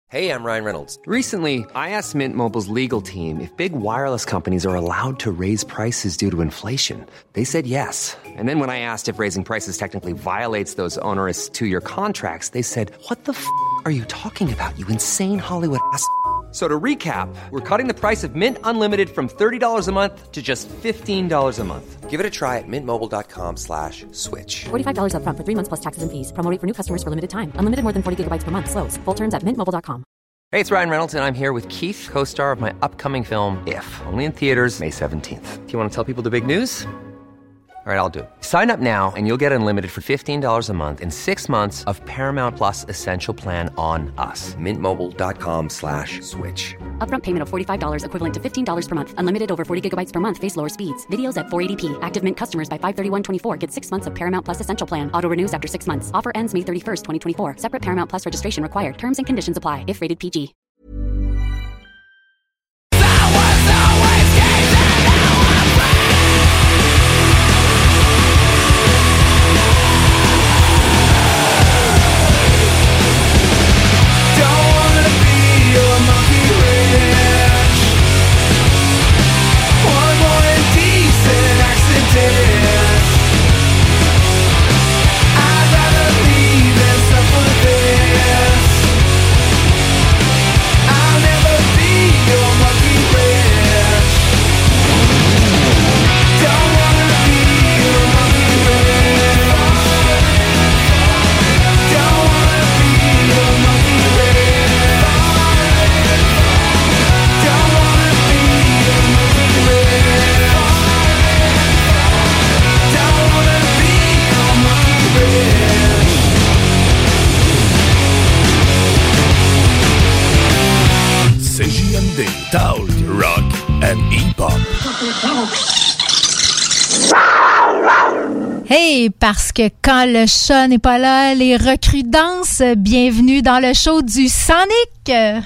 Hey, I'm Ryan Reynolds. Recently, I asked Mint Mobile's legal team if big wireless companies are allowed to raise prices due to inflation. They said yes. And then when I asked if raising prices technically violates those onerous two-year contracts, they said, "What the f*** are you talking about, you insane Hollywood ass?" So to recap, we're cutting the price of Mint Unlimited from $30 a month to just $15 a month. Give it a try at mintmobile.com/switch. $45 up front for 3 months plus taxes and fees. Promo rate for new customers for limited time. Unlimited more than 40 gigabytes per month. Slows full terms at mintmobile.com. Hey, it's Ryan Reynolds, and I'm here with Keith, co-star of my upcoming film, If, only in theaters May 17th. Do you want to tell people the big news? All right, I'll do it. Sign up now and you'll get unlimited for $15 a month and 6 months of Paramount Plus Essential Plan on us. mintmobile.com/switch. Upfront payment of $45 equivalent to $15 per month. Unlimited over 40 gigabytes per month. Face lower speeds. Videos at 480p. Active Mint customers by 531.24 get 6 months of Paramount Plus Essential Plan. Auto renews after 6 months. Offer ends May 31st, 2024. Separate Paramount Plus registration required. Terms and conditions apply if rated PG. Talk, rock and hip-hop. Hey, parce que quand le chat n'est pas là, les recrues dansent. Bienvenue dans le show du Sonic. Hey,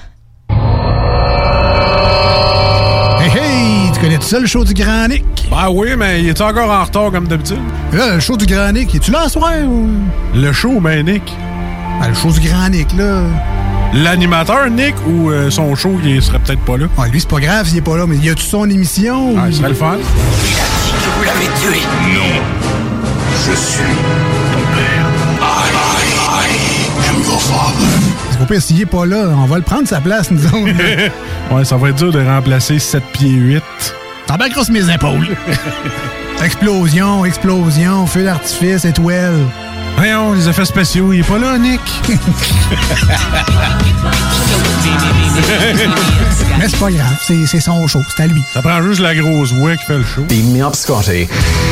hey! Tu connais tout ça, le show du Grand Nick? Ben oui, mais il est encore en retard comme d'habitude? Là, le show du Grand Nick, es-tu là ce soir? Ou... Le show, ben Nick. Ben, le show du Grand Nick, là... L'animateur, Nick, ou son show, il serait peut-être pas là? Ah, lui, c'est pas grave s'il est pas là, mais y a-tu son émission? Ah, il serait le fun. Il a dit que vous l'avez tué. Non. Je suis ton père. I am your father. Parce qu'au pire, s'il est pas là, on va le prendre sa place, nous autres. Ouais, ça va être dur de remplacer 7 pieds 8. T'en bats grosse mes épaules. Explosion, feu d'artifice, étoile. Voyons, les effets spéciaux, il est pas là, Nick. Mais c'est pas grave, c'est son show, c'est à lui. Ça prend juste la grosse voix qui fait le show. Beam me up, Scotty.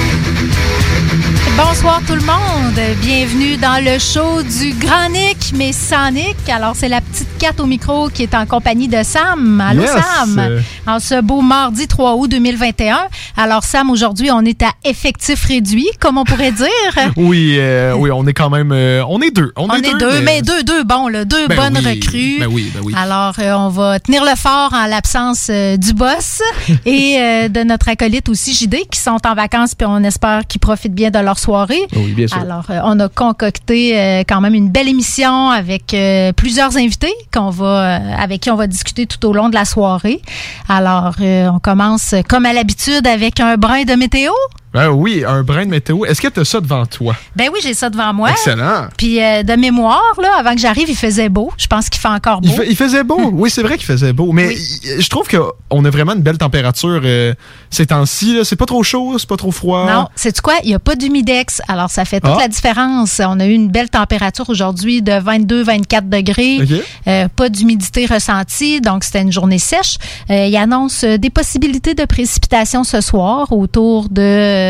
Bonsoir tout le monde. Bienvenue dans le show du Grand Nick, mais sans Nick. Alors, c'est la petite Cat au micro qui est en compagnie de Sam. Allô, yes. Sam. En ce beau mardi 3 août 2021. Alors, Sam, aujourd'hui, on est à effectif réduit, comme on pourrait dire. Oui, on est quand même... on est deux. On est deux, mais deux bons, là, deux bonnes recrues. Ben oui. Alors, on va tenir le fort en l'absence du boss et de notre acolyte aussi, JD, qui sont en vacances, puis on espère qu'ils profitent bien de leur soirée. Oui, bien sûr. Alors, on a concocté quand même une belle émission avec plusieurs invités avec qui on va discuter tout au long de la soirée. Alors, on commence comme à l'habitude avec un brin de météo. Ben oui, un brin de météo. Est-ce que tu as ça devant toi? Ben oui, j'ai ça devant moi. Excellent. Puis de mémoire, là, avant que j'arrive, il faisait beau. Je pense qu'il fait encore beau. Il faisait beau. Oui, c'est vrai qu'il faisait beau. Mais je trouve qu'on a vraiment une belle température ces temps-ci. Là. C'est pas trop chaud, c'est pas trop froid. Non, sais-tu quoi? Il n'y a pas d'humidex. Alors, ça fait toute la différence. On a eu une belle température aujourd'hui de 22-24 degrés. Okay. Pas d'humidité ressentie. Donc, c'était une journée sèche. Il annonce des possibilités de précipitations ce soir autour de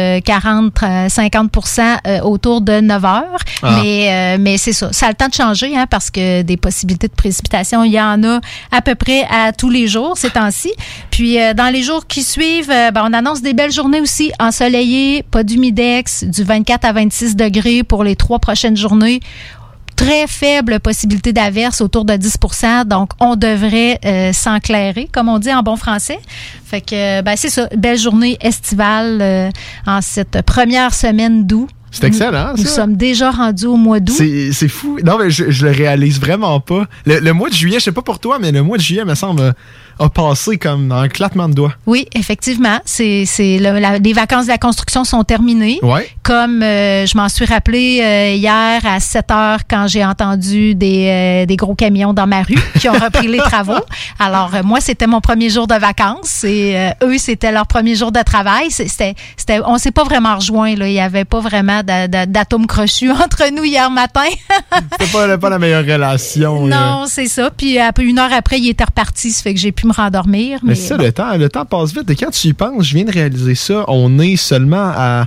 40-50% autour de 9 heures. Mais c'est ça. Ça a le temps de changer parce que des possibilités de précipitation, il y en a à peu près à tous les jours ces temps-ci. Puis dans les jours qui suivent, on annonce des belles journées aussi ensoleillées, pas d'humidex, du 24 à 26 degrés pour les 3 prochaines journées. Très faible possibilité d'averse, autour de 10%. Donc, on devrait s'enclairer, comme on dit en bon français. Fait que, c'est ça, belle journée estivale en cette première semaine d'août. C'est excellent, ça. Nous sommes déjà rendus au mois d'août. C'est fou. Non, mais je le réalise vraiment pas. Le mois de juillet, je sais pas pour toi, mais le mois de juillet, me semble, a passé comme dans un claquement de doigts. Oui, effectivement. Les vacances de la construction sont terminées. Ouais. Comme je m'en suis rappelé hier à 7 heures quand j'ai entendu des gros camions dans ma rue qui ont repris les travaux. Alors, moi, c'était mon premier jour de vacances et eux, c'était leur premier jour de travail. On s'est pas vraiment rejoints, là. Il y avait pas vraiment d'atomes crochus entre nous hier matin. C'était pas la meilleure relation. Non, c'est ça. Puis, une heure après, il était reparti. Ça fait que j'ai pu me rendormir. Mais ça, bon. le temps passe vite. Et quand tu y penses, je viens de réaliser ça. On est seulement à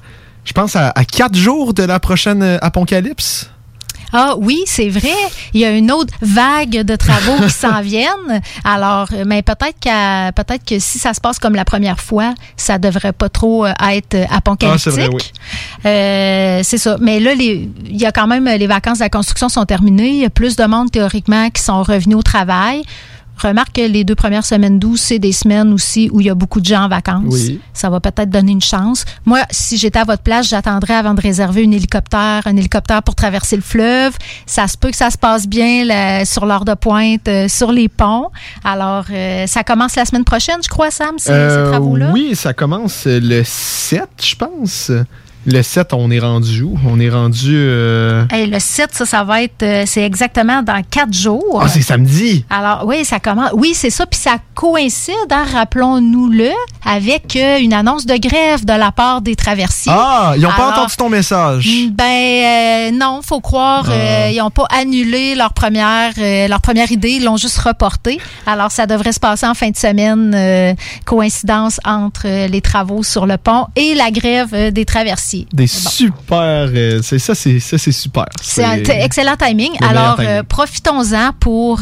4 jours de la prochaine apocalypse. Ah oui, c'est vrai. Il y a une autre vague de travaux qui s'en viennent. Alors, mais peut-être que si ça se passe comme la première fois, ça devrait pas trop être apocalyptique. Ah, c'est vrai, oui. C'est ça. Mais là, il y a quand même les vacances de la construction sont terminées. Il y a plus de monde théoriquement qui sont revenus au travail. Remarque que les 2 premières semaines d'août, c'est des semaines aussi où il y a beaucoup de gens en vacances. Oui. Ça va peut-être donner une chance. Moi, si j'étais à votre place, j'attendrais avant de réserver un hélicoptère pour traverser le fleuve. Ça se peut que ça se passe bien sur l'heure de pointe, sur les ponts. Alors, ça commence la semaine prochaine, je crois, Sam, ces travaux-là? Oui, ça commence le 7, je pense. Le 7, on est rendu où? On est rendu... le 7, ça va être... c'est exactement dans 4 jours. Ah, c'est samedi! Alors, oui, ça commence... Oui, c'est ça. Puis ça coïncide, rappelons-nous-le, avec une annonce de grève de la part des traversiers. Ah! Ils n'ont pas entendu ton message? Non, faut croire. Ils n'ont pas annulé leur première idée. Ils l'ont juste reporté. Alors, ça devrait se passer en fin de semaine. Coïncidence entre les travaux sur le pont et la grève des traversiers. Super... c'est super. C'est un excellent timing. Alors, profitons-en pour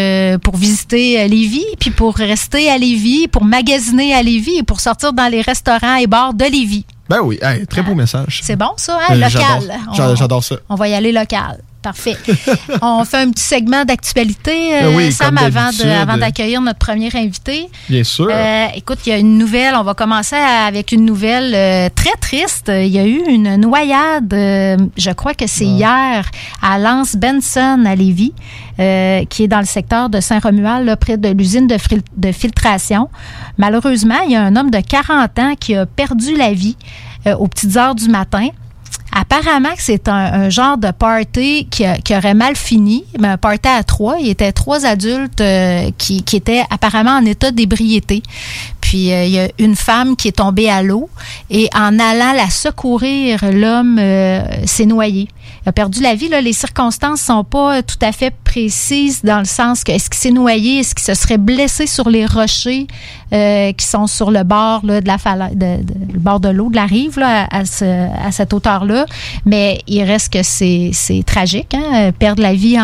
visiter Lévis, puis pour rester à Lévis, pour magasiner à Lévis et pour sortir dans les restaurants et bars de Lévis. Ben oui, très beau message. C'est bon, ça, hein? Local. J'adore ça. On va y aller local. Parfait. On fait un petit segment d'actualité, Sam, avant d'accueillir notre premier invité. Bien sûr. Écoute, il y a une nouvelle. On va commencer avec une nouvelle très triste. Il y a eu une noyade, je crois que c'est hier, à Lance Benson, à Lévis, qui est dans le secteur de Saint-Romuald, là, près de l'usine de filtration. Malheureusement, il y a un homme de 40 ans qui a perdu la vie aux petites heures du matin. Apparemment que c'est un genre de party qui aurait mal fini, mais un party à 3. Il y était 3 adultes qui étaient apparemment en état d'ébriété. Puis, il y a une femme qui est tombée à l'eau et en allant la secourir, l'homme s'est noyé. Il a perdu la vie. Là, les circonstances sont pas tout à fait précises dans le sens que est-ce qu'il s'est noyé, est-ce qu'il se serait blessé sur les rochers qui sont sur le bord là, de la falaise, le bord de l'eau, de la rive là, à cette hauteur-là. Mais il reste que c'est tragique. Hein? Perdre la vie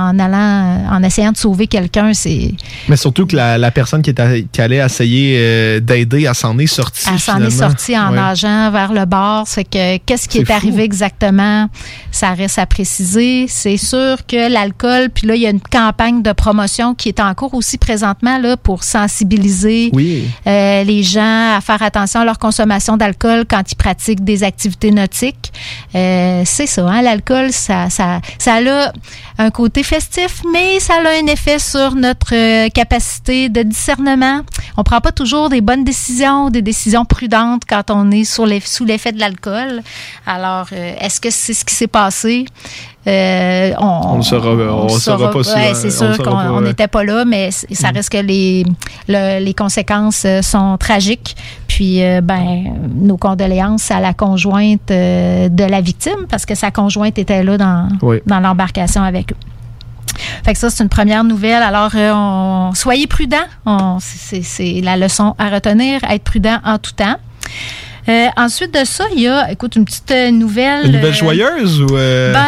en essayant de sauver quelqu'un, c'est... Mais surtout que la personne qui allait essayer d'aider, elle s'en est sortie. Elle s'en est sortie en nageant vers le bord. C'est que qu'est-ce qui est arrivé exactement? Ça reste à préciser. C'est sûr que l'alcool, puis là, il y a une campagne de promotion qui est en cours aussi présentement là, pour sensibiliser les gens à faire attention à leur consommation d'alcool quand ils pratiquent des activités nautiques. C'est ça, hein, l'alcool, ça a un côté festif, mais ça a un effet sur notre capacité de discernement. On prend pas toujours des bonnes décisions, des décisions prudentes quand on est sous l'effet de l'alcool. Alors, est-ce que c'est ce qui s'est passé? On ne saura pas. Ouais, c'est sûr qu'on n'était pas là, mais ça reste que les conséquences sont tragiques. Puis, nos condoléances à la conjointe de la victime, parce que sa conjointe était là dans l'embarcation avec eux. Fait que ça, c'est une première nouvelle. Alors, soyez prudents. C'est la leçon à retenir, être prudent en tout temps. Ensuite de ça, il y a, écoute, une petite nouvelle. Une nouvelle joyeuse ou...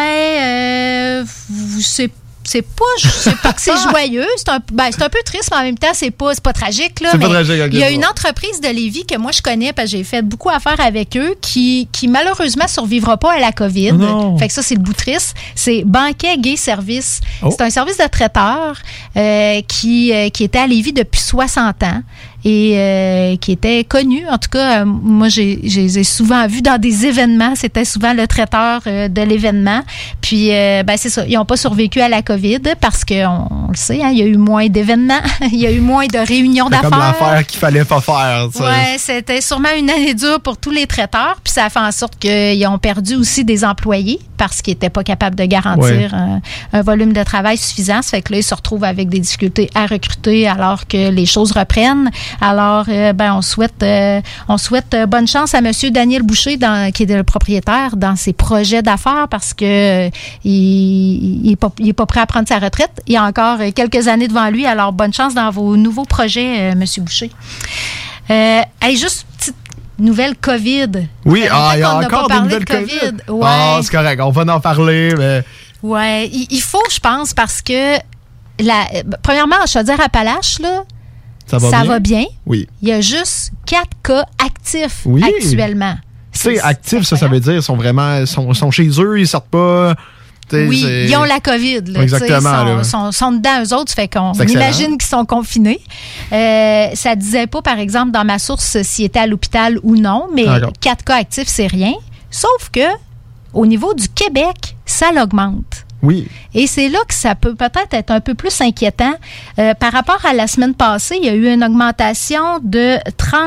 C'est pas que c'est joyeux, c'est un peu triste, mais en même temps, c'est pas tragique, là. C'est pas tragique, okay. Il y a une entreprise de Lévis que moi je connais parce que j'ai fait beaucoup affaires avec eux qui malheureusement survivra pas à la COVID. Non. Fait que ça, c'est le bout triste. C'est Banquet Gay Service. Oh. C'est un service de traiteur qui était à Lévis depuis 60 ans. et qui était connu. En tout cas, moi, je les ai souvent vus dans des événements. C'était souvent le traiteur de l'événement. Puis, c'est ça. Ils n'ont pas survécu à la COVID parce qu'on le sait, hein, il y a eu moins d'événements. Il y a eu moins de réunions d'affaires. Comme l'affaire qu'il fallait pas faire. Oui, c'était sûrement une année dure pour tous les traiteurs. Puis ça a fait en sorte qu'ils ont perdu aussi des employés parce qu'ils n'étaient pas capables de garantir un volume de travail suffisant. Ça fait que là, ils se retrouvent avec des difficultés à recruter alors que les choses reprennent. Alors, on souhaite bonne chance à M. Daniel Boucher, qui est le propriétaire, dans ses projets d'affaires parce que il est pas prêt à prendre sa retraite. Il y a encore quelques années devant lui. Alors, bonne chance dans vos nouveaux projets, M. Boucher. Juste une petite nouvelle COVID. Oui, il y a encore des nouvelles COVID. Ouais. C'est correct, on va en parler. Mais... Oui, il faut, je pense, parce que, premièrement, en Chaudière-Appalaches, là, ça va bien. Oui. Il y a juste 4 cas actifs actuellement. C'est actif, ça veut dire qu'ils sont vraiment sont chez eux, ils sortent pas. Oui, ils ont la COVID. Là, exactement. Ils sont dedans, eux autres. Ça fait qu'on imagine qu'ils sont confinés. Ça disait pas, par exemple, dans ma source, s'ils étaient à l'hôpital ou non, mais 4 cas actifs, c'est rien. Sauf que, au niveau du Québec, ça l'augmente. Oui. Et c'est là que ça peut peut-être être un peu plus inquiétant. Par rapport à la semaine passée, il y a eu une augmentation de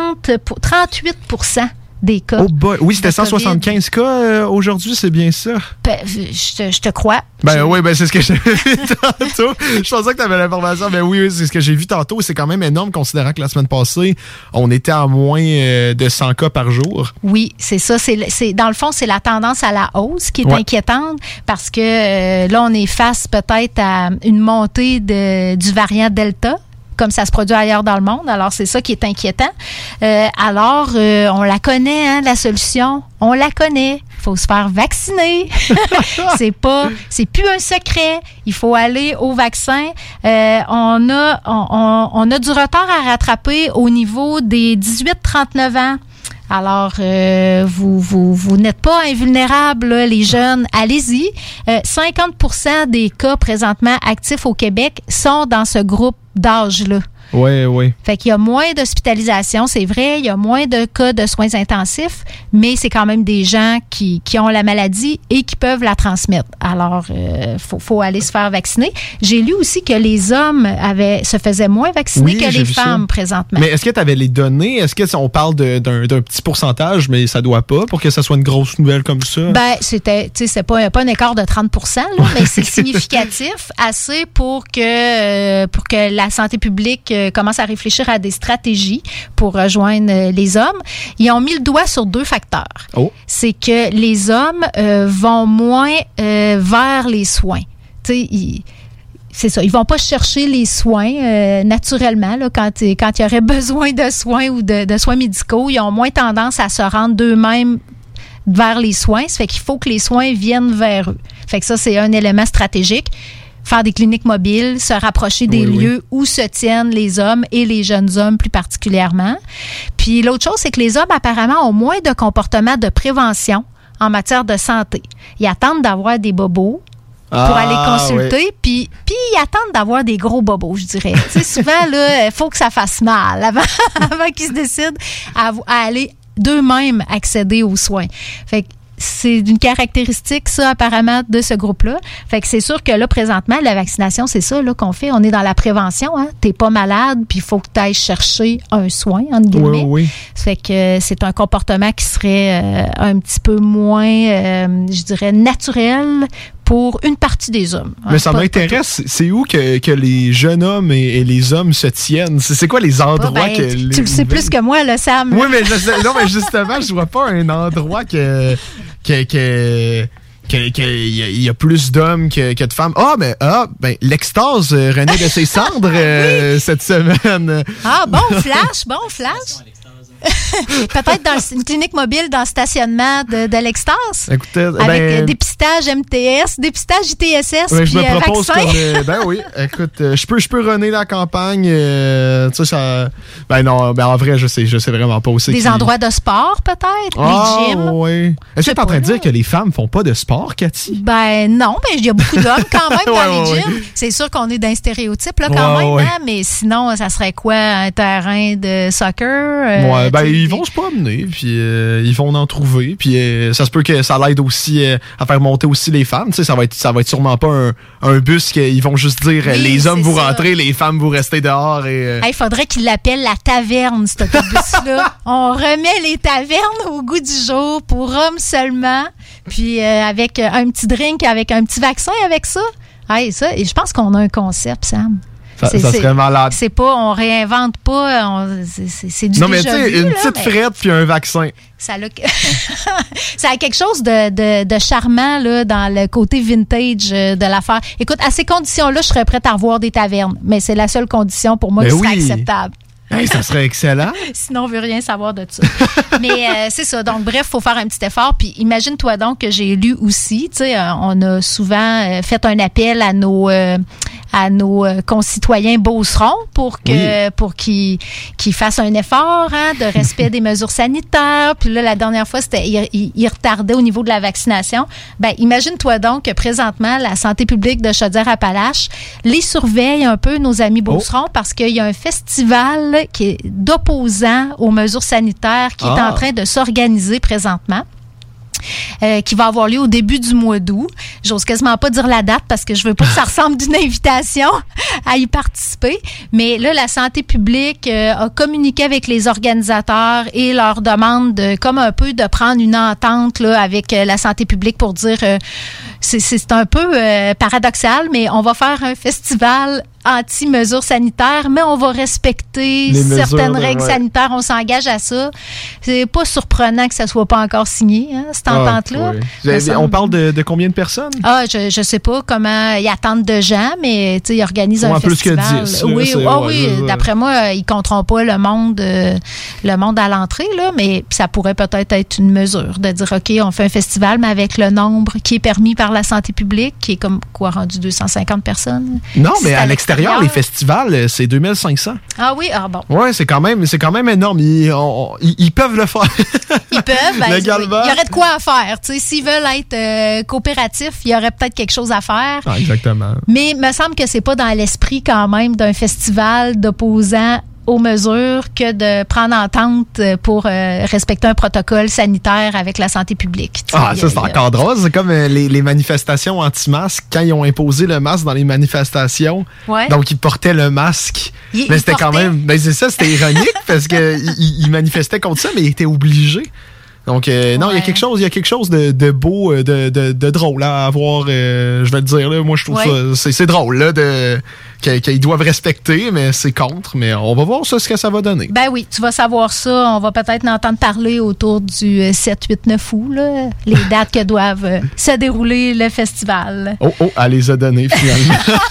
38% des cas. Oh boy. Oui, c'était 175 cas aujourd'hui, c'est bien ça? Je te crois. Oui, c'est ce que j'ai vu tantôt. Je pensais que tu avais l'information, mais oui, c'est ce que j'ai vu tantôt. C'est quand même énorme, considérant que la semaine passée, on était à moins de 100 cas par jour. Oui, c'est ça. Dans le fond, c'est la tendance à la hausse qui est inquiétante parce que là, on est face peut-être à une montée du variant Delta, comme ça se produit ailleurs dans le monde. Alors, c'est ça qui est inquiétant. On la connaît, hein, la solution. On la connaît. Il faut se faire vacciner. C'est plus un secret. Il faut aller au vaccin. On a du retard à rattraper au niveau des 18-39 ans. Alors, vous n'êtes pas invulnérables, là, les jeunes. Allez-y. 50% des cas présentement actifs au Québec sont dans ce groupe d'âge-là. Oui. Fait qu'il y a moins d'hospitalisation, c'est vrai, il y a moins de cas de soins intensifs, mais c'est quand même des gens qui ont la maladie et qui peuvent la transmettre. Alors, faut aller se faire vacciner. J'ai lu aussi que les hommes se faisaient moins vacciner que les femmes présentement. Mais est-ce que tu avais les données? Est-ce que on parle d'un petit pourcentage, mais ça doit pas pour que ça soit une grosse nouvelle comme ça? C'est pas un écart de 30%, là, mais c'est significatif, assez pour que la santé publique commence à réfléchir à des stratégies pour rejoindre les hommes. Ils ont mis le doigt sur 2 facteurs. Oh. C'est que les hommes vont moins vers les soins. C'est ça, ils vont pas chercher les soins naturellement là, quand il y aurait besoin de soins ou de soins médicaux. Ils ont moins tendance à se rendre d'eux-mêmes vers les soins. Ça fait qu'il faut que les soins viennent vers eux. Fait que ça, c'est un élément stratégique. Faire des cliniques mobiles, se rapprocher des lieux où se tiennent les hommes et les jeunes hommes plus particulièrement. Puis l'autre chose, c'est que les hommes apparemment ont moins de comportements de prévention en matière de santé. Ils attendent d'avoir des bobos pour aller consulter, puis ils attendent d'avoir des gros bobos, je dirais. Tu sais, souvent, là, il faut que ça fasse mal avant qu'ils se décident à aller d'eux-mêmes accéder aux soins. Fait que c'est une caractéristique, ça, apparemment, de ce groupe-là. Fait que c'est sûr que là, présentement, la vaccination, c'est ça là, qu'on fait. On est dans la prévention. Hein? T'es pas malade, puis il faut que tu ailles chercher un soin, entre guillemets. Oui. Fait que c'est un comportement qui serait un petit peu moins, je dirais, naturel pour une partie des hommes. Mais ça m'intéresse, c'est où que les jeunes hommes et les hommes se tiennent? C'est quoi les endroits que... Tu le sais plus que moi, là, Sam. Oui, mais justement, je vois pas un endroit qu'il y a plus d'hommes que de femmes. L'extase renaît de ses cendres cette semaine. Bon flash. Peut-être dans une clinique mobile dans le stationnement de l'Extase. Écoutez, avec dépistage MTS, dépistage ITSS, ben, puis je me propose vaccin. ben oui, écoute, je peux runner la campagne. Tu sais, ça. Ben non, ben en vrai, je sais vraiment pas aussi. Des endroits de sport, peut-être? Les gyms? Oui. Est-ce que tu es en train de dire que les femmes font pas de sport, Cathy? Ben non, mais il y a beaucoup d'hommes quand même dans les ouais. gyms. C'est sûr qu'on est dans un stéréotype là, quand même, hein, mais sinon, ça serait quoi? Un terrain de soccer? Ouais, ben ils vont se promener, puis ils vont en trouver, puis ça se peut que ça l'aide aussi à faire monter aussi les femmes. Tu sais, ça va être sûrement pas un bus qu'ils vont juste dire oui, les hommes vous ça. rentrez, les femmes vous restez dehors. Et il faudrait qu'ils l'appellent la taverne, cet autobus-là. On remet les tavernes au goût du jour pour hommes seulement, puis avec un petit drink, avec un petit vaccin avec ça. Hey, ça, et je pense qu'on a un concept, Sam. Ça serait malade. C'est pas, on réinvente pas, c'est du non, mais tu déjà sais, vu, une là, petite frette puis un vaccin. Ça a quelque chose de charmant là, dans le côté vintage de l'affaire. Écoute, à ces conditions-là, je serais prête à revoir des tavernes, mais c'est la seule condition pour moi qui serait acceptable. Hey, ça serait excellent. Sinon, on veut rien savoir de ça. Mais c'est ça. Donc, bref, il faut faire un petit effort. Puis, imagine-toi donc que j'ai lu aussi, tu sais, on a souvent fait un appel à nos concitoyens beaucerons pour qu'ils fassent un effort de respect des mesures sanitaires. Puis là, la dernière fois, c'était ils retardaient au niveau de la vaccination. Ben, imagine-toi donc que présentement, la santé publique de Chaudière-Appalaches les surveille un peu, nos amis beaucerons, parce qu'il y a un festival qui est d'opposants aux mesures sanitaires qui est en train de s'organiser présentement. Qui va avoir lieu au début du mois d'août. J'ose quasiment pas dire la date parce que je veux pas que ça ressemble d'une invitation à y participer. Mais là, la santé publique a communiqué avec les organisateurs et leur demande comme un peu de prendre une entente là, avec la santé publique pour dire c'est un peu paradoxal, mais on va faire un festival anti-mesures sanitaires, mais on va respecter certaines règles sanitaires. On s'engage à ça. C'est pas surprenant que ça soit pas encore signé, hein, cette entente-là. Oui. On parle de combien de personnes? Je sais pas comment ils attendent de gens, mais ils organisent un festival. Plus que 10. Oui, d'après moi, ils compteront pas le monde à l'entrée, là, mais ça pourrait peut-être être une mesure de dire, OK, on fait un festival, mais avec le nombre qui est permis par la santé publique, qui est comme quoi rendu 250 personnes. Non, mais à l'extérieur, les festivals, c'est 2500. Ah oui? Ah bon. Oui, c'est quand même énorme. Ils peuvent le faire. Ils peuvent. Ben, légalement. Il y aurait de quoi à faire. T'sais, s'ils veulent être coopératifs, il y aurait peut-être quelque chose à faire. Ah, exactement. Mais il me semble que c'est pas dans l'esprit quand même d'un festival d'opposants aux mesures que de prendre entente pour respecter un protocole sanitaire avec la santé publique. Ça, c'est encore drôle. C'est comme les manifestations anti-masques, quand ils ont imposé le masque dans les manifestations. Ouais. Donc, ils portaient le masque. Mais c'était quand même... Ben, c'est ça, c'était ironique parce qu'ils manifestaient contre ça, mais ils étaient obligés. Donc, non, il y a quelque chose de beau, de drôle à avoir, je vais le dire. Là, moi, je trouve ça... C'est drôle là, qu'ils doivent respecter, mais c'est contre. Mais on va voir ça, ce que ça va donner. Ben oui, tu vas savoir ça. On va peut-être en entendre parler autour du 7, 8, 9 août, là, les dates que doivent se dérouler le festival. Oh, elle les a données, finalement.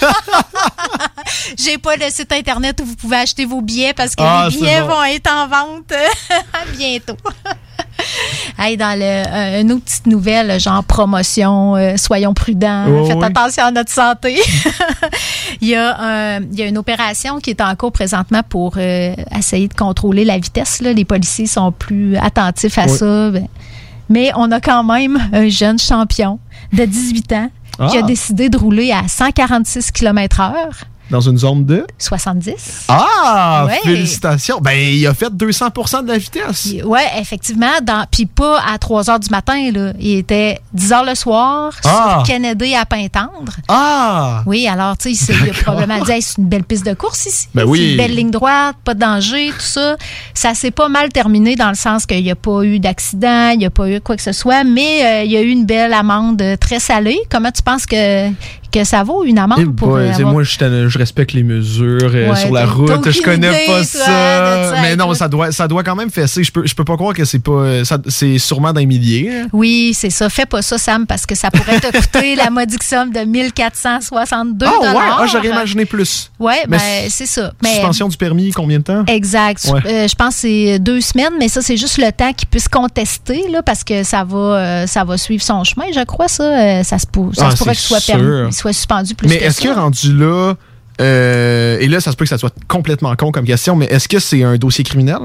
J'ai pas le site Internet où vous pouvez acheter vos billets parce que les billets vont être en vente bientôt. Hey, dans une autre petite nouvelle, genre promotion, soyons prudents, faites attention à notre santé. Il y a une opération qui est en cours présentement pour essayer de contrôler la vitesse. Là. Les policiers sont plus attentifs à ça. Mais on a quand même un jeune champion de 18 ans qui a décidé de rouler à 146 km/h. Dans une zone de? 70. Ah! Ouais. Félicitations! Ben, il a fait 200% de la vitesse. Oui, effectivement. Puis pas à 3 heures du matin, là. Il était 10 heures le soir sur Kennedy à Pintendre. Ah! Oui, alors, tu sais, il a probablement dit, c'est une belle piste de course ici. Ben oui. C'est une belle ligne droite, pas de danger, tout ça. Ça s'est pas mal terminé dans le sens qu'il n'y a pas eu d'accident, il n'y a pas eu quoi que ce soit, mais il y a eu une belle amende très salée. Comment tu penses que que ça vaut une amende pour avoir... Moi, je respecte les mesures sur la route. Je connais pas ça. Mais non, ça doit quand même fesser. Je peux pas croire que c'est pas... c'est sûrement d'un millier. Hein? Oui, c'est ça. Fais pas ça, Sam, parce que ça pourrait te coûter la modique somme de 1462 $. J'aurais imaginé plus. Oui, c'est ça. Suspension du permis, combien de temps? Exact. Je pense que c'est 2 semaines, mais ça, c'est juste le temps qu'il puisse contester, là, parce que ça va suivre son chemin, je crois, ça. Ça se pourrait qu'il soit suspendu plus mais que est-ce que rendu là, et là, ça se peut que ça soit complètement con comme question, mais est-ce que c'est un dossier criminel?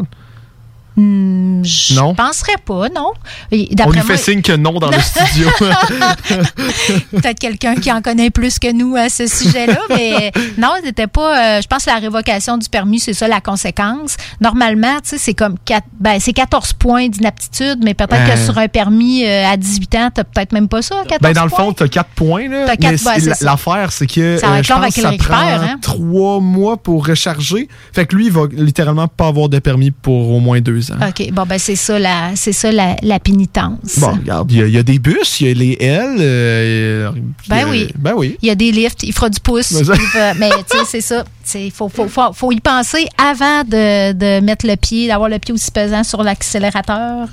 Je penserais pas, non. On lui fait signe que non dans le studio. Peut-être quelqu'un qui en connaît plus que nous à ce sujet-là, mais non, c'était pas... je pense que la révocation du permis, c'est ça la conséquence. Normalement, tu sais, c'est comme 14 points d'inaptitude, mais peut-être que sur un permis à 18 ans, t'as peut-être même pas ça, 14 points. Dans le fond, t'as 4 points. Là, l'affaire, c'est que je pense que ça prend 3 mois pour recharger. Fait que lui, il va littéralement pas avoir de permis pour au moins 2 ans. OK. Bon, c'est ça la pénitence. Bon, regarde, il y a des bus, il y a les L. Oui. Il y a des lifts, il fera du pouce. Mais tu sais, c'est ça. Il faut y penser avant de mettre d'avoir le pied aussi pesant sur l'accélérateur.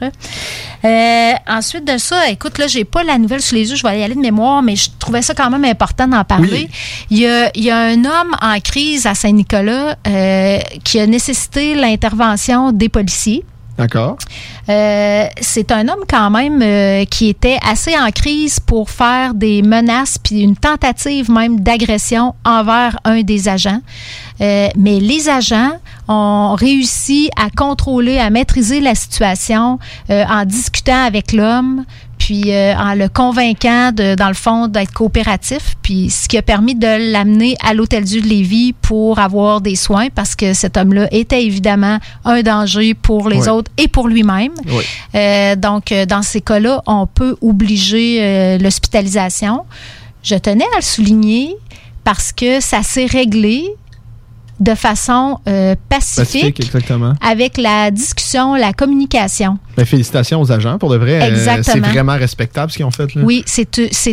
Ensuite de ça, écoute, là, j'ai pas la nouvelle sous les yeux, je vais y aller de mémoire, mais je trouvais ça quand même important d'en parler. Oui. Il y a un homme en crise à Saint-Nicolas qui a nécessité l'intervention des policiers. D'accord. C'est un homme quand même qui était assez en crise pour faire des menaces puis une tentative même d'agression envers un des agents. Mais les agents ont réussi à contrôler, à maîtriser la situation en discutant avec l'homme, puis en le convainquant, dans le fond, d'être coopératif, puis ce qui a permis de l'amener à l'Hôtel-Dieu de Lévis pour avoir des soins, parce que cet homme-là était évidemment un danger pour les autres et pour lui-même. Oui. Donc, dans ces cas-là, on peut obliger l'hospitalisation. Je tenais à le souligner parce que ça s'est réglé de façon pacifique exactement. Avec la discussion, la communication. Félicitations aux agents, pour de vrai. C'est vraiment respectable ce qu'ils ont fait. Là. Oui, c'est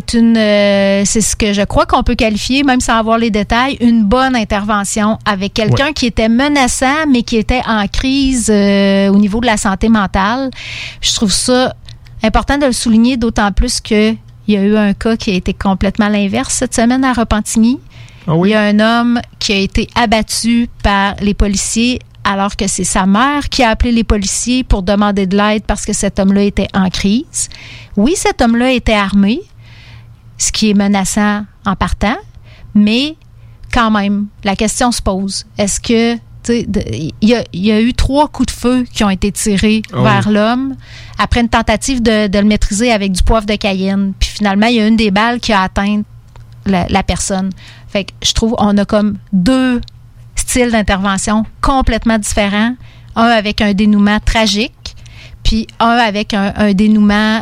ce que je crois qu'on peut qualifier, même sans avoir les détails, une bonne intervention avec quelqu'un qui était menaçant, mais qui était en crise au niveau de la santé mentale. Je trouve ça important de le souligner, d'autant plus qu'il y a eu un cas qui a été complètement l'inverse cette semaine à Repentigny. Ah oui? Il y a un homme qui a été abattu par les policiers alors que c'est sa mère qui a appelé les policiers pour demander de l'aide parce que cet homme-là était en crise. Oui, cet homme-là était armé, ce qui est menaçant en partant, mais quand même, la question se pose. Est-ce que il y a eu 3 coups de feu qui ont été tirés vers l'homme après une tentative de le maîtriser avec du poivre de Cayenne. Puis finalement, il y a une des balles qui a atteint la personne. Fait que je trouve on a comme 2 styles d'intervention complètement différents. Un avec un dénouement tragique, puis un avec un dénouement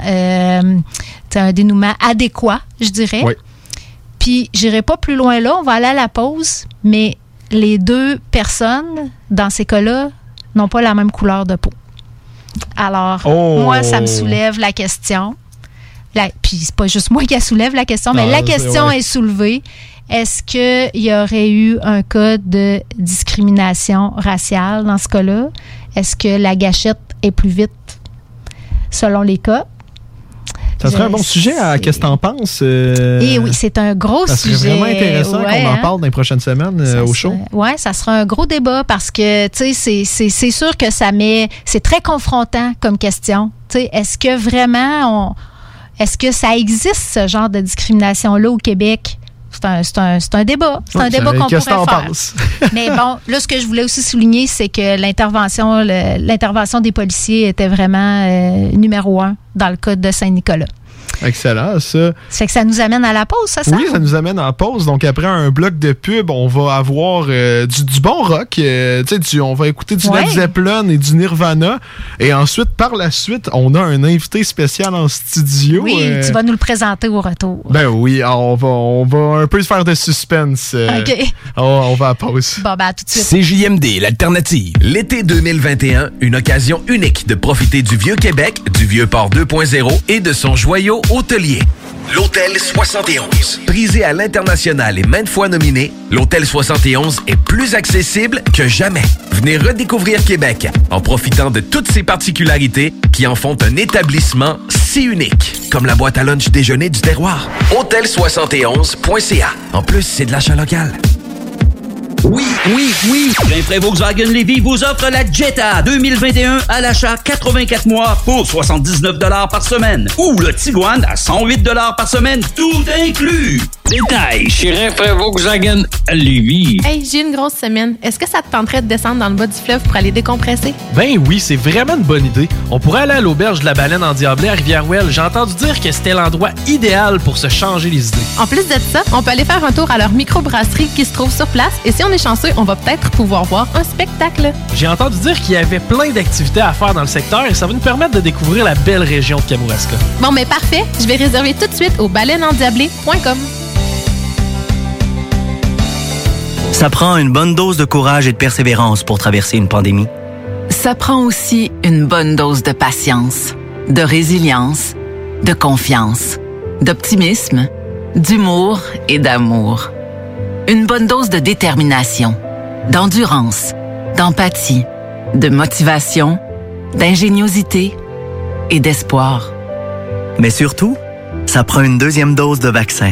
adéquat, je dirais. Oui. Puis j'irai pas plus loin là, on va aller à la pause, mais les 2 personnes, dans ces cas-là, n'ont pas la même couleur de peau. Alors, moi, ça me soulève la question. Puis c'est pas juste moi qui soulève la question, mais la question est soulevée. Est-ce qu'il y aurait eu un cas de discrimination raciale dans ce cas-là? Est-ce que la gâchette est plus vite selon les cas? Ça serait un bon sujet qu'est-ce que t'en penses? Et oui, c'est un gros sujet. Ça serait vraiment intéressant qu'on en parle dans les prochaines semaines au show. Oui, ça sera un gros débat parce que, tu sais, c'est sûr que c'est très confrontant comme question. Tu sais, est-ce que vraiment est-ce que ça existe, ce genre de discrimination-là au Québec? C'est un débat. C'est un débat qu'on pourrait faire. Mais bon, là, ce que je voulais aussi souligner, c'est que l'intervention des policiers était vraiment numéro 1 dans le cas de Saint-Nicolas. Excellent, ça. C'est que ça nous amène à la pause, ça? Oui, ça nous amène à la pause. Donc, après un bloc de pub, on va avoir du bon rock. On va écouter du Led Zeppelin et du Nirvana. Et ensuite, par la suite, on a un invité spécial en studio. Oui, tu vas nous le présenter au retour. Ben oui, on va un peu se faire de suspense. OK. On va à la pause. Bon, ben, à tout de suite. CJMD, l'alternative. L'été 2021, une occasion unique de profiter du Vieux-Québec, du Vieux-Port 2.0 et de son joyau hôtelier. l'Hôtel 71. Prisé à l'international et maintes fois nominé, l'Hôtel 71 est plus accessible que jamais. Venez redécouvrir Québec en profitant de toutes ses particularités qui en font un établissement si unique, comme la boîte à lunch déjeuner du terroir. Hôtel71.ca. En plus, c'est de l'achat local. Oui! Rainfray Volkswagen Lévis vous offre la Jetta 2021 à l'achat 84 mois pour 79 $ par semaine. Ou le Tiguan à 108 $ par semaine, tout inclus. Détail chez Rainfray Volkswagen Lévis. Hey, j'ai une grosse semaine. Est-ce que ça te tenterait de descendre dans le bas du fleuve pour aller décompresser? Ben oui, c'est vraiment une bonne idée. On pourrait aller à l'auberge de la Baleine en Diablé à Rivière-Ouelle. J'ai entendu dire que c'était l'endroit idéal pour se changer les idées. En plus de ça, on peut aller faire un tour à leur microbrasserie qui se trouve sur place et si on est chanceux, on va peut-être pouvoir voir un spectacle. J'ai entendu dire qu'il y avait plein d'activités à faire dans le secteur et ça va nous permettre de découvrir la belle région de Kamouraska. Bon, mais parfait. Je vais réserver tout de suite au baleineendiablé.com. Ça prend une bonne dose de courage et de persévérance pour traverser une pandémie. Ça prend aussi une bonne dose de patience, de résilience, de confiance, d'optimisme, d'humour et d'amour. Une bonne dose de détermination, d'endurance, d'empathie, de motivation, d'ingéniosité et d'espoir. Mais surtout, ça prend une deuxième dose de vaccin.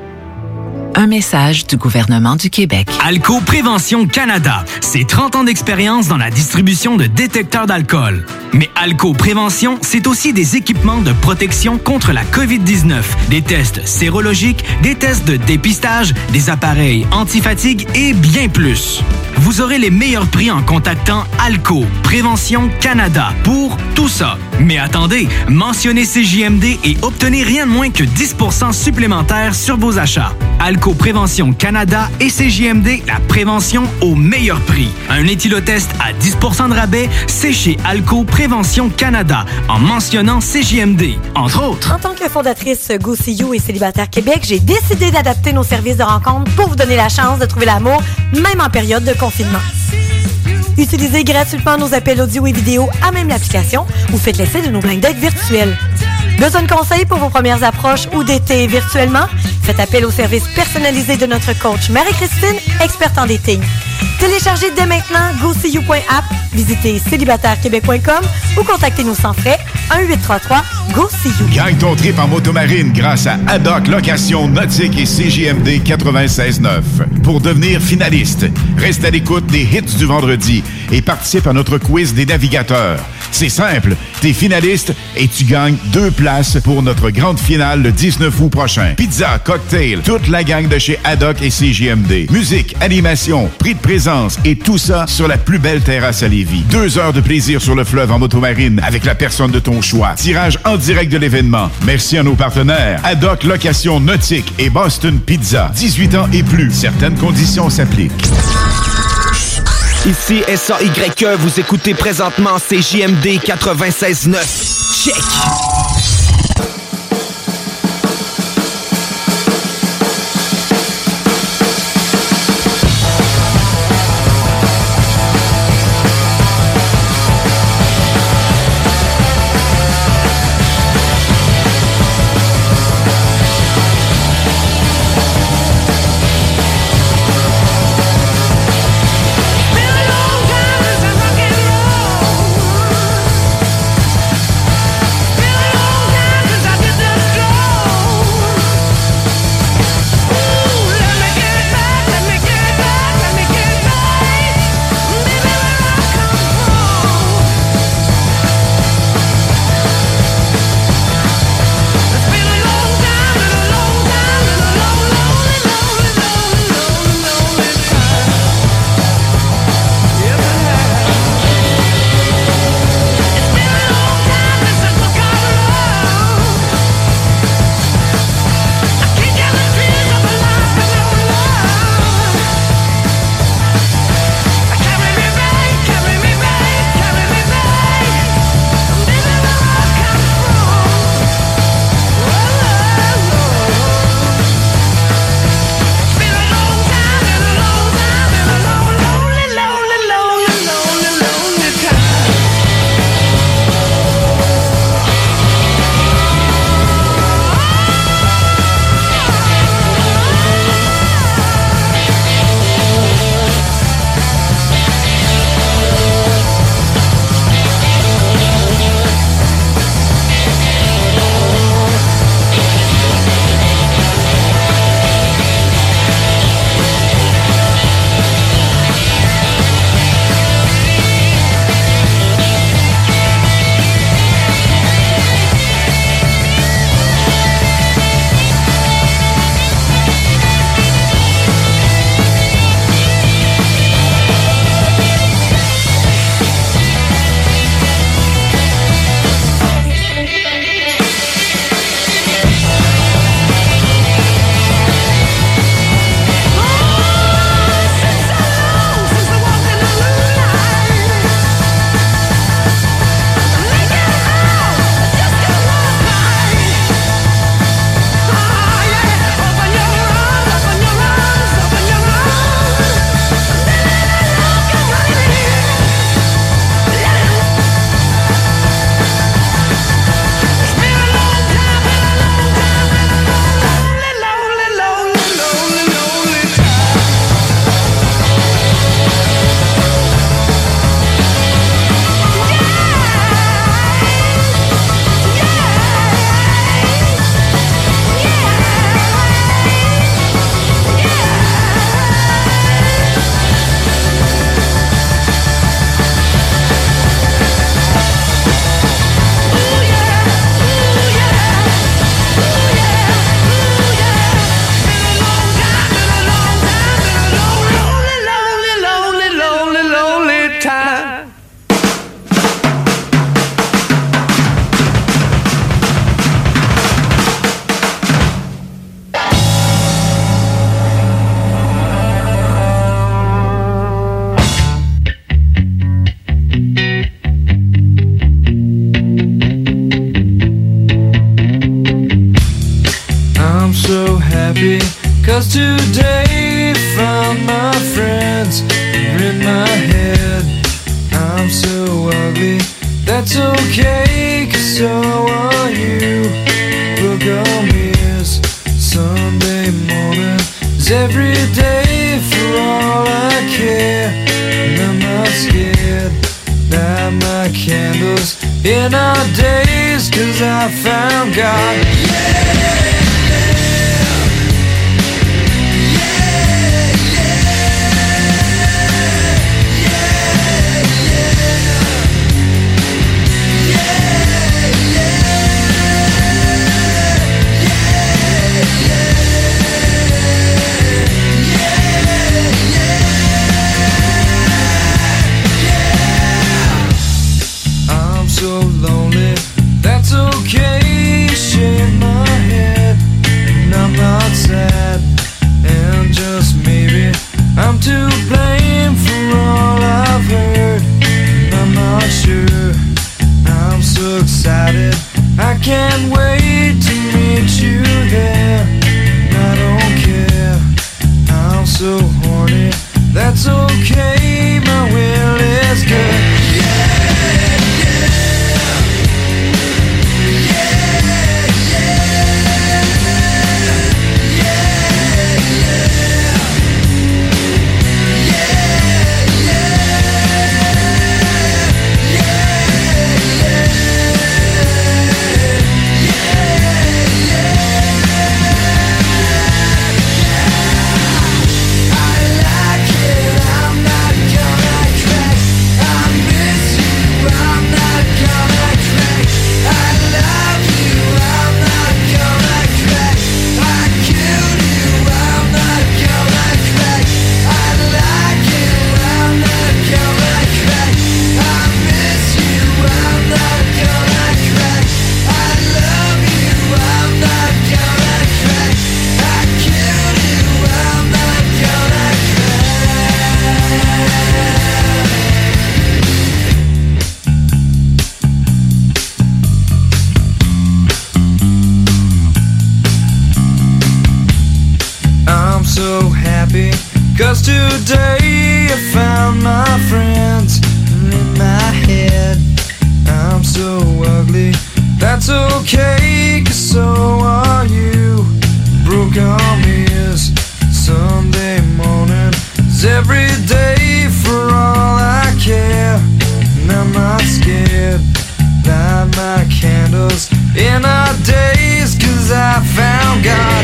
Un message du gouvernement du Québec. Alco Prévention Canada. C'est 30 ans d'expérience dans la distribution de détecteurs d'alcool. Mais Alco Prévention, c'est aussi des équipements de protection contre la COVID-19, des tests sérologiques, des tests de dépistage, des appareils anti-fatigue et bien plus. Vous aurez les meilleurs prix en contactant Alco Prévention Canada pour tout ça. Mais attendez, mentionnez CJMD et obtenez rien de moins que 10% supplémentaire sur vos achats. Alco Prévention Canada et CJMD, la prévention au meilleur prix. Un éthylotest à 10% de rabais, c'est chez Alco Prévention Canada, en mentionnant CJMD, entre autres. En tant que fondatrice Go See You et Célibataire Québec, j'ai décidé d'adapter nos services de rencontre pour vous donner la chance de trouver l'amour, même en période de confinement. Utilisez gratuitement nos appels audio et vidéo à même l'application ou faites l'essai de nos blind dates virtuels. Besoin de conseils pour vos premières approches ou d'été virtuellement? Faites appel au service personnalisé de notre coach Marie-Christine, experte en dating. Téléchargez dès maintenant GoSeeYou.app, visitez célibatairequebec.com ou contactez-nous sans frais 1-833-GO-SEE-YOU. Gagne ton trip en motomarine grâce à Haddock Location Nautique et CJMD 96.9. Pour devenir finaliste, reste à l'écoute des hits du vendredi et participe à notre quiz des navigateurs. C'est simple, t'es finaliste et tu gagnes 2 places pour notre grande finale le 19 août prochain. Pizza, cocktail, toute la gang de chez Haddock et CJMD. Musique, animation, prix de présence et tout ça sur la plus belle terrasse à Lévis. 2 heures de plaisir sur le fleuve en motomarine avec la personne de ton choix. Tirage en direct de l'événement. Merci à nos partenaires Haddock Location Nautique et Boston Pizza. 18 ans et plus. Certaines conditions s'appliquent. Ici SAYE, vous écoutez présentement CJMD 96.9. Check! Been a long time since I rock and roll. time. I'm so happy, 'cause today found my friends are in my head. I'm so ugly, that's okay, 'cause so are you. Look on me as Sunday morning is every day for all I care. And I'm not scared, light my candles in our days, 'cause I found God. I'm so lonely, that's okay, shake my head, and I'm not sad, and just maybe I'm to blame for all I've heard, and I'm not sure, I'm so excited, I can't wait to meet you there, and I don't care, I'm so horny, that's okay, my will is good. I'm so happy, 'cause today I found my friends in my head. I'm so ugly, that's okay, 'cause so are you. Broke on me is Sunday morning, is every day for all I care. And I'm not scared, light my candles in our days, 'cause I found God.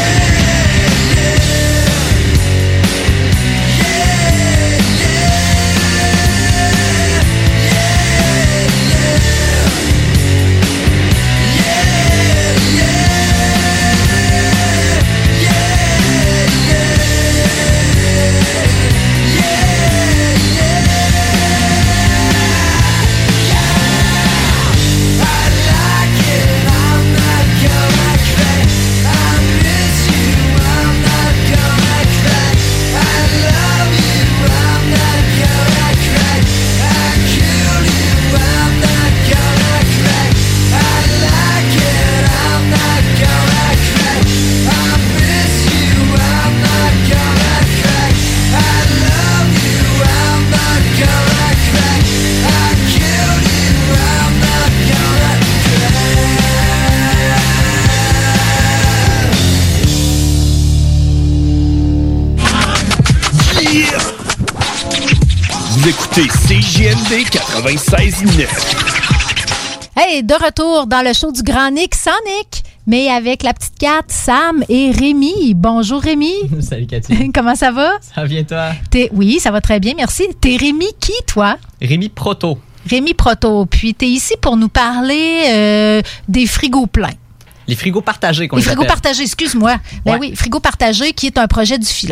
Vous écoutez CJMD 96.9. Hey, de retour dans le show du Grand Nick sans Nick, mais avec la petite Kat, Sam et Rémi. Bonjour Rémi. Salut Cathy. Comment ça va? Ça va bien toi? Oui, ça va très bien, merci. T'es Rémi qui, toi? Rémi Proto. Rémi Proto. Puis t'es ici pour nous parler des frigos pleins. Les frigos partagés qu'on les frigos appelle. partagés, excuse-moi. Ben ouais. oui, frigos partagés qui est un projet du Filon.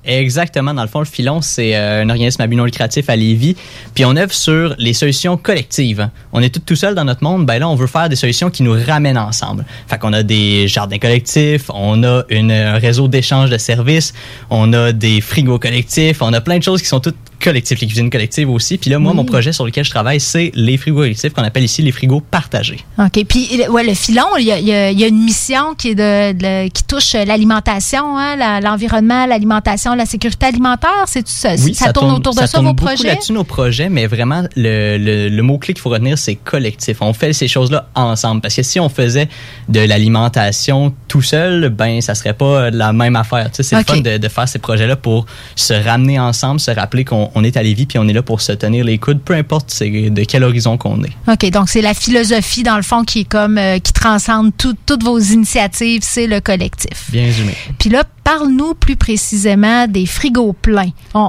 Exactement. Dans le fond, le Filon, c'est un organisme à but non lucratif à Lévis. Puis on œuvre sur les solutions collectives. On est tout seul dans notre monde. Ben là, on veut faire des solutions qui nous ramènent ensemble. Fait qu'on a des jardins collectifs, on a un réseau d'échange de services, on a des frigos collectifs, on a plein de choses qui sont toutes collectives, les cuisines collectives aussi. Puis là, moi, mon projet sur lequel je travaille, c'est les frigos collectifs qu'on appelle ici les frigos partagés. OK. Puis, le Filon, il y a une mission qui est qui touche l'alimentation, hein, l'environnement, l'alimentation, la sécurité alimentaire. C'est tout ça? Oui, ça tourne autour de ça, vos projets? Ça tourne beaucoup là-dessus, nos projets, mais vraiment, le mot-clé qu'il faut retenir, c'est collectif. On fait ces choses-là ensemble. Parce que si on faisait de l'alimentation tout seul, ben ça serait pas la même affaire. Tu sais, c'est le fun de faire ces projets-là pour se ramener ensemble, se rappeler qu'on est à Lévis puis on est là pour se tenir les coudes, peu importe de quel horizon qu'on est. OK, donc c'est la philosophie, dans le fond, qui est comme qui transcende toutes vos initiatives, c'est le collectif. Bien résumé. Puis là, parle-nous plus précisément des frigos pleins.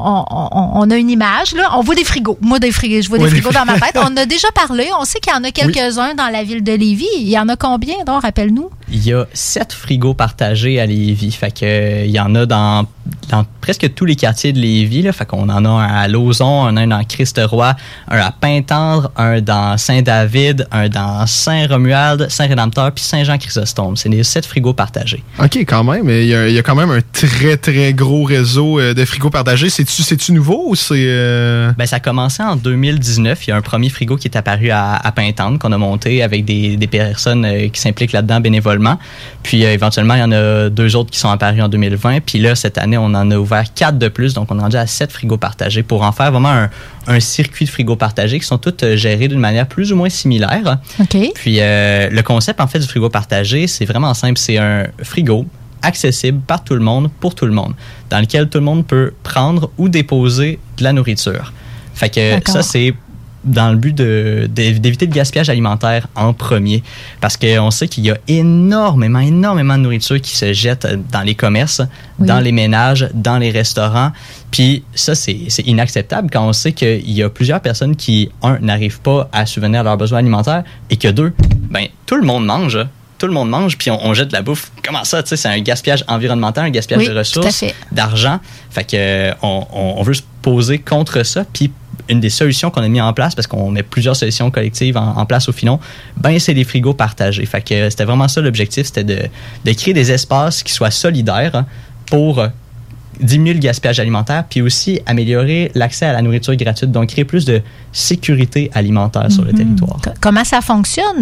On a une image, là. On voit des frigos. Moi, je vois des frigos dans ma tête. On en a déjà parlé. On sait qu'il y en a quelques-uns dans la ville de Lévis. Il y en a combien, donc, rappelle-nous? Il y a 7 frigos partagés à Lévis. Fait que il y en a dans presque tous les quartiers de Lévis, là. Fait qu'on en a un à Lauson, un dans Christ-Roi, un à Pintendre, un dans Saint-David, un dans Saint-Romuald, Saint-Rédempteur, puis Saint-Jean-Chrysostome. C'est les 7 frigos partagés. OK, quand même. Il y a quand même un très, très gros réseau de frigos partagés. C'est-tu nouveau ou c'est... Ben, ça a commencé en 2019. Il y a un premier frigo qui est apparu à Pintendre qu'on a monté avec des personnes qui s'impliquent là-dedans bénévolement. Puis éventuellement, il y en a 2 autres qui sont apparus en 2020. Puis là, cette année, on en a ouvert 4 de plus. Donc, on est rendu à 7 frigos partagés pour en faire vraiment un circuit de frigos partagés qui sont toutes gérés d'une manière plus ou moins similaire. OK. Puis le concept, en fait, du frigo partagé, c'est vraiment simple. C'est un frigo accessible par tout le monde, pour tout le monde, dans lequel tout le monde peut prendre ou déposer de la nourriture. Fait que ça, c'est dans le but d'éviter le gaspillage alimentaire en premier. Parce qu'on sait qu'il y a énormément de nourriture qui se jette dans les commerces, dans les ménages, dans les restaurants. Puis ça, c'est inacceptable quand on sait qu'il y a plusieurs personnes qui, n'arrivent pas à subvenir à leurs besoins alimentaires et que 2, ben tout le monde mange. Tout le monde mange, puis on jette de la bouffe. Comment ça? Tu sais, c'est un gaspillage environnemental, un gaspillage de ressources, d'argent. Fait que on veut se poser contre ça. Puis une des solutions qu'on a mis en place, parce qu'on met plusieurs solutions collectives en place au Filon, ben c'est des frigos partagés. Fait que c'était vraiment ça l'objectif, c'était de créer des espaces qui soient solidaires pour diminuer le gaspillage alimentaire, puis aussi améliorer l'accès à la nourriture gratuite, donc créer plus de sécurité alimentaire sur le territoire. Comment ça fonctionne?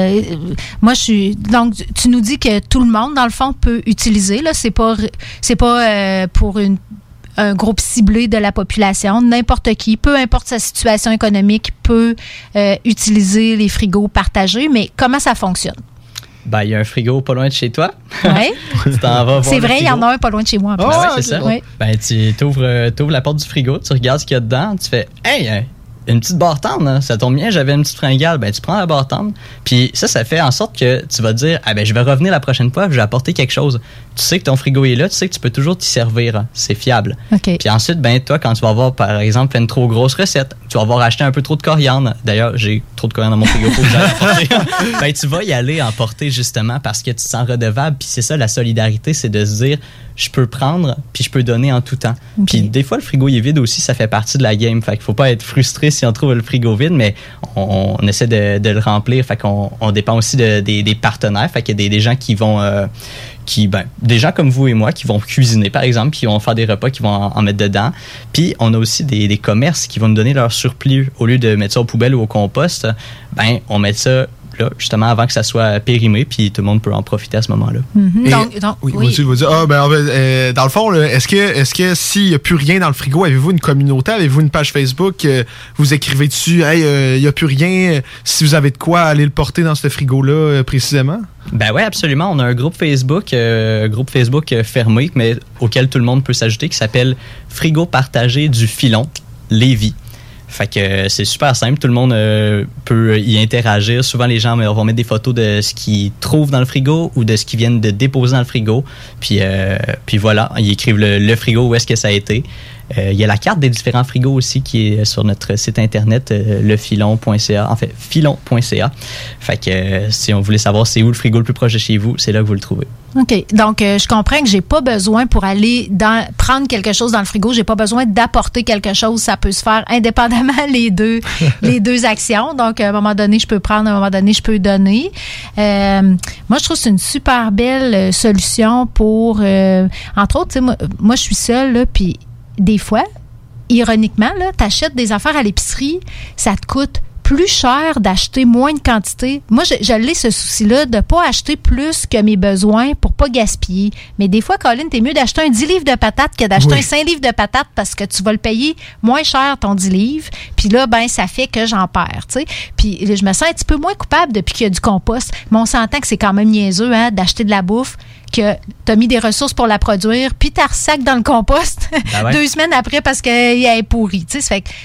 Moi, donc, tu nous dis que tout le monde, dans le fond, peut utiliser. Là, c'est pas pour un groupe ciblé de la population. N'importe qui, peu importe sa situation économique, peut utiliser les frigos partagés. Mais comment ça fonctionne? Ben, il y a un frigo pas loin de chez toi. Oui. Tu t'en vas voir. C'est vrai, il y en a un pas loin de chez moi. En plus. Ah ouais, c'est ça. Ouais. Ben, tu t'ouvres la porte du frigo, tu regardes ce qu'il y a dedans, tu fais « Hey, une petite barre tendre, hein, ça tombe bien, j'avais une petite fringale. » Ben, tu prends la barre tendre, puis ça fait en sorte que tu vas te dire « Ah ben, je vais revenir la prochaine fois, je vais apporter quelque chose. » Tu sais que ton frigo est là, tu sais que tu peux toujours t'y servir. C'est fiable. Okay. Puis ensuite, ben toi, quand tu vas avoir, par exemple, fait une trop grosse recette, tu vas avoir acheté un peu trop de coriandre. D'ailleurs, j'ai trop de coriandre dans mon frigo, faut que j'aille apporter. Ben, tu vas y aller emporter justement parce que tu te sens redevable. Puis c'est ça, la solidarité, c'est de se dire, je peux prendre, puis je peux donner en tout temps. Okay. Puis des fois, le frigo il est vide aussi, ça fait partie de la game. Fait qu'il faut pas être frustré si on trouve le frigo vide, mais on essaie de le remplir. Fait qu'on dépend aussi des partenaires. Fait qu'il y a des gens qui vont... des gens comme vous et moi qui vont cuisiner, par exemple, qui vont faire des repas, qui vont en mettre dedans. Puis, on a aussi des commerces qui vont nous donner leur surplus. Au lieu de mettre ça aux poubelles ou au compost, ben, on met ça là, justement, avant que ça soit périmé, puis tout le monde peut en profiter à ce moment-là. Mm-hmm. Donc, oui. Tu vas dire, dans le fond, là, est-ce que s'il n'y a plus rien dans le frigo, avez-vous une communauté, avez-vous une page Facebook, vous écrivez dessus, hey, il n'y a plus rien, si vous avez de quoi, aller le porter dans ce frigo-là, précisément? Ben oui, absolument. On a un groupe Facebook fermé, mais auquel tout le monde peut s'ajouter, qui s'appelle Frigo partagé du Filon, Lévis. Fait que c'est super simple, tout le monde peut y interagir. Souvent, les gens vont mettre des photos de ce qu'ils trouvent dans le frigo ou de ce qu'ils viennent de déposer dans le frigo. Puis voilà, ils écrivent le frigo, où est-ce que ça a été. Il y a la carte des différents frigos aussi qui est sur notre site internet, lefilon.ca, en fait, filon.ca. Fait que si on voulait savoir c'est où le frigo le plus proche de chez vous, c'est là que vous le trouvez. OK. Donc, je comprends que j'ai pas besoin pour aller prendre quelque chose dans le frigo, j'ai pas besoin d'apporter quelque chose. Ça peut se faire indépendamment les deux actions. Donc, à un moment donné, je peux prendre, à un moment donné, je peux donner. Moi, je trouve que c'est une super belle solution pour, entre autres, tu sais, moi, je suis seule, là, puis des fois, ironiquement, là, t'achètes des affaires à l'épicerie, ça te coûte plus cher d'acheter moins de quantité. Moi, je l'ai ce souci-là de pas acheter plus que mes besoins pour pas gaspiller. Mais des fois, Colin, t'es mieux d'acheter un 10 livres de patates que d'acheter un 5 livres de patates parce que tu vas le payer moins cher ton 10 livres. Puis là, ben ça fait que j'en perds, tu sais. Puis je me sens un petit peu moins coupable depuis qu'il y a du compost. Mais on s'entend que c'est quand même niaiseux, hein, d'acheter de la bouffe que t'as mis des ressources pour la produire, puis t'as ressac dans le compost 2 semaines après parce qu'elle est pourrie. Tu sais, ça fait que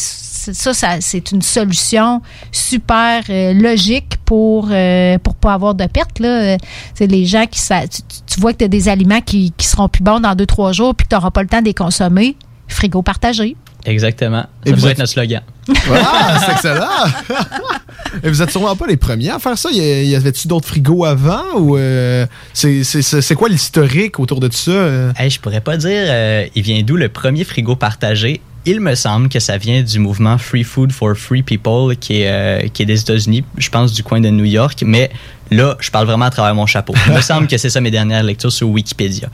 ça, c'est une solution super logique pour pas avoir de pertes. Là. C'est les gens tu vois que tu as des aliments qui seront plus bons dans 2-3 jours puis que tu n'auras pas le temps de les consommer. Frigo partagé. Exactement. Ça pourrait être notre slogan. Ah, c'est excellent! Et vous êtes sûrement pas les premiers à faire ça. Y avait-tu d'autres frigos avant ou c'est quoi l'historique autour de tout ça? Hey, je pourrais pas dire il vient d'où le premier frigo partagé. Il me semble que ça vient du mouvement Free Food for Free People qui est des États-Unis, je pense du coin de New York, mais là, je parle vraiment à travers mon chapeau. Il me semble que c'est ça mes dernières lectures sur Wikipédia.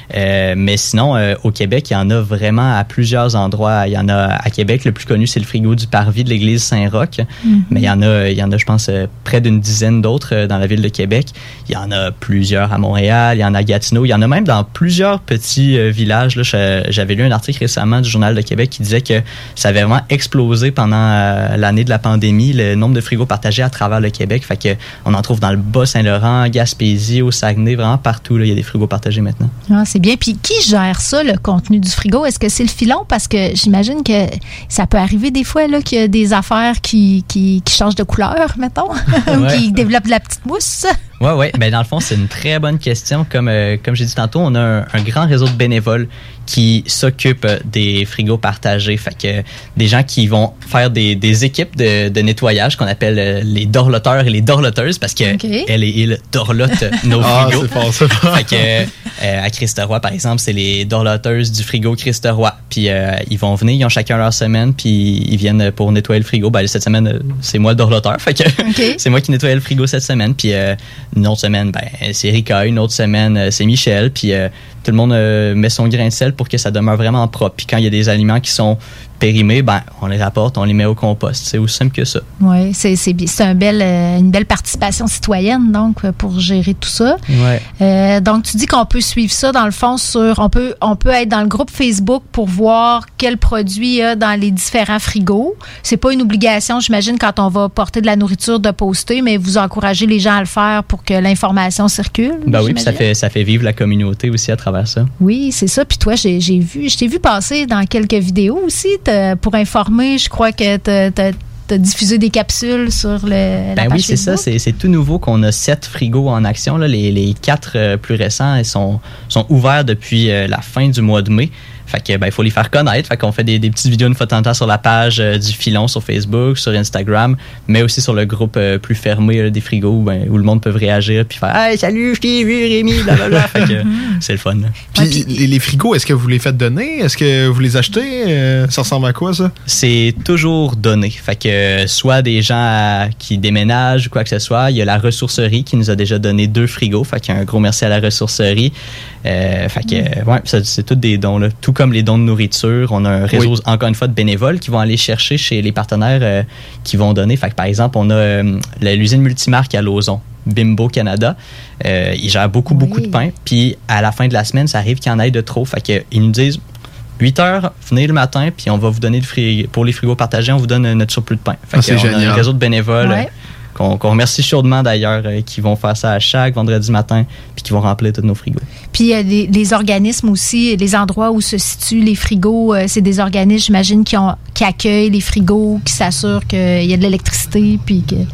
Mais sinon, au Québec, il y en a vraiment à plusieurs endroits. Il y en a à Québec, le plus connu, c'est le frigo du Parvis de l'église Saint-Roch. Mm-hmm. Mais il y en a, je pense, près d'une dizaine d'autres dans la ville de Québec. Il y en a plusieurs à Montréal, il y en a à Gatineau. Il y en a même dans plusieurs petits villages. Là, j'avais lu un article récemment du Journal de Québec qui disait que ça avait vraiment explosé pendant l'année de la pandémie, le nombre de frigos partagés à travers le Québec. Fait que on en trouve dans le Bas-Saint-Laurent, Gaspésie, au Saguenay, vraiment partout. Là, il y a des frigos partagés maintenant. Ah, c'est bien. Puis qui gère ça, le contenu du frigo? Est-ce que c'est le filon? Parce que j'imagine que ça peut arriver des fois là, qu'il y a des affaires qui changent de couleur, mettons, ou qui développent de la petite mousse. Oui. Ben, dans le fond, c'est une très bonne question. Comme j'ai dit tantôt, on a un grand réseau de bénévoles qui s'occupent des frigos partagés. Fait que des gens qui vont faire des équipes de nettoyage qu'on appelle les dorloteurs et les dorloteuses parce que elle et il dorlotent nos frigos. C'est fort. Fait que à Christ-Roi, par exemple, c'est les dorloteuses du frigo Christ-Roi. Puis ils vont venir, ils ont chacun leur semaine, puis ils viennent pour nettoyer le frigo. Ben, cette semaine, c'est moi le dorloteur. Fait que c'est moi qui nettoyais le frigo cette semaine. Puis une autre semaine, ben, c'est Rika. Une autre semaine, c'est Michel. Puis tout le monde met son grain de sel pour que ça demeure vraiment propre. Puis quand il y a des aliments qui sont périmés, ben, on les rapporte, on les met au compost. C'est aussi simple que ça. Oui, c'est une belle participation citoyenne, donc, pour gérer tout ça. Ouais. Donc, tu dis qu'on peut suivre ça, dans le fond, on peut être dans le groupe Facebook pour voir quels produits il y a dans les différents frigos. C'est pas une obligation, j'imagine, quand on va porter de la nourriture, de poster, mais vous encouragez les gens à le faire pour que l'information circule. Ben oui, puis ça fait vivre la communauté aussi à travers ça. Oui, c'est ça. Puis toi, je t'ai vu passer dans quelques vidéos aussi pour informer. Je crois que t'as diffusé des capsules sur la page oui, c'est Facebook. ça. C'est tout nouveau qu'on a 7 frigos en action. Là. Les 4 plus récents, ils sont ouverts depuis la fin du mois de mai. Fait que il faut les faire connaître. Fait qu'on fait des petites vidéos une fois de temps en temps sur la page du Filon sur Facebook, sur Instagram, mais aussi sur le groupe plus fermé des frigos où le monde peut réagir puis faire hey, salut, je t'ai vu Rémi, blablabla. Fait que c'est le fun. Puis les frigos, est-ce que vous les faites donner? Est-ce que vous les achetez? Ça ressemble à quoi ça? C'est toujours donné. Fait que soit des gens qui déménagent ou quoi que ce soit. Il y a la ressourcerie qui nous a déjà donné 2 frigos. Fait qu'un gros merci à la ressourcerie. Fait que c'est tous des dons là. Tout comme les dons de nourriture, on a un réseau, encore une fois, de bénévoles qui vont aller chercher chez les partenaires qui vont donner. Fait que, par exemple, on a l'usine multimarque à Lauson, Bimbo Canada. Ils gèrent beaucoup de pain. Puis, à la fin de la semaine, ça arrive qu'il y en ait de trop. Fait qu'ils nous disent 8 heures, venez le matin, puis on va vous donner pour les frigos partagés, on vous donne notre surplus de pain. Fait que c'est génial. On a un réseau de bénévoles qu'on remercie chaudement d'ailleurs, qui vont faire ça à chaque vendredi matin, puis qui vont remplir tous nos frigos. Puis les organismes aussi, les endroits où se situent les frigos, c'est des organismes, j'imagine, qui accueillent les frigos, qui s'assurent qu'il y a de l'électricité, puis que...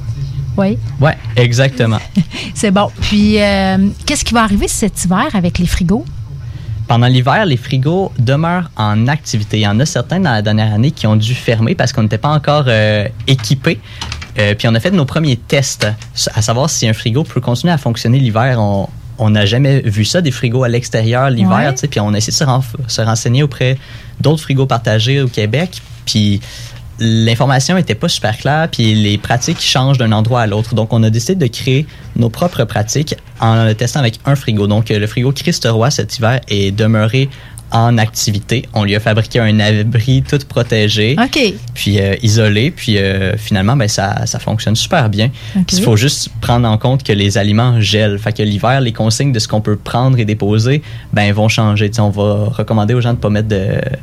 Oui. Oui, exactement. C'est bon. Puis, qu'est-ce qui va arriver cet hiver avec les frigos? Pendant l'hiver, les frigos demeurent en activité. Il y en a certains dans la dernière année qui ont dû fermer parce qu'on n'était pas encore équipés. Puis on a fait nos premiers tests à savoir si un frigo peut continuer à fonctionner l'hiver. On n'a jamais vu ça, des frigos à l'extérieur l'hiver. Puis on a essayé de se renseigner auprès d'autres frigos partagés au Québec. Puis l'information n'était pas super claire, puis les pratiques changent d'un endroit à l'autre. Donc, on a décidé de créer nos propres pratiques en le testant avec un frigo. Donc, le frigo Christ Roy cet hiver est demeuré en activité. On lui a fabriqué un abri tout protégé, puis isolé, puis finalement, ça fonctionne super bien. Il faut juste prendre en compte que les aliments gèlent. Fait que l'hiver, les consignes de ce qu'on peut prendre et déposer, vont changer. T'sais, on va recommander aux gens de ne pas mettre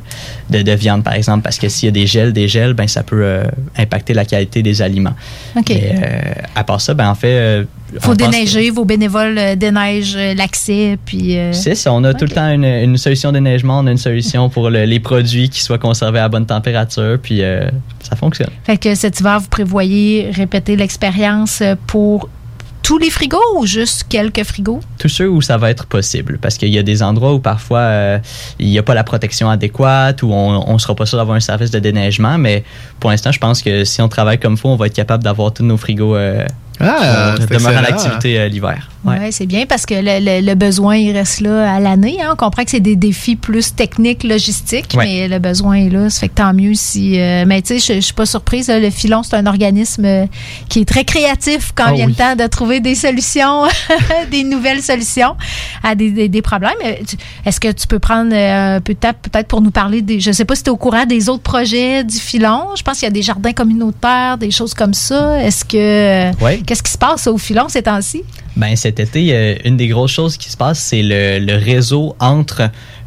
de viande, par exemple, parce que s'il y a des gels, ça peut impacter la qualité des aliments. Mais, à part ça, en fait... faut déneiger, vos bénévoles déneigent l'accès, puis... C'est ça, on a tout le temps une solution déneigement, on a une solution pour les produits qui soient conservés à bonne température, puis ça fonctionne. Fait que cet hiver, vous prévoyez répéter l'expérience pour tous les frigos ou juste quelques frigos? Tous ceux où ça va être possible, parce qu'il y a des endroits où parfois il n'y a pas la protection adéquate, où on ne sera pas sûr d'avoir un service de déneigement, mais pour l'instant, je pense que si on travaille comme il faut, on va être capable d'avoir tous nos frigos demeurent en activité l'hiver. Oui, c'est bien parce que le besoin, il reste là à l'année. On comprend que c'est des défis plus techniques, logistiques, mais le besoin est là. Ça fait que tant mieux si... mais tu sais, je suis pas surprise. Là, le Filon, c'est un organisme qui est très créatif quand vient le temps de trouver des solutions, des nouvelles solutions à des problèmes. Est-ce que tu peux prendre un peu de temps peut-être pour nous parler des... Je sais pas si tu es au courant des autres projets du Filon. Je pense qu'il y a des jardins communautaires, des choses comme ça. Est-ce que... Qu'est-ce qui se passe au Filon ces temps-ci? Cet été, une des grosses choses qui se passe, c'est le réseau entre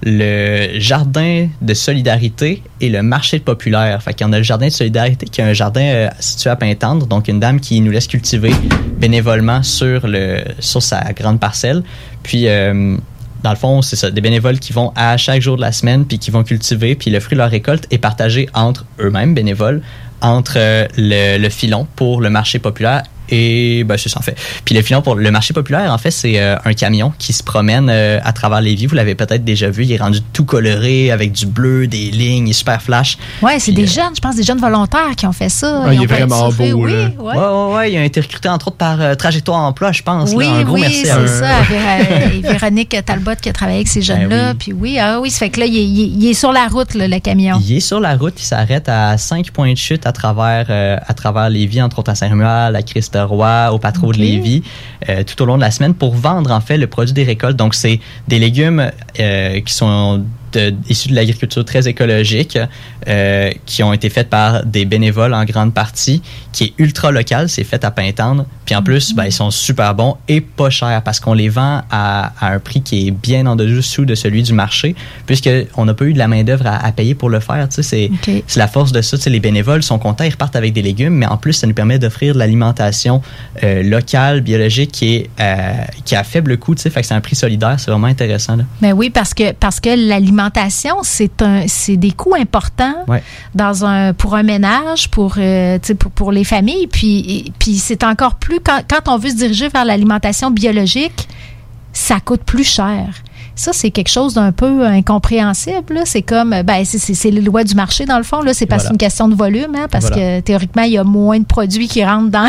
le jardin de solidarité et le marché populaire. Fait qu'il y en a le jardin de solidarité qui est un jardin situé à Pintendre, donc une dame qui nous laisse cultiver bénévolement sur sa grande parcelle. Puis dans le fond, c'est ça, des bénévoles qui vont à chaque jour de la semaine puis qui vont cultiver, puis le fruit de leur récolte est partagé entre eux-mêmes bénévoles, entre le Filon pour le marché populaire. Et c'est ça en fait. Puis le Filon pour le marché populaire, en fait, c'est un camion qui se promène à travers Lévis. Vous l'avez peut-être déjà vu. Il est rendu tout coloré avec du bleu, des lignes, il est super flash. Ouais, c'est des jeunes, je pense, des jeunes volontaires qui ont fait ça. Il est vraiment beau. Ouais, il a été recruté entre autres par Trajectoire Emploi, je pense. Oui, là. Un gros merci c'est ça. Véronique Talbot qui a travaillé avec ces jeunes-là. Puis ça fait que là, il est sur la route, là, le camion. Il est sur la route. Il s'arrête à 5 points de chute à travers Lévis, entre autres à Saint-Romuald, à Christ Roy, au Patro de Lévis, tout au long de la semaine pour vendre en fait le produit des récoltes. Donc c'est des légumes qui sont issus de l'agriculture très écologique, qui ont été faites par des bénévoles en grande partie, qui est ultra local, c'est fait à Pintendre. Puis en plus, ils sont super bons et pas chers parce qu'on les vend à un prix qui est bien en dessous de celui du marché, puisqu'on n'a pas eu de la main-d'œuvre à payer pour le faire. C'est la force de ça. Les bénévoles sont contents, ils repartent avec des légumes, mais en plus, ça nous permet d'offrir de l'alimentation locale, biologique, qui a faible coût. Fait que c'est un prix solidaire, c'est vraiment intéressant. Là. Mais oui, parce que l'alimentation, c'est des coûts importants pour un ménage, pour les familles. Puis c'est encore plus, quand on veut se diriger vers l'alimentation biologique, ça coûte plus cher. Ça, c'est quelque chose d'un peu incompréhensible. Là. C'est comme, c'est les lois du marché, dans le fond. Là. C'est parce que c'est une question de volume, parce que théoriquement, il y a moins de produits qui rentrent dans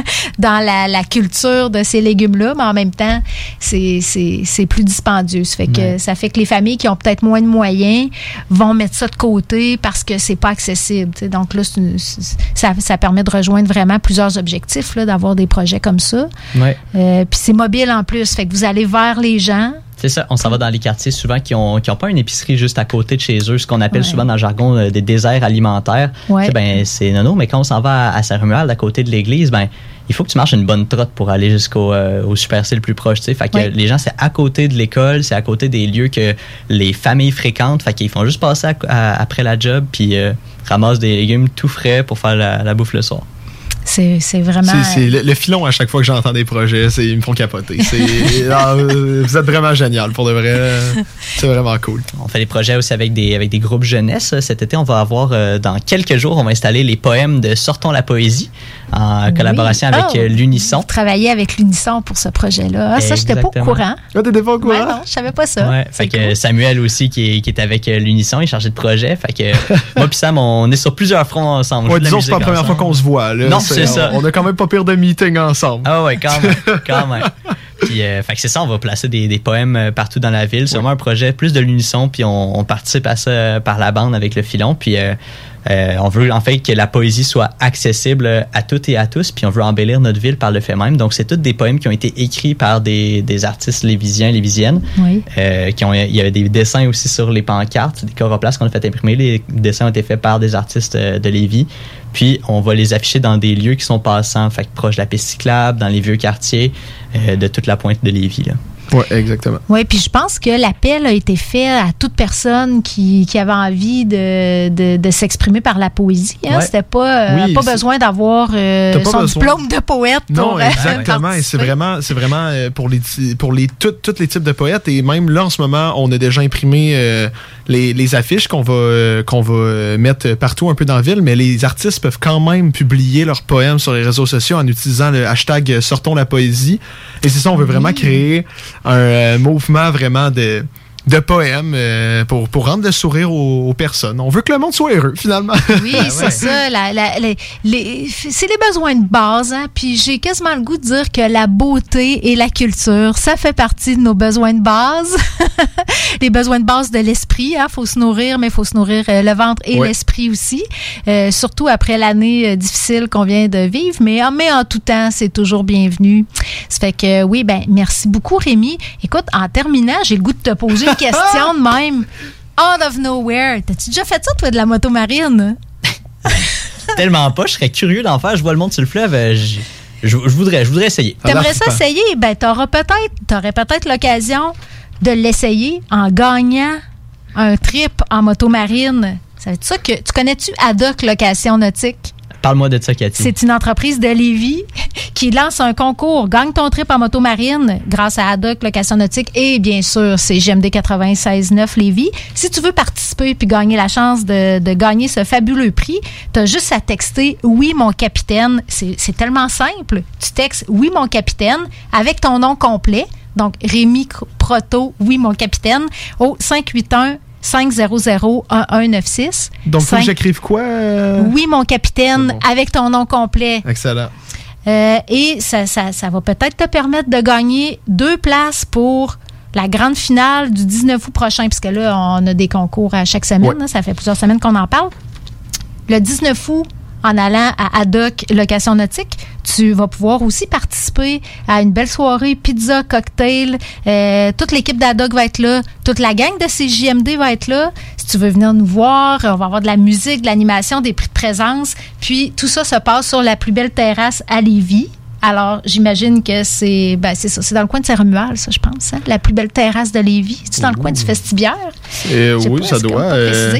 la culture de ces légumes-là, mais en même temps, c'est plus dispendieux. Ça fait que les familles qui ont peut-être moins de moyens vont mettre ça de côté parce que c'est pas accessible. T'sais. Donc là, ça permet de rejoindre vraiment plusieurs objectifs, là, d'avoir des projets comme ça. Puis c'est mobile en plus. Fait que vous allez vers les gens. C'est ça, on s'en va dans les quartiers souvent qui ont pas une épicerie juste à côté de chez eux, ce qu'on appelle souvent dans le jargon des déserts alimentaires. C'est nono, mais quand on s'en va à Saint-Romuald, à côté de l'église, il faut que tu marches une bonne trotte pour aller jusqu'au Super C le plus proche. Fait que les gens, c'est à côté de l'école, c'est à côté des lieux que les familles fréquentent. Fait qu'ils font juste passer après la job puis ramassent des légumes tout frais pour faire la bouffe le soir. C'est vraiment... C'est le Filon, à chaque fois que j'entends des projets, ils me font capoter. Vous êtes vraiment génial, pour de vrai. C'est vraiment cool. On fait des projets aussi avec des groupes jeunesse. Cet été, on va avoir, dans quelques jours, on va installer les poèmes de Sortons la poésie. en collaboration avec l'Unisson. Vous travaillez avec l'Unisson pour ce projet-là. Ça, j'étais pas au courant. Ah, t'étais pas au courant? Non, je savais pas ça. Ouais, fait que cool. Samuel aussi, qui est avec l'Unisson, il est chargé de projet. Fait que moi puis Sam, on est sur plusieurs fronts ensemble. Ouais, disons, c'est pas la première fois qu'on se voit. Là. Non, c'est ça. On a quand même pas pire de meetings ensemble. Ah ouais, quand même. Puis, fait que c'est ça, on va placer des poèmes partout dans la ville. C'est vraiment un projet plus de l'Unisson, puis on participe à ça par la bande avec le filon. Puis on veut en fait que la poésie soit accessible à toutes et à tous, puis on veut embellir notre ville par le fait même. Donc c'est tous des poèmes qui ont été écrits par des artistes lévisiens, lévisiennes. Oui. Il y a des dessins aussi sur les pancartes, des choroplasts qu'on a fait imprimer. Les dessins ont été faits par des artistes de Lévis. Puis on va les afficher dans des lieux qui sont passants, fait que proche de la piste cyclable, dans les vieux quartiers de toute la pointe de Lévis, là. Oui, exactement. Oui, puis je pense que l'appel a été fait à toute personne qui avait envie de s'exprimer par la poésie. Hein? Ouais. C'était pas, pas besoin d'avoir son diplôme de poète. Non, exactement. Et c'est vraiment pour tous les types de poètes. Et même là, en ce moment, on a déjà imprimé les affiches qu'on va mettre partout un peu dans la ville, mais les artistes peuvent quand même publier leurs poèmes sur les réseaux sociaux en utilisant le hashtag Sortons la poésie. Et c'est ça, on veut vraiment créer un mouvement vraiment de poèmes pour rendre le sourire aux personnes. On veut que le monde soit heureux, finalement. Oui, c'est ça. C'est les besoins de base. Hein? Puis j'ai quasiment le goût de dire que la beauté et la culture, ça fait partie de nos besoins de base. Les besoins de base de l'esprit. Il faut se nourrir, mais il faut se nourrir le ventre et l'esprit aussi. Surtout après l'année difficile qu'on vient de vivre. Mais en tout temps, c'est toujours bienvenu. Ça fait que oui, merci beaucoup, Rémi. Écoute, en terminant, j'ai le goût de te poser une question de même. Out of nowhere. T'as-tu déjà fait ça, toi, de la moto marine? Tellement pas. Je serais curieux d'en faire. Je vois le monde sur le fleuve. Je voudrais essayer. T'aimerais ça essayer? T'aurais peut-être l'occasion de l'essayer en gagnant un trip en moto marine. Ça veut dire ça que tu connais-tu Haddock Location Nautique? Parle-moi de ça, Cathy. C'est une entreprise de Lévis qui lance un concours. Gagne ton trip en moto marine grâce à Haddock Location Nautique et bien sûr, c'est CJMD 96.9 Lévis. Si tu veux participer puis gagner la chance de gagner ce fabuleux prix, tu as juste à texter « Oui, mon capitaine ». C'est tellement simple. Tu textes « Oui, mon capitaine » avec ton nom complet. Donc, Rémi Proto, « Oui, mon capitaine » au 581 500-1196. Donc, faut que j'écrive quoi? Oui, mon capitaine, avec ton nom complet. Excellent. Et ça va peut-être te permettre de gagner 2 places pour la grande finale du 19 août prochain, puisque là, on a des concours à chaque semaine. Hein, ça fait plusieurs semaines qu'on en parle. Le 19 août, en allant à Haddock Location Nautique, tu vas pouvoir aussi participer à une belle soirée pizza, cocktail. Toute l'équipe d'Haddock va être là. Toute la gang de CJMD va être là. Si tu veux venir nous voir, on va avoir de la musique, de l'animation, des prix de présence. Puis, tout ça se passe sur la plus belle terrasse à Lévis. Alors, j'imagine que c'est ça. C'est dans le coin de Saint-Romuald, ça, je pense. Hein? La plus belle terrasse de Lévis. C'est dans le coin du Vestibiaire? Oui, ça doit.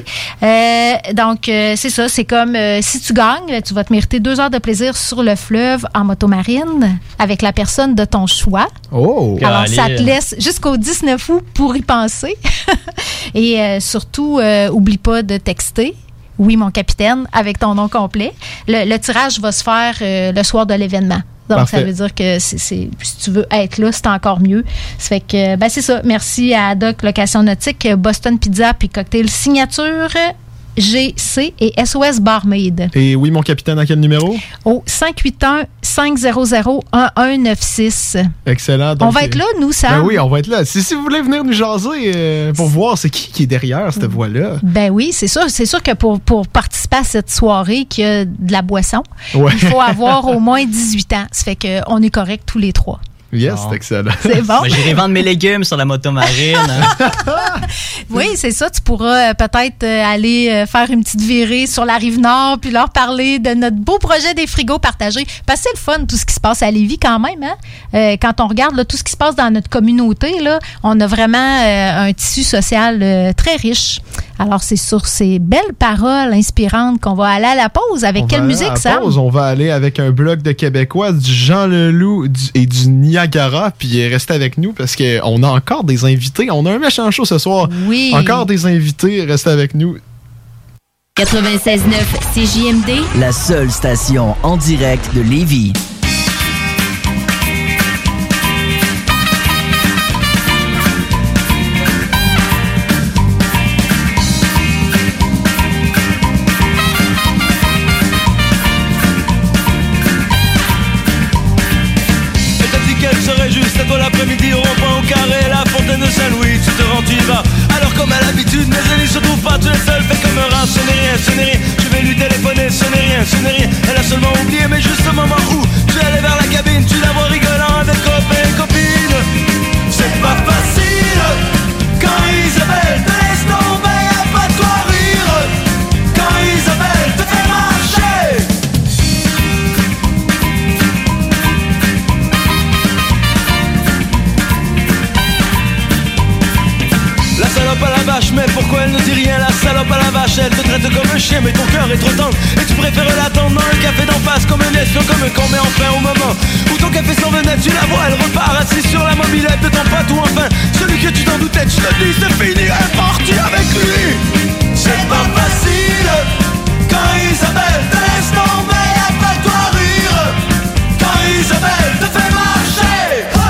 Donc, c'est ça. C'est comme si tu gagnes, tu vas te mériter 2 heures de plaisir sur le fleuve en motomarine avec la personne de ton choix. Oh! Alors, ça te laisse jusqu'au 19 août pour y penser. Et surtout, oublie pas de texter. Oui, mon capitaine, avec ton nom complet. Le tirage va se faire le soir de l'événement. Donc, parfait. Ça veut dire que si tu veux être là, c'est encore mieux. Ça fait que, c'est ça. Merci à Haddock Location Nautique, Boston Pizza puis Cocktail Signature, GC et SOS Barmaid. Et oui, mon capitaine, à quel numéro? Au 581-500-1196. Excellent. Donc, on va être là, nous, Sam. Oui, on va être là. Si vous voulez venir nous jaser pour voir c'est qui est derrière cette voix-là. Oui, c'est sûr. C'est sûr que pour participer à cette soirée qui a de la boisson, il faut avoir au moins 18 ans. Ça fait qu'on est correct tous les 3. Yes, c'est excellent. C'est bon. J'irai vendre mes légumes sur la moto marine. Oui, c'est ça. Tu pourras peut-être aller faire une petite virée sur la Rive-Nord puis leur parler de notre beau projet des frigos partagés. Parce que c'est le fun, tout ce qui se passe à Lévis quand même. Hein? Quand on regarde là, tout ce qui se passe dans notre communauté, là, on a vraiment un tissu social très riche. Alors, c'est sur ces belles paroles inspirantes qu'on va aller à la pause. Avec quelle musique, ça? On va aller avec un bloc de Québécois, du Jean Leloup et du Niagara. Puis restez avec nous parce qu'on a encore des invités. On a un méchant show ce soir. Oui. Encore des invités. Restez avec nous. 96.9 CJMD, la seule station en direct de Lévis. Juste à toi l'après-midi au rond-point au carré, la fontaine de Saint-Louis, tu te rends, tu y vas. Alors comme à l'habitude, mes amis se trouvent pas, tu es seul, fais comme un rat, ce n'est rien. Je vais lui téléphoner, ce n'est rien. Elle a seulement oublié, mais juste au moment où tu es allé vers la cabine, tu la vois rigolant avec copains et copines. C'est pas facile quand Isabelle te laisse tomber, y'a pas de quoi rire. Quand Isabelle te fait marcher. La salope à la vache, mais pourquoi elle ne dit rien? La salope à la vache, elle te traite comme un chien, mais ton cœur est trop tendre et tu préfères l'attendre dans un café d'en face, comme un espion, comme un con. Mais enfin au moment où ton café s'en venait, tu la vois, elle repart assise sur la mobilette de ton pote. Ou enfin celui que tu t'en doutais, tu te dis c'est fini, elle est partie avec lui. C'est pas facile quand Isabelle te laisse tomber, y'a pas de quoi rire. Quand Isabelle te fait marcher.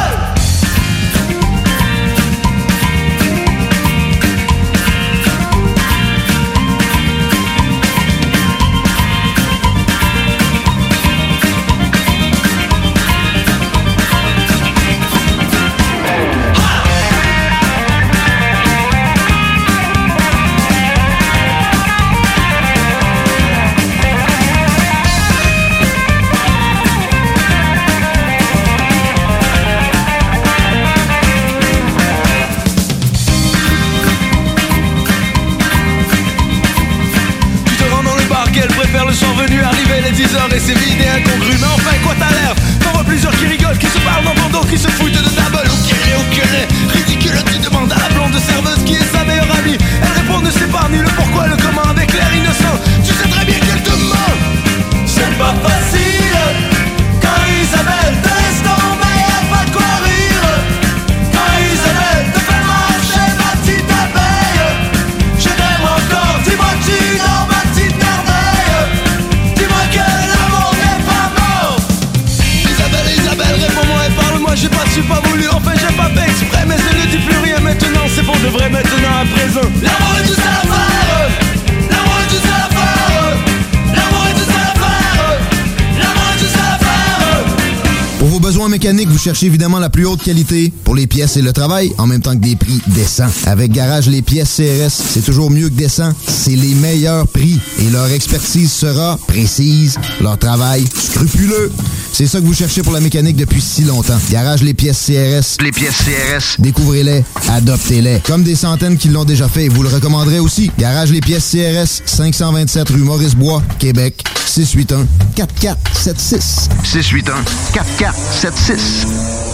Le soir venu, arrivé les 10h et c'est vide et incongru. Mais enfin quoi t'as l'air? T'en vois plusieurs qui rigolent, qui se parlent dans ton dos, qui se foutent de ta bolle. Ok, ridicule, tu demandes à la blonde serveuse qui est sa meilleure amie. Elle répond ne sait pas ni le pourquoi, le comment avec l'air innocent. Tu sais très bien qu'elle te ment. C'est pas facile quand Isabelle te laisse tomber, y'a pas de quoi rire. Quand Isabelle te fait marcher, ma petite abeille. Je t'aime encore, dis-moi que tu dors, ma petite merveille. Dis-moi que l'amour n'est pas mort. Isabelle, réponds-moi et parle-moi, j'ai pas su, pas voulu, enfin j'ai pas fait exprès. Mais elle ne dit plus rien maintenant, c'est pour de vrai maintenant à présent. L'amour est tout ça à faire. L'amour est tout ça à faire. L'amour est tout ça à faire. L'amour est tout ça à faire. Pour vos besoins mécaniques, vous cherchez évidemment la plus haute qualité pour les pièces et le travail, en même temps que des prix décents. Avec Garage Les Pièces CRS, c'est toujours mieux que décent. C'est les meilleurs prix et leur expertise sera précise, leur travail scrupuleux. C'est ça que vous cherchez pour la mécanique depuis si longtemps. Garage Les Pièces CRS. Les pièces CRS. Découvrez-les, adoptez-les. Comme des centaines qui l'ont déjà fait, vous le recommanderez aussi. Garage Les Pièces CRS, 527 rue Maurice-Bois, Québec, 681-4476. 681-4476.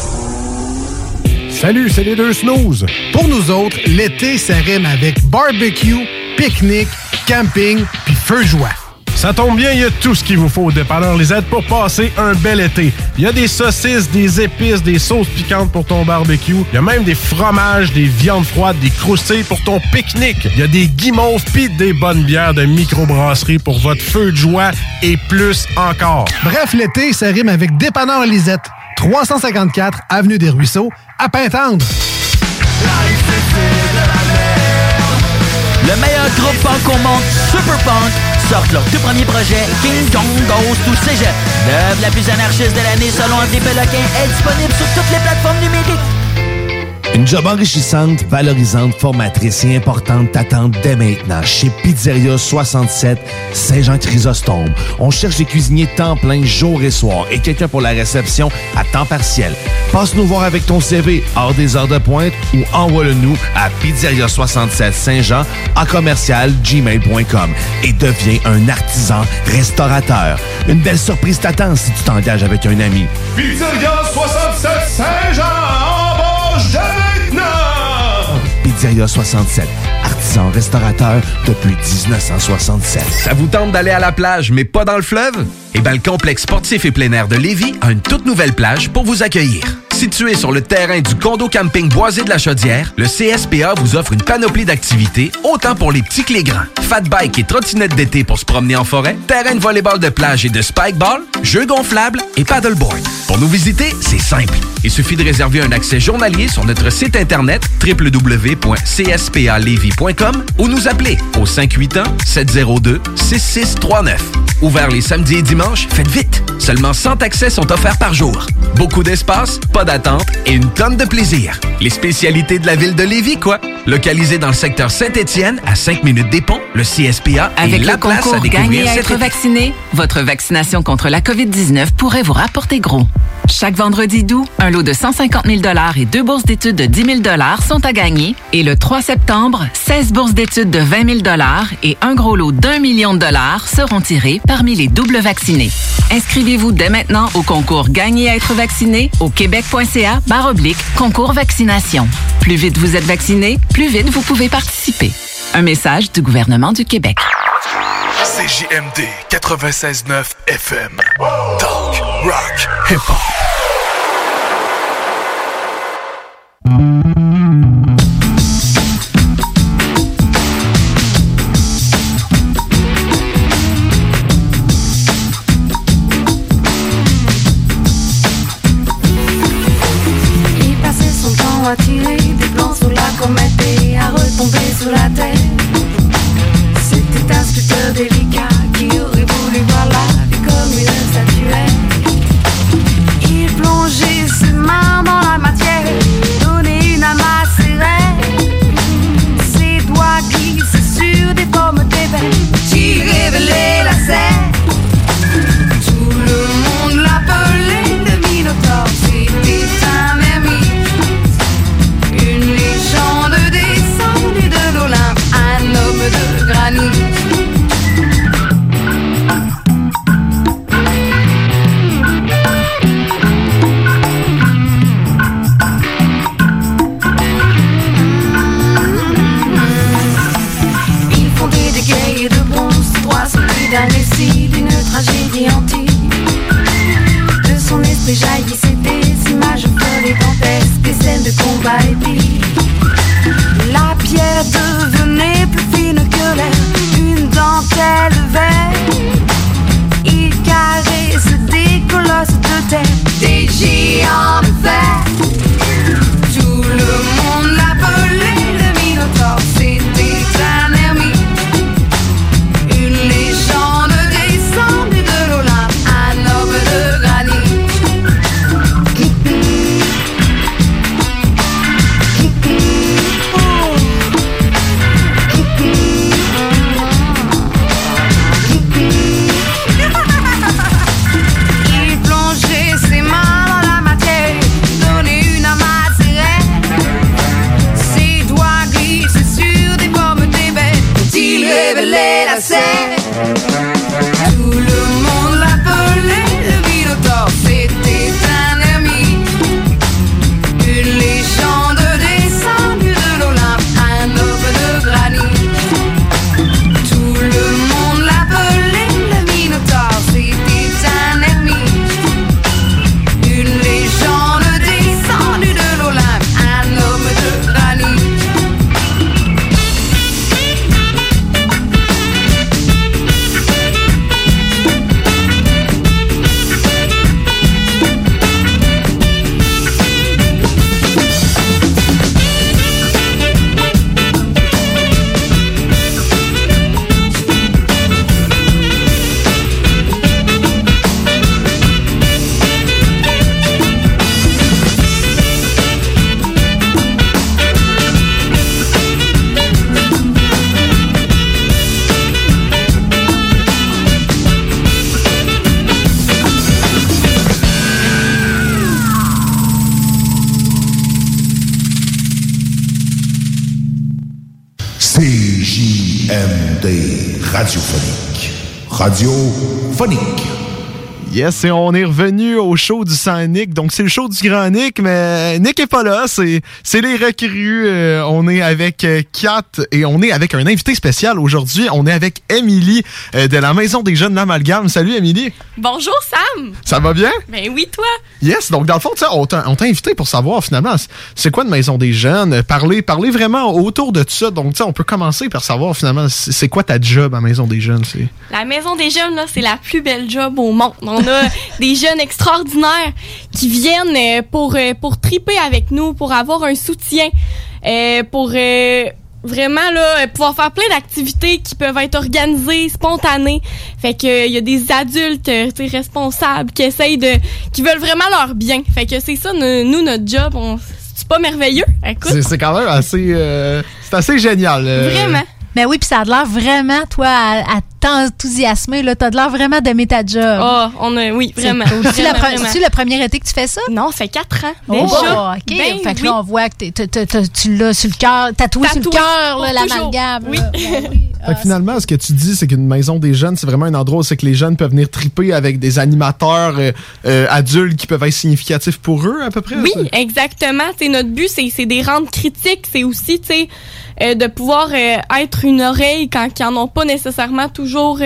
Salut, c'est les deux snooze. Pour nous autres, l'été, ça rime avec barbecue, pique-nique, camping puis feu de joie. Ça tombe bien, il y a tout ce qu'il vous faut au Dépanneur Lisette pour passer un bel été. Il y a des saucisses, des épices, des sauces piquantes pour ton barbecue. Il y a même des fromages, des viandes froides, des croustilles pour ton pique-nique. Il y a des guimauves pis des bonnes bières de microbrasserie pour votre feu de joie et plus encore. Bref, l'été, ça rime avec Dépanneur Lisette. 354 Avenue des Ruisseaux, à Pintendre. Le meilleur groupe punk au monde, Super Punk, sortent leur tout premier projet, King Kong Goes to Cégep. L'œuvre la plus anarchiste de l'année selon André Péloquin est disponible sur toutes les plateformes numériques. Une job enrichissante, valorisante, formatrice et importante t'attend dès maintenant chez Pizzeria 67 Saint-Jean-Chrysostome. On cherche des cuisiniers temps plein, jour et soir, et quelqu'un pour la réception à temps partiel. Passe nous voir avec ton CV hors des heures de pointe ou envoie-le-nous à Pizzeria 67 Saint-Jean à commercial@gmail.com et deviens un artisan restaurateur. Une belle surprise t'attend si tu t'engages avec un ami. Pizzeria 67 Saint-Jean, embauche dès maintenant! Pizzeria 67, artisan restaurateur depuis 1967. Ça vous tente d'aller à la plage, mais pas dans le fleuve? Eh bien, le complexe sportif et plein air de Lévis a une toute nouvelle plage pour vous accueillir. Situé sur le terrain du condo camping Boisé de la Chaudière, le CSPA vous offre une panoplie d'activités, autant pour les petits que les grands. Fat bike et trottinette d'été pour se promener en forêt, terrain de volleyball de plage et de spikeball, jeux gonflables et paddleboard. Pour nous visiter, c'est simple. Il suffit de réserver un accès journalier sur notre site internet www.cspalevis.com ou nous appeler au 581-702-6639. Ouvert les samedis et dimanches, faites vite! Seulement 100 accès sont offerts par jour. Beaucoup d'espace, pas d'attente et une tonne de plaisir. Les spécialités de la ville de Lévis, quoi! Localisé dans le secteur Saint-Étienne, à 5 minutes des ponts, le CSPA avec est la le place à concours découvrir Gagner à cet être été. vacciné, votre vaccination contre la COVID-19 pourrait vous rapporter gros. Chaque vendredi d'août, un lot de 150 000 $ et 2 bourses d'études de 10 000 $ sont à gagner. Et le 3 septembre, 16 bourses d'études de 20 000 $ et un gros lot d'1 million de $ seront tirés parmi les doubles vaccinés. Inscrivez-vous dès maintenant au concours Gagner à être vacciné au québec.ca/concours vaccination. Plus vite vous êtes vacciné, plus vite vous pouvez participer. Un message du gouvernement du Québec. CJMD 96.9 FM. Talk, rock, hip-hop. Il passait son temps à tirer des plans sur la comète et à retomber sur la terre. C'était un sculpteur délicat qui aurait voulu voir la vie comme une statuette. Il plongeait ses mains dans la matière, donnait une âme à ses rêves. Ses doigts glissaient sur des formes d'éveil qui révélaient la scène. Tout le monde l'appelait le Minotaure, c'était un ermite, une légende descendue de l'Olympe, un homme de granit. Il fondait des guerriers de bronze, droit celui d'un récit d'une tragédie antique. De son esprit jaillissaient des images folles et dantesques, des scènes de combat épiques. La pierre devenait plus fine que l'air, une dentelle verte. Il caresse des colosses de terre, des géants de fer. Tout le monde l'appelait le Minotaure, c'était un ermite, une légende descendue de l'Olympe, un homme de granit. Il plongeait ses mains dans la matière, donnait une âme à ses rêves. Ses doigts glissaient sur des formes d'éveil, il révélait la scène. Tout le monde l'appelait le Minotaure, c'était un ermite, une légende descendue de l'Olympe, un homme de granit. Tout le monde l'appelait le Minotaure, c'était un ermite, une légende descendue de l'Olympe, un homme de granit. CJMD radiophonique. Radiophonique. Yes, et on est revenu au show du Sans Nick. Donc, c'est le show du Grand Nick, mais Nick est pas là. C'est les recrues. On est avec Kat et on est avec un invité spécial aujourd'hui. On est avec Émilie de la Maison des Jeunes de l'Amalgame. Salut, Émilie. Bonjour, Sam. Ça va bien? Ben oui, toi. Yes, donc dans le fond, on t'a invité pour savoir finalement, c'est quoi une Maison des Jeunes? Parler vraiment autour de tout ça. Donc, on peut commencer par savoir finalement, c'est quoi ta job à Maison des Jeunes? La Maison des Jeunes, là, c'est la plus belle job au monde. On a des jeunes extraordinaires qui viennent pour triper avec nous, pour avoir un soutien, pour vraiment là pouvoir faire plein d'activités qui peuvent être organisées, spontanées. Fait que il y a des adultes responsables qui veulent vraiment leur bien. Fait que c'est ça, nous, notre job. C'est pas merveilleux? Écoute. C'est quand même assez... c'est assez génial. Vraiment. Ben oui, puis ça a l'air vraiment, toi, à t'enthousiasmer. Là, t'as l'air vraiment d'aimer ta job. Oui, vraiment. C'est-tu le premier été que tu fais ça? Non, ça fait 4 ans. Déjà. OK. Ben, fait que là, on voit que tu l'as sur le cœur, tatoué sur le cœur, l'amalgame. Oui. Fait que finalement, ce que tu dis, c'est qu'une Maison des Jeunes, c'est vraiment un endroit où c'est que les jeunes peuvent venir triper avec des animateurs adultes qui peuvent être significatifs pour eux, à peu près? Oui, exactement. T'sais, notre but, c'est des rendre critiques. C'est aussi, de pouvoir être une oreille quand ils n'en ont pas nécessairement toujours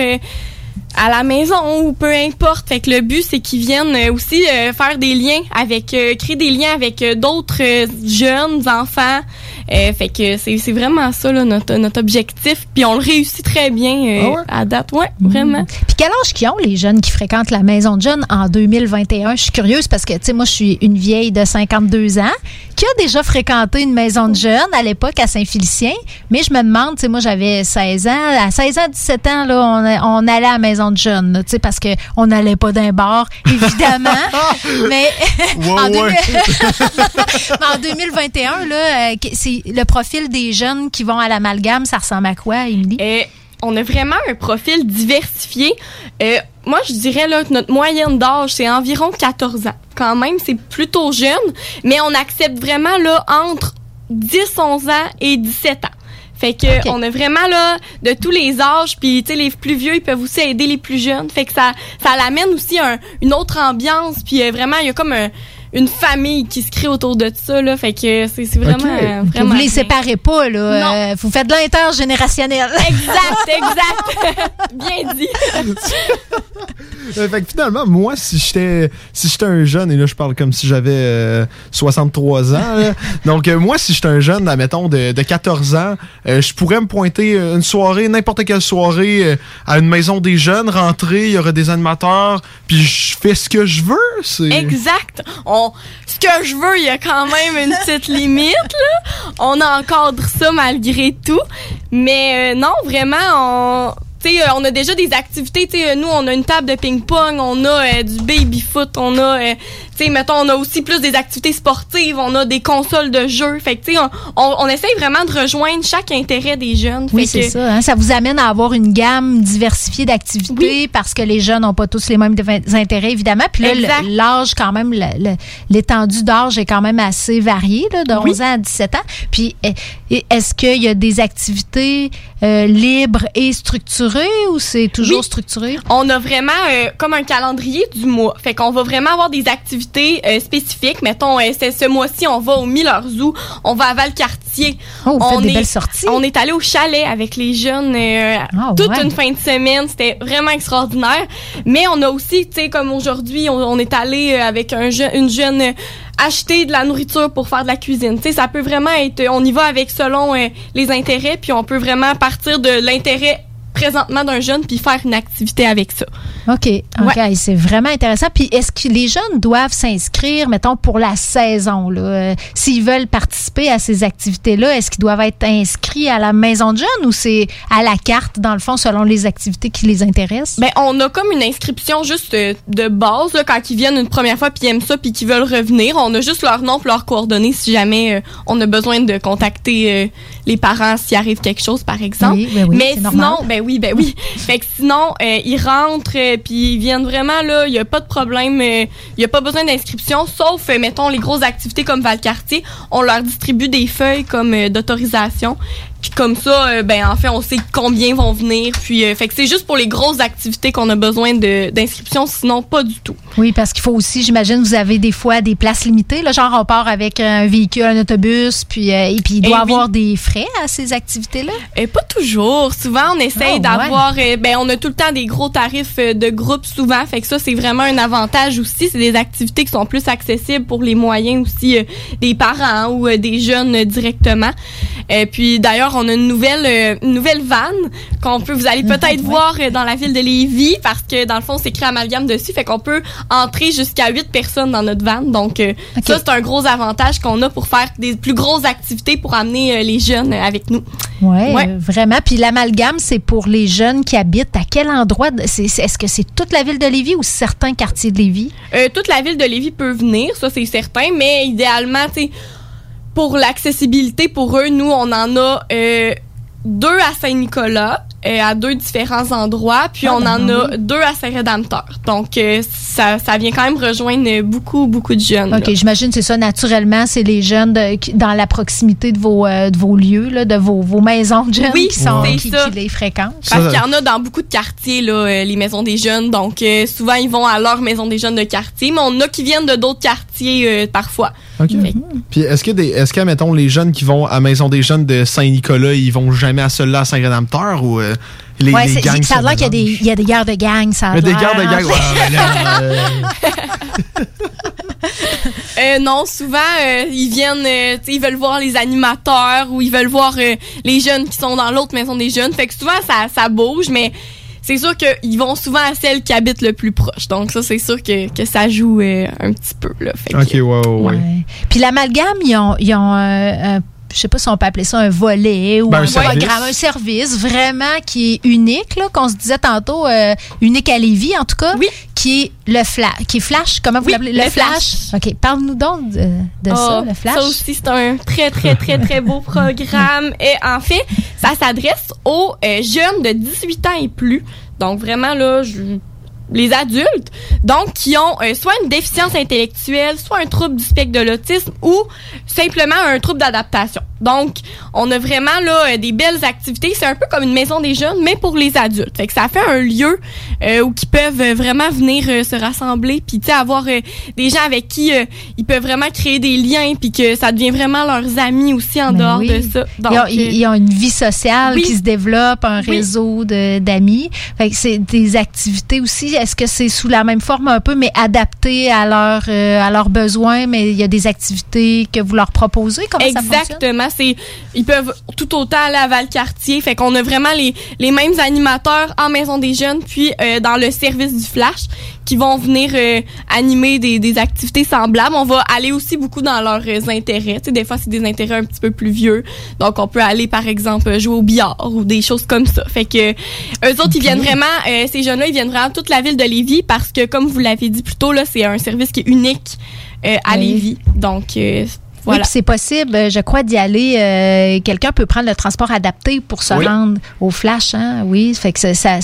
à la maison ou peu importe. Fait que le but, c'est qu'ils viennent aussi faire des liens créer des liens avec d'autres jeunes enfants. Fait que c'est vraiment ça là, notre objectif. Puis on le réussit très bien à date. Ouais, vraiment. Puis quel âge qu'ils ont les jeunes qui fréquentent la Maison de Jeunes en 2021? Je suis curieuse parce que, tu sais, moi, je suis une vieille de 52 ans qui a déjà fréquenté une Maison de Jeunes à l'époque à Saint-Félicien. Mais je me demande, tu sais, moi, j'avais 16 ans. À 16 ans, 17 ans, là, on allait à la Maison de Jeunes, tu sais, parce qu'on n'allait pas d'un bar, évidemment. Mais en 2021, là, c'est le profil des jeunes qui vont à l'amalgame, ça ressemble à quoi, Émilie? On a vraiment un profil diversifié. Moi, je dirais là, que notre moyenne d'âge, c'est environ 14 ans. Quand même, c'est plutôt jeune, mais on accepte vraiment là, entre 10, 11 ans et 17 ans. Fait que on a vraiment là de tous les âges, puis tu sais les plus vieux ils peuvent aussi aider les plus jeunes. Fait que ça l'amène aussi une autre ambiance, puis vraiment il y a comme une famille qui se crée autour de ça là. Fait que c'est vraiment vraiment. Vous les séparez pas là. Vous faites de l'intergénérationnel. Exact. Bien dit. Fait que finalement, moi, si j'étais un jeune, et là, je parle comme si j'avais 63 ans, là. Donc, moi, si j'étais un jeune, admettons, de 14 ans, je pourrais me pointer une soirée, n'importe quelle soirée, à une Maison des Jeunes, rentrer, il y aurait des animateurs, puis je fais ce que je veux. Exact. Ce que je veux, il y a quand même une petite limite, là. On encadre ça malgré tout. Mais non, vraiment, on a déjà des activités. Nous, on a une table de ping-pong, on a du baby-foot, on a, on a aussi plus des activités sportives, on a des consoles de jeux. Fait que, on essaye vraiment de rejoindre chaque intérêt des jeunes. Oui, c'est ça. Hein? Ça vous amène à avoir une gamme diversifiée d'activités parce que les jeunes n'ont pas tous les mêmes intérêts, évidemment. Puis là, l'âge, quand même, l'étendue d'âge est quand même assez variée, là, de 11 ans à 17 ans. Puis, est-ce qu'il y a des activités libres et structurées ou c'est toujours structuré? On a vraiment comme un calendrier du mois. Fait qu'on va vraiment avoir des activités spécifiques. Mettons, ce mois-ci, on va au Miller Zoo, on va à Valcartier. Vous faites des belles sorties. On est allé au chalet avec les jeunes toute une fin de semaine. C'était vraiment extraordinaire. Mais on a aussi, tu sais, comme aujourd'hui, on est allé avec une jeune acheter de la nourriture pour faire de la cuisine. Tu sais, ça peut vraiment être... On y va avec selon les intérêts, puis on peut vraiment partir de l'intérêt présentement d'un jeune puis faire une activité avec ça. OK. C'est vraiment intéressant. Puis est-ce que les jeunes doivent s'inscrire, mettons, pour la saison, là? S'ils veulent participer à ces activités-là, est-ce qu'ils doivent être inscrits à la Maison de jeunes ou c'est à la carte, dans le fond, selon les activités qui les intéressent? Ben, on a comme une inscription juste de base, là, quand ils viennent une première fois puis ils aiment ça puis qu'ils veulent revenir. On a juste leur nom et leurs coordonnées si jamais on a besoin de contacter les parents s'il arrive quelque chose, par exemple. Oui, mais sinon, normal. ben oui. Fait que sinon, ils rentrent puis ils viennent vraiment, là, il n'y a pas de problème. Il n'y a pas besoin d'inscription, sauf, mettons, les grosses activités comme Valcartier. On leur distribue des feuilles comme d'autorisation. Puis comme ça, en fait, on sait combien vont venir. Puis, fait que c'est juste pour les grosses activités qu'on a besoin d'inscription, sinon pas du tout. Oui, parce qu'il faut aussi, j'imagine, vous avez des fois des places limitées. Là, genre, on part avec un véhicule, un autobus, puis il doit avoir des frais à ces activités-là? Pas toujours. Souvent, on essaye d'avoir... on a tout le temps des gros tarifs de groupe, souvent. Fait que ça, c'est vraiment un avantage aussi. C'est des activités qui sont plus accessibles pour les moyens aussi des parents ou des jeunes directement. Puis, d'ailleurs, on a une nouvelle van vous allez peut-être voir dans la ville de Lévis, parce que dans le fond, c'est écrit Amalgame dessus, fait qu'on peut entrer jusqu'à 8 personnes dans notre van. Donc ça, c'est un gros avantage qu'on a pour faire des plus grosses activités pour amener les jeunes avec nous. Ouais. Vraiment. Puis l'amalgame, c'est pour les jeunes qui habitent à quel endroit? Est-ce que c'est toute la ville de Lévis ou certains quartiers de Lévis? Toute la ville de Lévis peut venir, ça c'est certain, mais idéalement, tu sais, pour l'accessibilité, pour eux, nous, on en a 2 à Saint-Nicolas, à 2 différents endroits, puis on en a 2 à Saint-Rédempteur. Donc, ça vient quand même rejoindre beaucoup, beaucoup de jeunes. OK, j'imagine c'est ça. Naturellement, c'est les jeunes dans la proximité de vos lieux, là, de vos maisons de jeunes qui les fréquentent. Parce qu'il y en a dans beaucoup de quartiers, là, les maisons des jeunes. Donc, souvent, ils vont à leur maison des jeunes de quartier, mais on a qui viennent de d'autres quartiers parfois. OK. Puis, est-ce que, mettons, les jeunes qui vont à Maison des jeunes de Saint-Nicolas, ils vont jamais à celle-là à Saint-Rédempteur ou... les gangs, ça a l'air qu'il y a des guerres de gangs. Ça a des guerres de gangs, non, souvent, ils viennent, ils veulent voir les animateurs ou ils veulent voir les jeunes qui sont dans l'autre maison des jeunes. Fait que souvent, ça bouge, mais c'est sûr qu'ils vont souvent à celle qui habite le plus proche. Donc ça, c'est sûr que ça joue un petit peu. Là. Fait OK, ouais. Puis l'amalgame, ils ont je sais pas si on peut appeler ça un volet ou un programme, un service vraiment qui est unique, là, qu'on se disait tantôt, unique à Lévis en tout cas, qui est le Flash, comment vous l'appelez? Le Flash. OK, parle-nous donc de ça, le Flash. Ça aussi, c'est un très, très, très, très beau programme. Et en fait, ça s'adresse aux jeunes de 18 ans et plus. Donc vraiment, là, les adultes, donc qui ont soit une déficience intellectuelle, soit un trouble du spectre de l'autisme ou simplement un trouble d'adaptation. Donc, on a vraiment là des belles activités. C'est un peu comme une maison des jeunes, mais pour les adultes. Fait que ça fait un lieu où ils peuvent vraiment venir se rassembler, puis tu sais avoir des gens avec qui ils peuvent vraiment créer des liens, puis que ça devient vraiment leurs amis aussi en dehors de ça. Donc, ils ont une vie sociale qui se développe, un réseau d'amis. Fait que c'est des activités aussi. Est-ce que c'est sous la même forme un peu, mais adaptées à leurs besoins, mais il y a des activités que vous leur proposez? Comment ça fonctionne? Exactement. Ils peuvent tout autant aller à Valcartier. Fait qu'on a vraiment les mêmes animateurs en Maison des jeunes, puis dans le service du Flash, qui vont venir animer des activités semblables. On va aller aussi beaucoup dans leurs intérêts. Tu sais, des fois, c'est des intérêts un petit peu plus vieux. Donc, on peut aller, par exemple, jouer au billard ou des choses comme ça. Fait que eux autres, ils viennent vraiment, ces jeunes-là, ils viennent vraiment toute la ville de Lévis parce que, comme vous l'avez dit plus tôt, là, c'est un service qui est unique à Lévis. Donc, voilà. Oui, puis c'est possible, je crois, d'y aller. Quelqu'un peut prendre le transport adapté pour se rendre au Flash, hein? Oui, fait que ça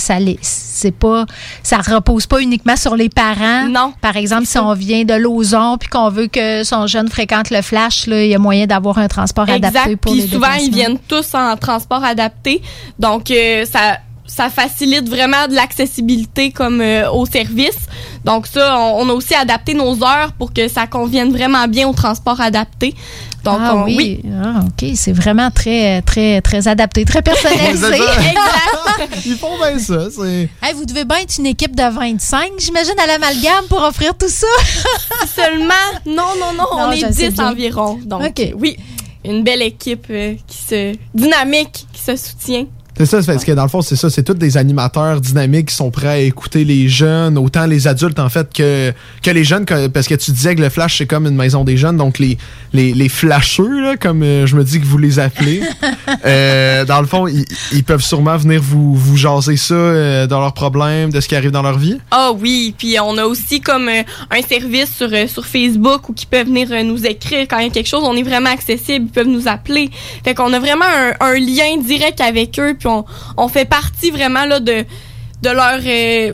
repose pas uniquement sur les parents. Non. Par exemple, si on vient de Lauson puis qu'on veut que son jeune fréquente le Flash, là, il y a moyen d'avoir un transport adapté pour les déplacements. Puis souvent, ils viennent tous en transport adapté. Donc, ça facilite vraiment de l'accessibilité comme au service. Donc ça, on a aussi adapté nos heures pour que ça convienne vraiment bien au transport adapté. Donc, oui. Ah, OK, c'est vraiment très, très, très adapté, très personnalisé. Exact. Ils font bien ça. Hey, vous devez bien être une équipe de 25, j'imagine, à l'amalgame pour offrir tout ça. Seulement, non, on est 10 environ. Donc, oui, une belle équipe dynamique qui se soutient. C'est ça, parce que dans le fond, c'est ça, c'est tous des animateurs dynamiques qui sont prêts à écouter les jeunes, autant les adultes en fait que les jeunes, parce que tu disais que le Flash c'est comme une maison des jeunes, donc les flasheux, là, comme je me dis que vous les appelez, dans le fond, ils peuvent sûrement venir vous jaser ça dans leurs problèmes, de ce qui arrive dans leur vie. Ah oui, puis on a aussi comme un service sur Facebook où ils peuvent venir nous écrire quand il y a quelque chose, on est vraiment accessible, ils peuvent nous appeler. Fait qu'on a vraiment un lien direct avec eux, puis on fait partie vraiment là de leur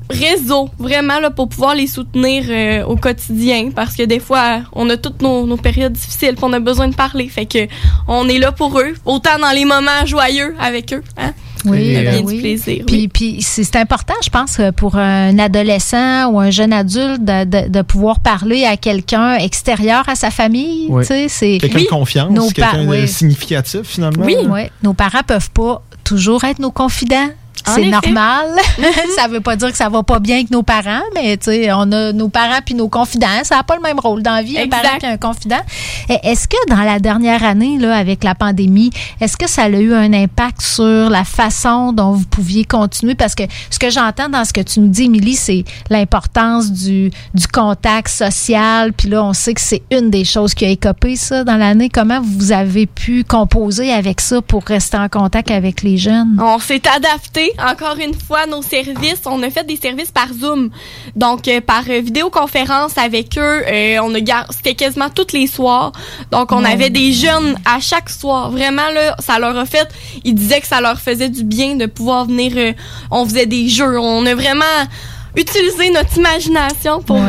réseau, vraiment, là, pour pouvoir les soutenir au quotidien, parce que des fois, on a toutes nos périodes difficiles, puis on a besoin de parler. Fait que on est là pour eux, autant dans les moments joyeux avec eux, hein? Oui, bien oui. du plaisir. Puis c'est important, je pense, pour un adolescent ou un jeune adulte de pouvoir parler à quelqu'un extérieur à sa famille. Oui. C'est quelqu'un de confiance, quelqu'un de significatif, finalement. Oui, nos parents peuvent pas toujours être nos confidents. C'est normal. Ça veut pas dire que ça va pas bien avec nos parents, mais tu sais, on a nos parents puis nos confidents. Ça n'a pas le même rôle dans la vie, un parent puis un confident. Est-ce que dans la dernière année, là, avec la pandémie, est-ce que ça a eu un impact sur la façon dont vous pouviez continuer? Parce que ce que j'entends dans ce que tu nous dis, Émilie, c'est l'importance du contact social. Puis là, on sait que c'est une des choses qui a écopé ça dans l'année. Comment vous avez pu composer avec ça pour rester en contact avec les jeunes? On s'est adapté. Encore une fois, nos services, on a fait des services par Zoom, donc par vidéoconférence avec eux. C'était quasiment tous les soirs. Donc, on avait des jeunes à chaque soir. Vraiment, là, ça leur a fait... Ils disaient que ça leur faisait du bien de pouvoir venir... on faisait des jeux. On a vraiment... utiliser notre imagination pour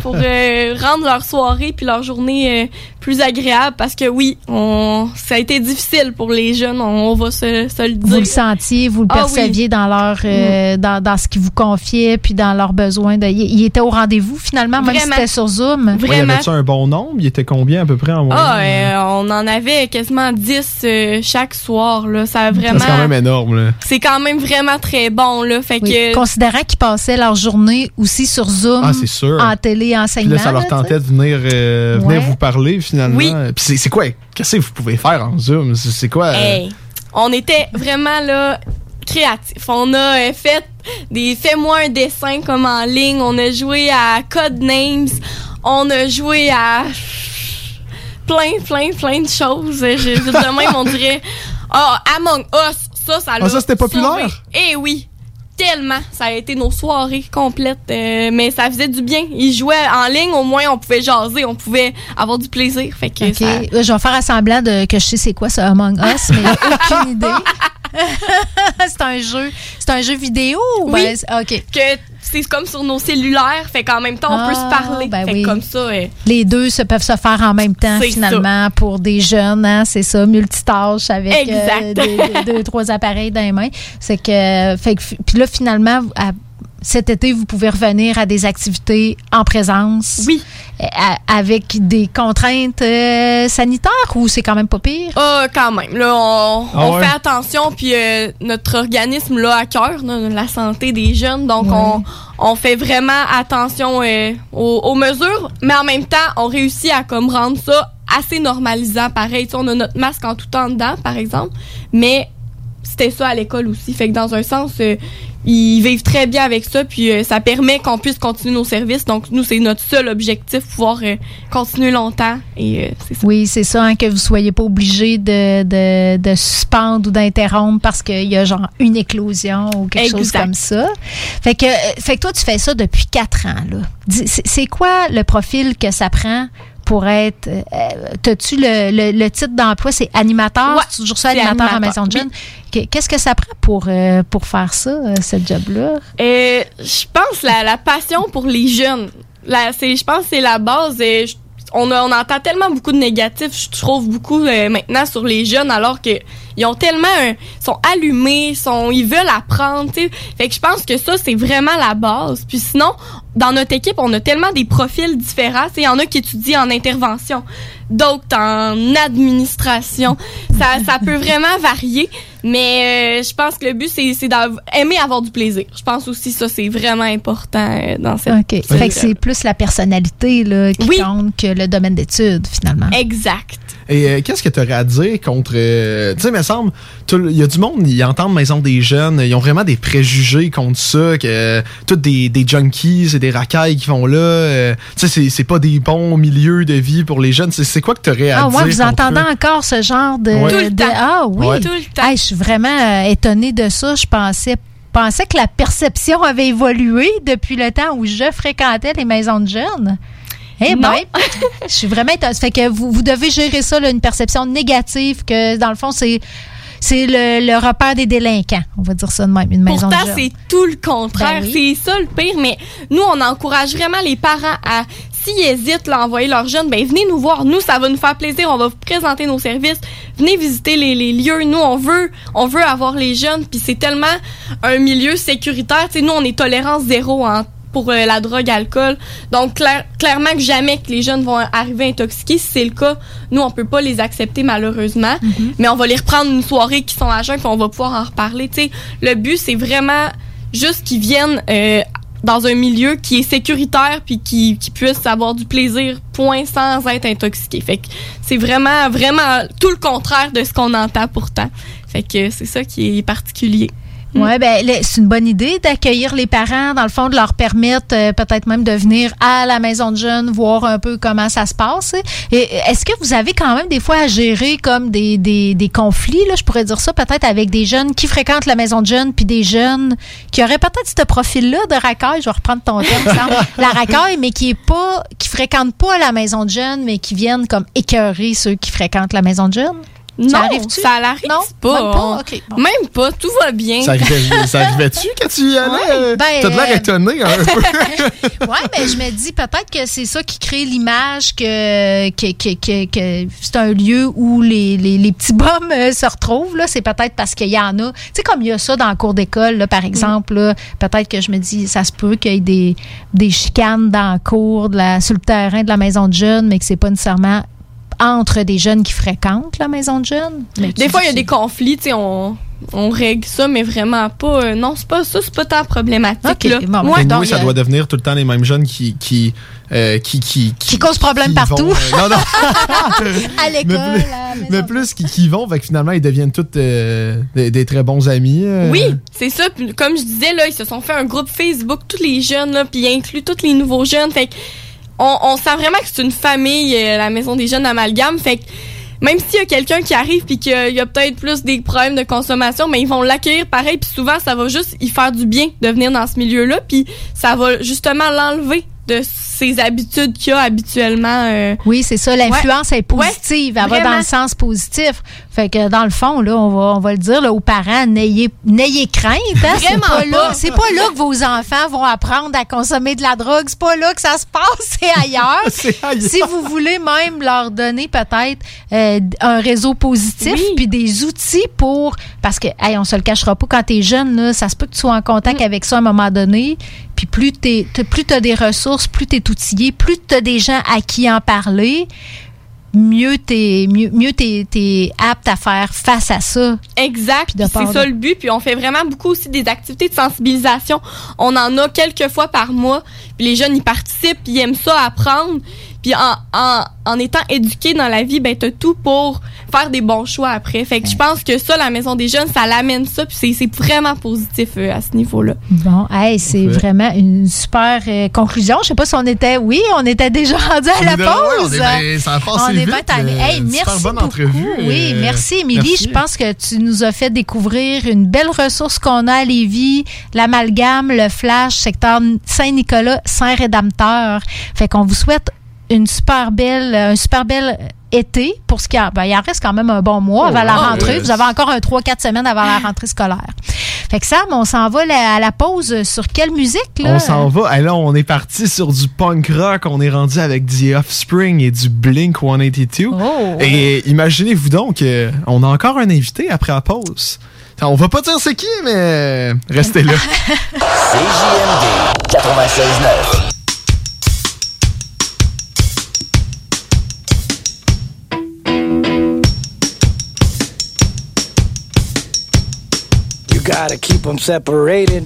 rendre leur soirée puis leur journée plus agréable, parce que oui, ça a été difficile pour les jeunes, on va se le dire. Vous le sentiez, vous le perceviez dans leur dans ce qu'ils vous confiaient puis dans leurs besoins. Ils étaient au rendez-vous finalement, même si c'était sur Zoom. Vraiment. Y avait-tu un bon nombre? Il était combien à peu près en moyenne? On en avait quasiment 10 chaque soir. Là. Ça a vraiment... C'est quand même énorme. Là. C'est quand même vraiment très bon. Là. Fait que... Considérant qu'ils passaient leur journée aussi sur Zoom, c'est sûr. en téléenseignement. Puis là, ça leur tentait de venir vous parler finalement. Oui. Puis c'est quoi? Qu'est-ce que vous pouvez faire en Zoom? C'est quoi? On était vraiment là créatifs. On a fait fais-moi un dessin comme en ligne. On a joué à Codenames. On a joué à plein de choses. De même, on dirait Among Us. Ça c'était populaire? Oui. Tellement. Ça a été nos soirées complètes. Mais ça faisait du bien. Ils jouaient en ligne, au moins on pouvait jaser, on pouvait avoir du plaisir. Fait que je vais faire semblant que je sais c'est quoi ça Among Us, mais aucune idée. C'est un jeu vidéo? Oui. OK. C'est comme sur nos cellulaires, fait qu'en même temps, on peut se parler. Fait comme ça. Les deux peuvent se faire en même temps, finalement, ça. Pour des jeunes, hein, c'est ça, multitâche avec 2-3 appareils dans les mains. Puis là, finalement, cet été, vous pouvez revenir à des activités en présence. Oui. Avec des contraintes sanitaires, ou c'est quand même pas pire? Quand même. Là, on fait attention, puis notre organisme là à cœur, la santé des jeunes, donc on fait vraiment attention aux mesures, mais en même temps, on réussit à comme rendre ça assez normalisant. Pareil, on a notre masque en tout temps dedans, par exemple, mais c'était ça à l'école aussi. Fait que dans un sens, ils vivent très bien avec ça, puis ça permet qu'on puisse continuer nos services. Donc, nous, c'est notre seul objectif, pouvoir continuer longtemps. Et c'est ça. Oui, c'est ça, hein, que vous soyez pas obligés de suspendre ou d'interrompre parce qu'il y a genre une éclosion ou quelque chose comme ça. Fait que toi, tu fais ça depuis 4 ans, là. C'est quoi le profil que ça prend pour être... t'as-tu le titre d'emploi, c'est animateur? Ouais, c'est toujours ça, animateur à Maison de Jeunes. Oui. Qu'est-ce que ça prend pour faire ça, ce job-là? Je pense la passion pour les jeunes. Je pense que c'est la base. On entend tellement beaucoup de négatifs, je trouve, beaucoup maintenant sur les jeunes, alors que ils ont tellement sont allumés, ils veulent apprendre, tu sais. Fait que je pense que ça, c'est vraiment la base. Puis sinon, dans notre équipe, on a tellement des profils différents. Il y en a qui étudient en intervention, d'autres en administration. Ça peut vraiment varier, mais je pense que le but, c'est d'aimer avoir du plaisir. Je pense aussi ça, c'est vraiment important dans cette... OK. Fait que c'est plus la personnalité là, qui compte que le domaine d'études, finalement. Exact. Et qu'est-ce que tu aurais à dire contre... tu sais, il me semble, il y a du monde, ils entendent Maison des Jeunes, ils ont vraiment des préjugés contre ça, que tous des junkies et des racailles qui vont là, tu sais, c'est pas des bons milieux de vie pour les jeunes. C'est quoi que tu aurais à dire? Vous entendez encore ce genre de... Tout le temps. Tout le temps. Je suis vraiment étonnée de ça. Je pensais que la perception avait évolué depuis le temps où je fréquentais les maisons de jeunes. Je suis vraiment étonnée. Fait que vous devez gérer ça, là, une perception négative, que dans le fond, c'est c'est le repère des délinquants. On va dire ça de même, une maison de jeunes. Pourtant, c'est tout le contraire. Ben oui. C'est ça le pire, mais nous, on encourage vraiment les parents à, s'ils hésitent à envoyer leurs jeunes, ben venez nous voir. Nous, ça va nous faire plaisir. On va vous présenter nos services. Venez visiter les lieux. Nous, on veut avoir les jeunes, puis c'est tellement un milieu sécuritaire. Tu sais, nous, on est tolérance zéro pour la drogue, alcool. Donc, clairement que jamais que les jeunes vont arriver intoxiqués. Si c'est le cas, nous, on peut pas les accepter malheureusement. Mm-hmm. Mais on va les reprendre une soirée qui sont à jeun, puis on va pouvoir en reparler. Tu sais, le but, c'est vraiment juste qu'ils viennent dans un milieu qui est sécuritaire puis qui puisse avoir du plaisir, point, sans être intoxiqué. Fait que c'est vraiment, vraiment tout le contraire de ce qu'on entend pourtant. Fait que c'est ça qui est particulier. Oui, c'est une bonne idée d'accueillir les parents, dans le fond, de leur permettre peut-être même de venir à la maison de jeunes, voir un peu comment ça se passe. Et est-ce que vous avez quand même des fois à gérer comme des conflits, là, je pourrais dire ça, peut-être avec des jeunes qui fréquentent la maison de jeunes, puis des jeunes qui auraient peut-être ce profil-là de racaille, je vais reprendre ton terme, la racaille, mais qui fréquentent pas la maison de jeunes, mais qui viennent comme écœurer ceux qui fréquentent la maison de jeunes? Ça arrive-tu? Ça l'arrive pas. Même pas? Okay, bon. Même pas, tout va bien. Ça arrivait-tu quand tu y allais? T'as de l'air étonné un peu. Oui, mais je me dis peut-être que c'est ça qui crée l'image que c'est un lieu où les petits bums se retrouvent. Là. C'est peut-être parce qu'il y en a. Tu sais, comme il y a ça dans le cours d'école, là, par exemple, là, peut-être que je me dis, ça se peut qu'il y ait des chicanes dans le cours, sur le terrain de la maison de jeunes, mais que c'est pas nécessairement entre des jeunes qui fréquentent la maison de jeunes. Des fois, il y a des conflits, tu sais, on règle ça, mais vraiment pas. Non, c'est pas ça, c'est pas tant problématique. Okay, là. Bon, moi, donc, ça doit devenir tout le temps les mêmes jeunes qui causent problème partout. Vont, non. À l'école. Mais plus qui vont, fait que finalement, ils deviennent tous des très bons amis. Oui, c'est ça. Puis, comme je disais, là, ils se sont fait un groupe Facebook, tous les jeunes, là, puis ils incluent tous les nouveaux jeunes. Fait que on sent vraiment que c'est une famille, la maison des jeunes Amalgame. Fait que même s'il y a quelqu'un qui arrive puis qu'il y a peut-être plus des problèmes de consommation, mais ils vont l'accueillir pareil. Puis souvent, ça va juste y faire du bien de venir dans ce milieu-là. Puis ça va justement l'enlever de ses habitudes qu'il y a habituellement. Oui, c'est ça. L'influence est positive. Elle va dans le sens positif. Fait que dans le fond, là, on va le dire là, aux parents, n'ayez crainte. Hein? C'est pas là que vos enfants vont apprendre à consommer de la drogue. C'est pas là que ça se passe. C'est ailleurs. Si vous voulez même leur donner peut-être un réseau positif puis des outils pour... Parce que, on se le cachera pas, quand t'es jeune, là, ça se peut que tu sois en contact avec ça à un moment donné. Puis plus t'as des ressources, plus t'es outillé, plus t'as des gens à qui en parler, mieux t'es apte à faire face à ça. Exact. C'est ça le but. Puis on fait vraiment beaucoup aussi des activités de sensibilisation. On en a quelques fois par mois. Puis les jeunes, ils participent, ils aiment ça apprendre. Puis en étant éduqués dans la vie, ben t'as tout pour faire des bons choix après. Fait que je pense que ça, la maison des jeunes, ça l'amène ça. Puis c'est vraiment positif à ce niveau-là. Bon, c'est vraiment une super conclusion. Je sais pas si on était déjà rendu à la pause. Ça passe vite. Merci bonne beaucoup. Entrevue. Oui, merci Émilie. Je pense que tu nous as fait découvrir une belle ressource qu'on a à Lévis, l'amalgame, le Flash, secteur Saint-Nicolas, Saint-Rédempteur. Fait qu'on vous souhaite un super belle été pour ce qui il en reste quand même un bon mois avant la rentrée. Vous avez encore 3-4 semaines avant la rentrée scolaire. Fait que Sam, on s'en va à la pause sur quelle musique là? On s'en va. Là, on est parti sur du punk rock. On est rendu avec The Offspring et du Blink 182. Et imaginez-vous donc, on a encore un invité après la pause. On va pas dire c'est qui, mais restez là. CJMD 96.9. Gotta keep them separated.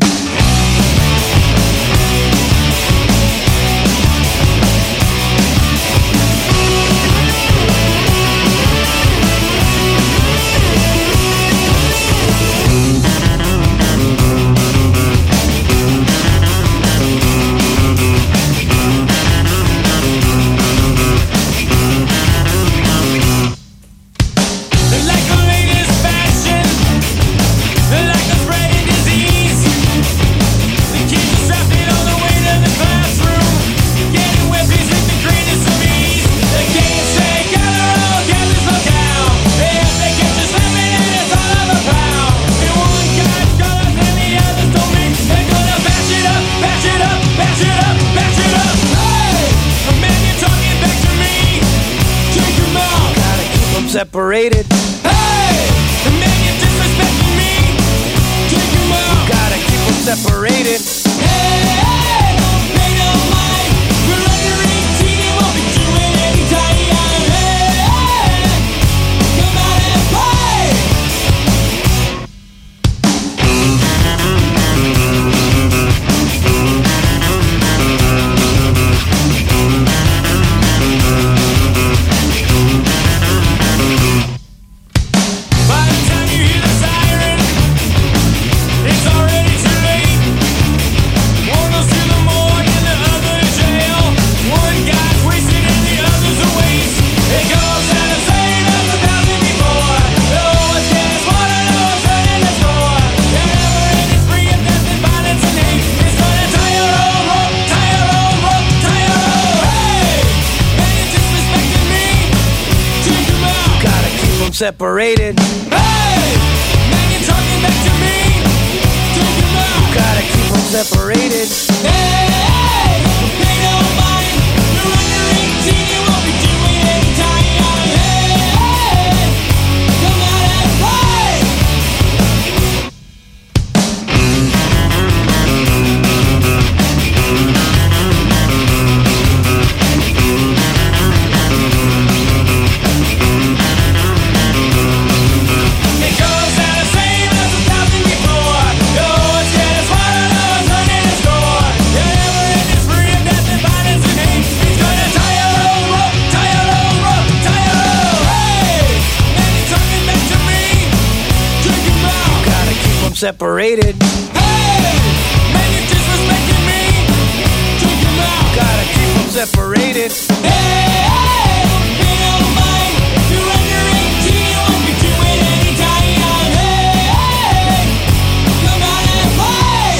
Like the latest fashion, like the spreading disease. separated. Hey, man, you're disrespecting me. Take him out. You gotta keep them separated. Hey, don't pay no mind. You're under 18, you won't be doing any time. Hey, come out and play. By the time you hear the siren, it's already too late. One goes to the morgue and the other to jail. One guy's wasted and the other's a waste. It goes out of sight of 1,000 before. No one's getting smarter, no one's running the score. The never-ending spree of death and violence and hate. It's gonna tie your own rope, tie your own rope, tie your own. Hey, man, you're disrespecting me. Take him out. Gotta keep them separated. Hey, man, you're talking back to me. Take him out. Gotta keep them separated. Hey, don't pay no mind. You're under 18, you won't be doing any time. Hey, come out and play. It goes out the same as 1,000 before. No one's getting smarter, no one's running the score. The never-ending spree of death and violence and hate. It's gonna tie your own rope, tie your own rope, tie your own. Hey, man, you're talking back to me. Take him out. Gotta keep them separated. Hey, man, you're disrespecting me. Take him out. Gotta keep them separated. Hey, don't pay no mind. You're under 18, you won't be doing any time. Hey, come out and play.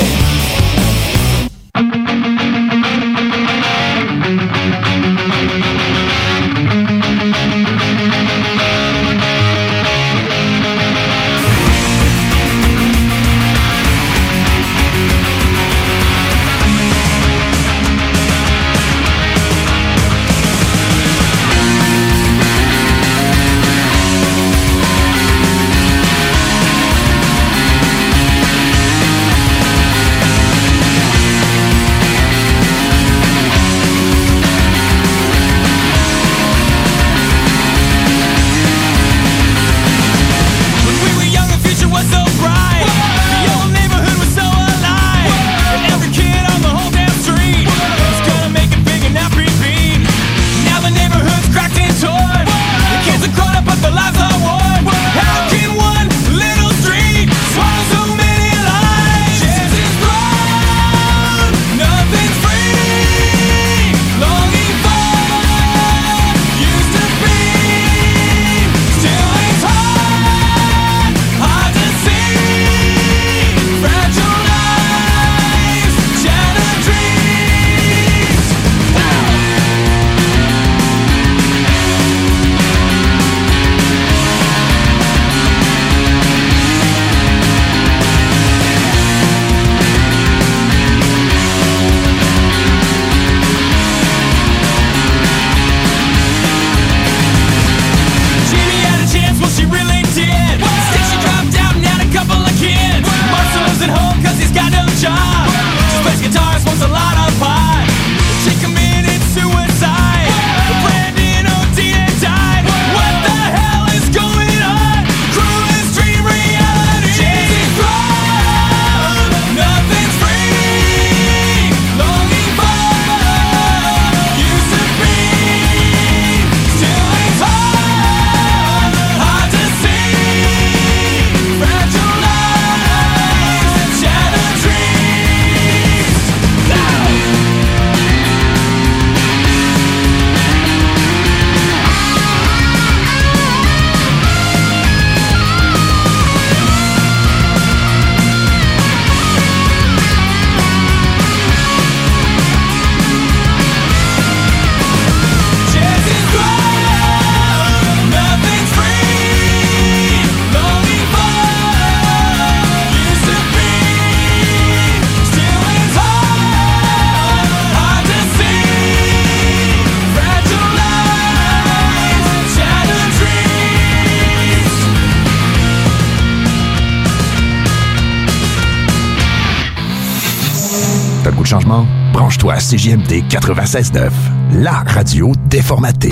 changement? Branche-toi à CJMD 96.9, la radio déformatée.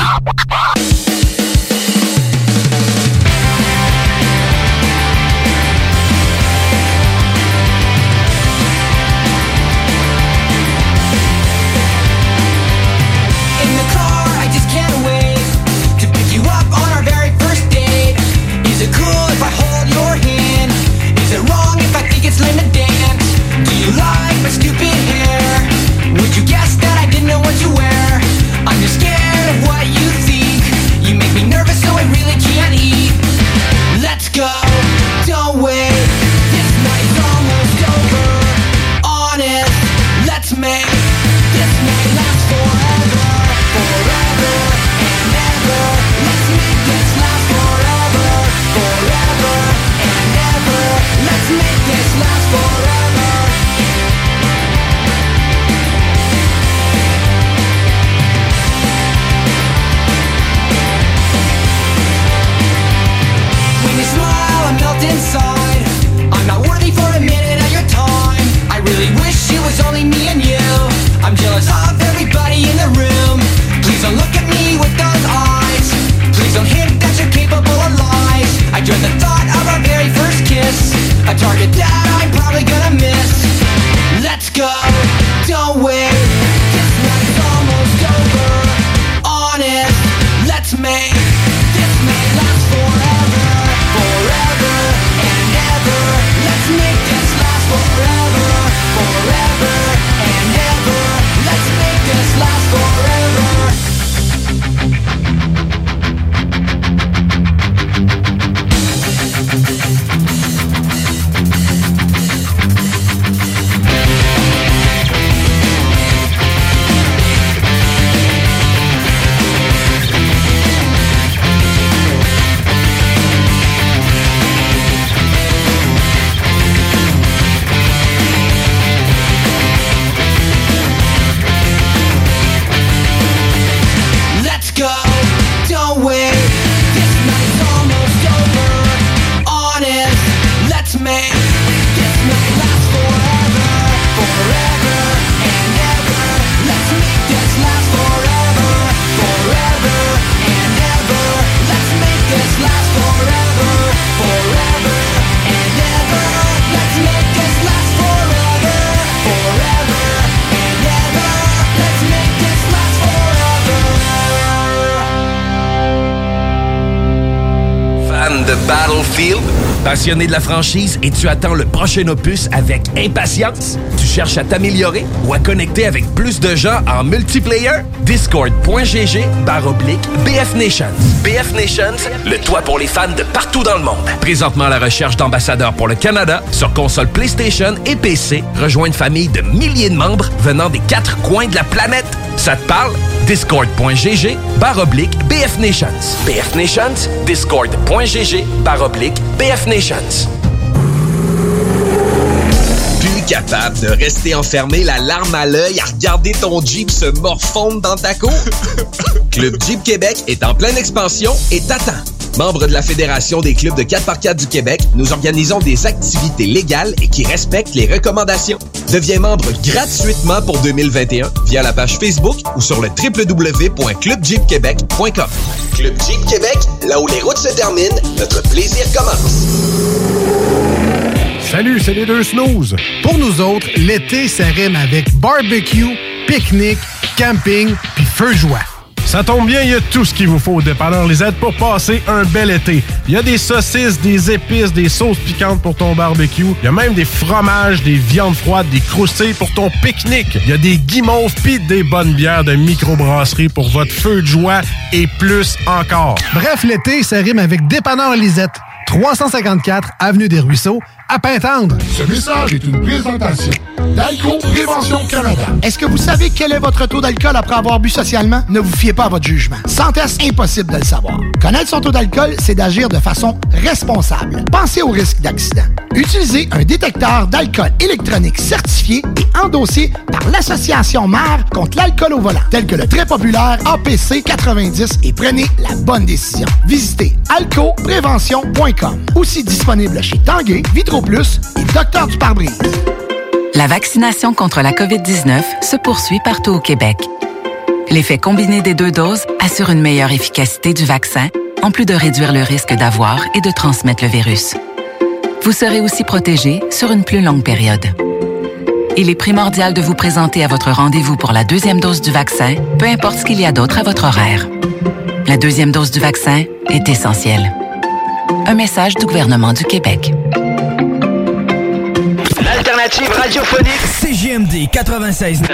A target that I'm probably gonna miss. Let's go, don't wait. This night's almost over. Honest, let's make this night last forever. Forever and ever. Let's make this last forever. Forever and ever. Let's make this last forever. De Battlefield? Passionné de la franchise et tu attends le prochain opus avec impatience? Tu cherches à t'améliorer ou à connecter avec plus de gens en multiplayer? Discord.gg/BF Nations. BF Nations, le toit pour les fans de partout dans le monde. Présentement à la recherche d'ambassadeurs pour le Canada sur console PlayStation et PC. Rejoins une famille de milliers de membres venant des 4 coins de la planète. Ça te parle? Discord.gg/BF Nations. BF Nations, Discord.gg/BF Nations. Plus capable de rester enfermé, la larme à l'œil, à regarder ton Jeep se morfondre dans ta cour? Club Jeep Québec est en pleine expansion et t'attend. Membre de la Fédération des clubs de 4x4 du Québec, nous organisons des activités légales et qui respectent les recommandations. Deviens membre gratuitement pour 2021 via la page Facebook ou sur le www.clubjeepquebec.com. Club Jeep Québec, là où les routes se terminent, notre plaisir commence. Salut, c'est les deux snooze. Pour nous autres, l'été, ça rime avec barbecue, pique-nique, camping puis feu de joie. Ça tombe bien, il y a tout ce qu'il vous faut au dépanneur Lisette pour passer un bel été. Il y a des saucisses, des épices, des sauces piquantes pour ton barbecue. Il y a même des fromages, des viandes froides, des croustilles pour ton pique-nique. Il y a des guimauves pis des bonnes bières de microbrasserie pour votre feu de joie et plus encore. Bref, l'été, ça rime avec dépanneur Lisette. 354 Avenue des Ruisseaux, à Pintendre. Ce message est une présentation d'Alco Prévention Canada. Est-ce que vous savez quel est votre taux d'alcool après avoir bu socialement? Ne vous fiez pas à votre jugement. Sans test, impossible de le savoir. Connaître son taux d'alcool, c'est d'agir de façon responsable. Pensez au risque d'accident. Utilisez un détecteur d'alcool électronique certifié et endossé par l'Association Mère contre l'alcool au volant, tel que le très populaire APC 90, et prenez la bonne décision. Visitez alcoprévention.com. Aussi disponible chez Tanguay, Vitro Plus et Docteur du pare-brise. La vaccination contre la COVID-19 se poursuit partout au Québec. L'effet combiné des 2 doses assure une meilleure efficacité du vaccin, en plus de réduire le risque d'avoir et de transmettre le virus. Vous serez aussi protégé sur une plus longue période. Il est primordial de vous présenter à votre rendez-vous pour la 2e dose du vaccin, peu importe ce qu'il y a d'autre à votre horaire. La 2e dose du vaccin est essentielle. Un message du gouvernement du Québec. L'alternative radiophonique CJMD 96.9.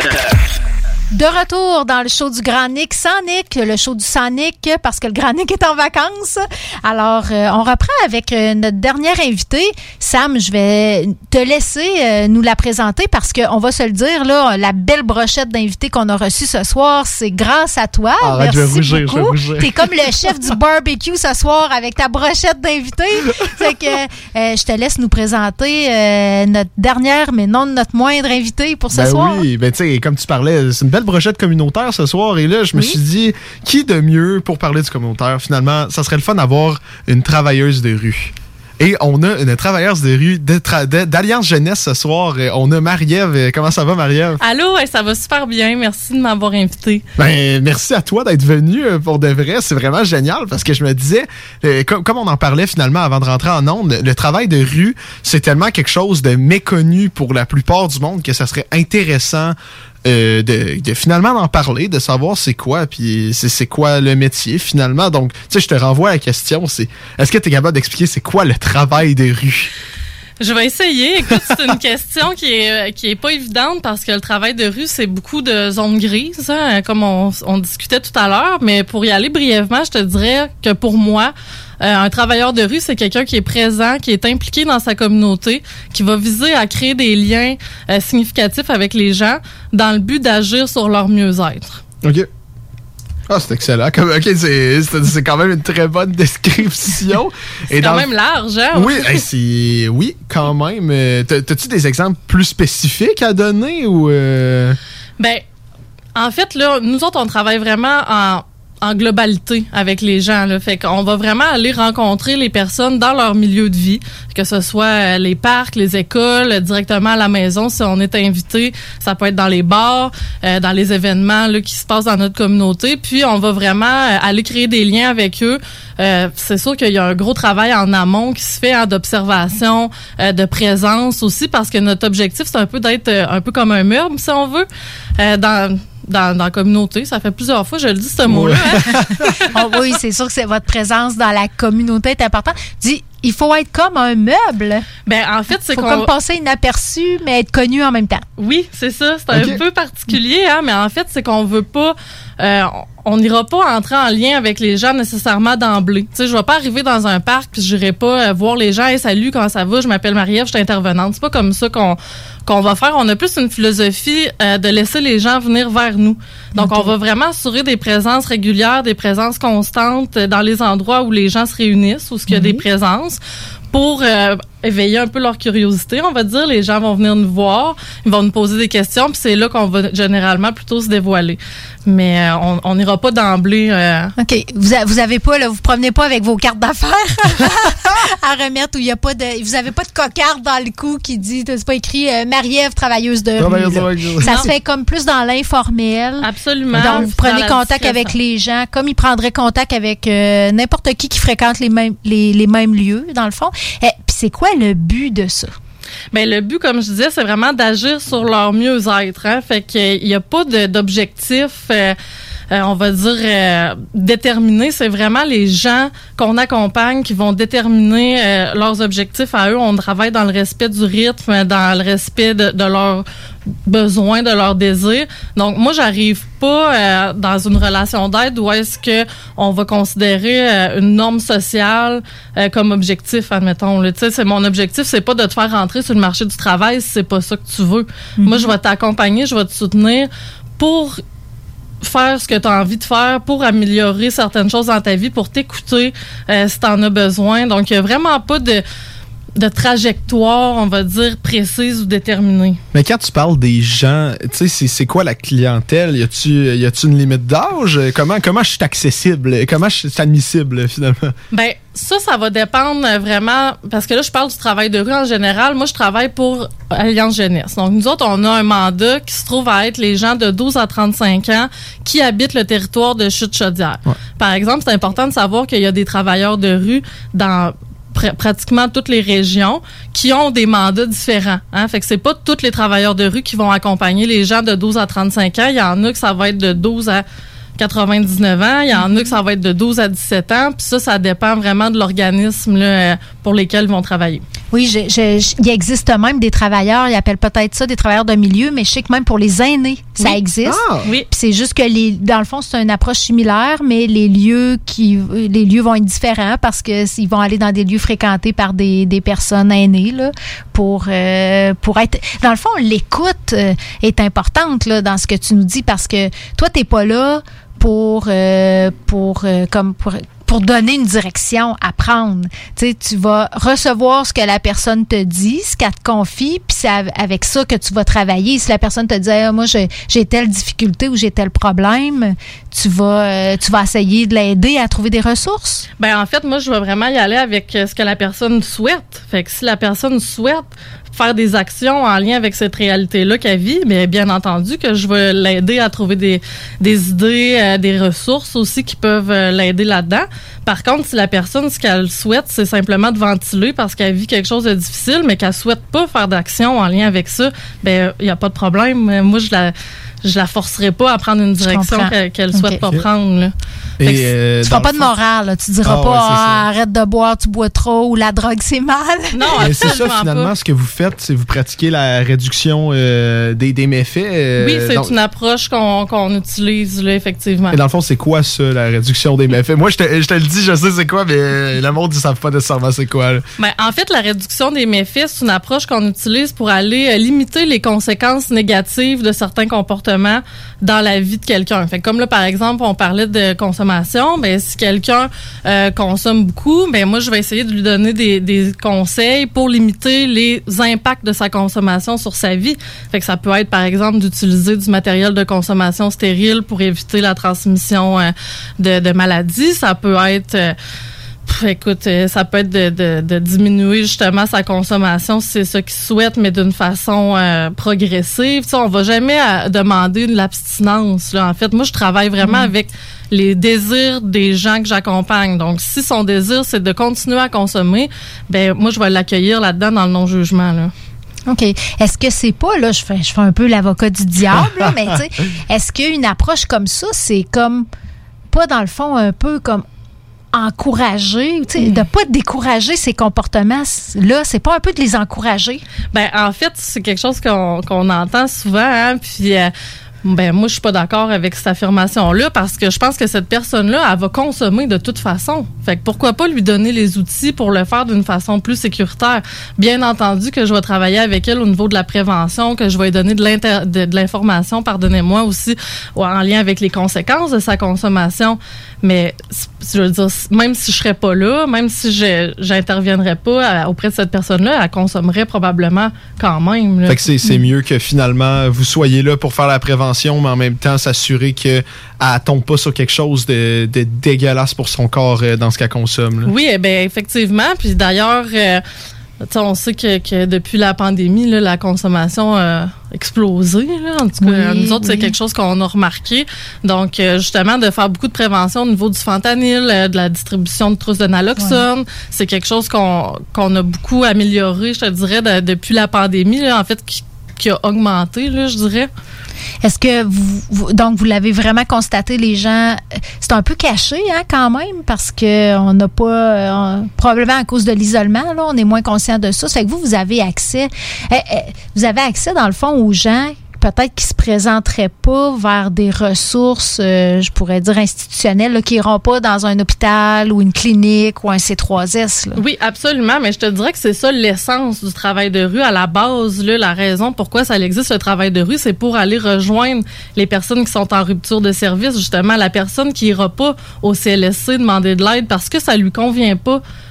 De retour dans le show du Grand Nick sans Nick, le show du sans Nick, parce que le Grand Nick est en vacances. Alors, on reprend avec notre dernière invitée. Sam, je vais te laisser nous la présenter parce qu'on va se le dire, là, la belle brochette d'invités qu'on a reçue ce soir, c'est grâce à toi. Arrête, merci beaucoup. T'es comme le chef du barbecue ce soir avec ta brochette d'invités. Fait que je te laisse nous présenter notre dernière, mais non notre moindre invitée pour ce soir. Oui, ben tu sais, comme tu parlais, c'est une belle brochette communautaire ce soir. Et là, je me suis dit, qui de mieux pour parler du communautaire? Finalement, ça serait le fun d'avoir une travailleuse de rue. Et on a une travailleuse de rue d'Alliance Jeunesse ce soir. On a Marie-Ève. Comment ça va, Marie-Ève? Allô, ça va super bien. Merci de m'avoir invité. Ben, merci à toi d'être venue pour de vrai. C'est vraiment génial parce que je me disais, comme on en parlait finalement avant de rentrer en ondes, le travail de rue, c'est tellement quelque chose de méconnu pour la plupart du monde que ça serait intéressant de finalement d'en parler, de savoir c'est quoi, puis c'est quoi le métier finalement. Donc, tu sais, je te renvoie à la question, est-ce que tu es capable d'expliquer c'est quoi le travail de rue? Je vais essayer. Écoute, c'est une question qui est pas évidente parce que le travail de rue, c'est beaucoup de zones grises, hein, comme on discutait tout à l'heure. Mais pour y aller brièvement, je te dirais que pour moi, un travailleur de rue, c'est quelqu'un qui est présent, qui est impliqué dans sa communauté, qui va viser à créer des liens significatifs avec les gens dans le but d'agir sur leur mieux-être. OK. Ah, c'est excellent. OK, c'est quand même une très bonne description. C'est quand même large, hein? Oui, oui, quand même. T'as-tu des exemples plus spécifiques à donner ou... Ben, en fait, là, nous autres, on travaille vraiment en globalité avec les gens, là. Fait qu'on va vraiment aller rencontrer les personnes dans leur milieu de vie, que ce soit les parcs, les écoles, directement à la maison si on est invité. Ça peut être dans les bars, dans les événements là, qui se passent dans notre communauté. Puis on va vraiment aller créer des liens avec eux. C'est sûr qu'il y a un gros travail en amont qui se fait d'observation, de présence aussi, parce que notre objectif, c'est un peu d'être un peu comme un meuble, si on veut, dans la communauté. Ça fait plusieurs fois, je le dis, ce mot-là. Hein? Oh, oui, c'est sûr que c'est votre présence dans la communauté est importante. Dis, il faut être comme un meuble. Ben, en fait, c'est qu'on... faut comme passer inaperçu, mais être connu en même temps. Oui, c'est ça. C'est un peu particulier, hein, mais en fait, c'est qu'on veut pas... on n'ira pas entrer en lien avec les gens nécessairement d'emblée. Tu sais, je vais pas arriver dans un parc puis je n'irai pas voir les gens. Hey, salut, comment ça va? Je m'appelle Marie-Ève, je suis intervenante. C'est pas comme ça qu'on va faire. On a plus une philosophie de laisser les gens venir vers nous. Donc, on va vraiment assurer des présences régulières, des présences constantes dans les endroits où les gens se réunissent, où il y a des présences, pour éveiller un peu leur curiosité, on va dire. Les gens vont venir nous voir, ils vont nous poser des questions, puis c'est là qu'on va généralement plutôt se dévoiler. Mais on n'ira pas d'emblée. OK. Vous avez pas, là, vous promenez pas avec vos cartes d'affaires à remettre où il y a pas de... Vous avez pas de cocarde dans le cou qui dit, c'est pas écrit Marie-Ève, travailleuse de rue. Ça se fait comme plus dans l'informel. Absolument. Donc, vous prenez contact avec les gens, comme ils prendraient contact avec n'importe qui fréquente les mêmes lieux, dans le fond. Puis c'est quoi le but de ça? Ben, le but, comme je disais, c'est vraiment d'agir sur leur mieux-être. Hein? Fait qu'il n'y a pas d'objectif, on va dire, déterminé. C'est vraiment les gens qu'on accompagne qui vont déterminer leurs objectifs à eux. On travaille dans le respect du rythme, dans le respect de leurs besoins, de leurs désirs. Donc, moi, j'arrive pas dans une relation d'aide où est-ce que on va considérer une norme sociale comme objectif, admettons. Tu sais, c'est mon objectif, c'est pas de te faire rentrer sur le marché du travail si c'est pas ça que tu veux. Moi, je vais t'accompagner, je vais te soutenir pour faire ce que tu as envie de faire, pour améliorer certaines choses dans ta vie, pour t'écouter si tu en as besoin. Donc, il n'y a vraiment pas trajectoire, on va dire, précise ou déterminée. Mais quand tu parles des gens, tu sais, c'est quoi la clientèle? Y a-tu une limite d'âge? Comment je suis accessible? Comment je suis admissible, finalement? Ben, ça va dépendre vraiment, parce que là, je parle du travail de rue en général. Moi, je travaille pour Alliance Jeunesse. Donc, nous autres, on a un mandat qui se trouve à être les gens de 12 à 35 ans qui habitent le territoire de Chute-Chaudière. Ouais. Par exemple, c'est important de savoir qu'il y a des travailleurs de rue dans pratiquement toutes les régions qui ont des mandats différents. Hein? Fait que c'est pas tous les travailleurs de rue qui vont accompagner les gens de 12 à 35 ans. Il y en a que ça va être de 12 à 99 ans. Il y en a que ça va être de 12 à 17 ans. Puis ça dépend vraiment de l'organisme là, pour lesquels ils vont travailler. Oui, il existe même des travailleurs, ils appellent peut-être ça des travailleurs de milieu, mais je sais que même pour les aînés, ça existe. Ah. Oui. Puis c'est juste que dans le fond, c'est une approche similaire, mais les lieux vont être différents parce que ils vont aller dans des lieux fréquentés par des personnes aînées là, pour être. Dans le fond, l'écoute est importante là dans ce que tu nous dis parce que toi, t'es pas là pour donner une direction à prendre. Tu sais, tu vas recevoir ce que la personne te dit, ce qu'elle te confie, puis c'est avec ça que tu vas travailler. Si la personne te dit moi j'ai telle difficulté ou j'ai tel problème, tu vas essayer de l'aider à trouver des ressources. Ben en fait, moi je vais vraiment y aller avec ce que la personne souhaite. Fait que si la personne souhaite faire des actions en lien avec cette réalité-là qu'elle vit, mais bien entendu que je vais l'aider à trouver des idées, des ressources aussi qui peuvent l'aider là-dedans. Par contre, si la personne, ce qu'elle souhaite, c'est simplement de ventiler parce qu'elle vit quelque chose de difficile, mais qu'elle souhaite pas faire d'action en lien avec ça, ben il y a pas de problème. Moi, je la forcerai pas à prendre une direction qu'elle souhaite pas prendre. Là. Tu feras pas de morale. Là. Tu diras pas arrête de boire, tu bois trop ou la drogue c'est mal. Non, mais c'est ça finalement ce que vous faites, c'est vous pratiquez la réduction des méfaits. Oui, c'est une approche qu'on utilise là, effectivement. Et dans le fond, c'est quoi ça, la réduction des méfaits? Moi, je te le dis, je sais c'est quoi, mais le monde ne savent pas nécessairement c'est quoi. Ben, en fait, la réduction des méfaits, c'est une approche qu'on utilise pour aller limiter les conséquences négatives de certains comportements dans la vie de quelqu'un. Fait comme là, par exemple, on parlait de consommation, ben si quelqu'un consomme beaucoup, ben moi, je vais essayer de lui donner des conseils pour limiter les impacts de sa consommation sur sa vie. Fait que ça peut être, par exemple, d'utiliser du matériel de consommation stérile pour éviter la transmission de maladies. Ça peut être... écoute, ça peut être de diminuer justement sa consommation si c'est ça qu'il souhaite, mais d'une façon progressive. Tu sais, on va jamais demander de l'abstinence. Là. En fait, moi, je travaille vraiment avec les désirs des gens que j'accompagne. Donc, si son désir, c'est de continuer à consommer, ben moi, je vais l'accueillir là-dedans dans le non-jugement. Là. OK. Est-ce que c'est pas, là, je fais un peu l'avocat du diable, là, mais tu sais, est-ce qu'une approche comme ça, c'est comme, pas dans le fond, un peu comme encourager, tu sais, de pas décourager ces comportements-là, c'est pas un peu de les encourager? Ben en fait, c'est quelque chose qu'on entend souvent, hein, puis ben moi je suis pas d'accord avec cette affirmation-là parce que je pense que cette personne-là, elle va consommer de toute façon. Fait que pourquoi pas lui donner les outils pour le faire d'une façon plus sécuritaire. Bien entendu que je vais travailler avec elle au niveau de la prévention, que je vais lui donner de l'information, pardonnez-moi, aussi en lien avec les conséquences de sa consommation. Mais je veux dire, même si je serais pas là, même si j'interviendrais pas auprès de cette personne-là, elle consommerait probablement quand même. Là. Fait que c'est mieux que finalement vous soyez là pour faire la prévention, mais en même temps s'assurer qu'elle ne tombe pas sur quelque chose de dégueulasse pour son corps dans ce qu'elle consomme. Là. Oui, ben effectivement. Puis d'ailleurs, on sait que depuis la pandémie, là, la consommation a explosé. Là. En tout cas, nous autres, c'est quelque chose qu'on a remarqué. Donc, justement, de faire beaucoup de prévention au niveau du fentanyl, de la distribution de trousses de naloxone, c'est quelque chose qu'on a beaucoup amélioré, je te dirais, depuis la pandémie, là, en fait, qui a augmenté, là, je dirais. Est-ce que donc vous l'avez vraiment constaté, les gens, c'est un peu caché, hein, quand même, parce que on n'a pas, probablement à cause de l'isolement, là, on est moins conscient de ça. Ça fait que vous avez accès, dans le fond, aux gens peut-être qui se présenteraient pas vers des ressources, je pourrais dire institutionnelles, là, qui iront pas dans un hôpital ou une clinique ou un C3S. Là. Oui, absolument, mais je te dirais que c'est ça l'essence du travail de rue. À la base, là, la raison pourquoi ça existe, le travail de rue, c'est pour aller rejoindre les personnes qui sont en rupture de service, justement, la personne qui ira pas au CLSC demander de l'aide parce que ça lui convient pas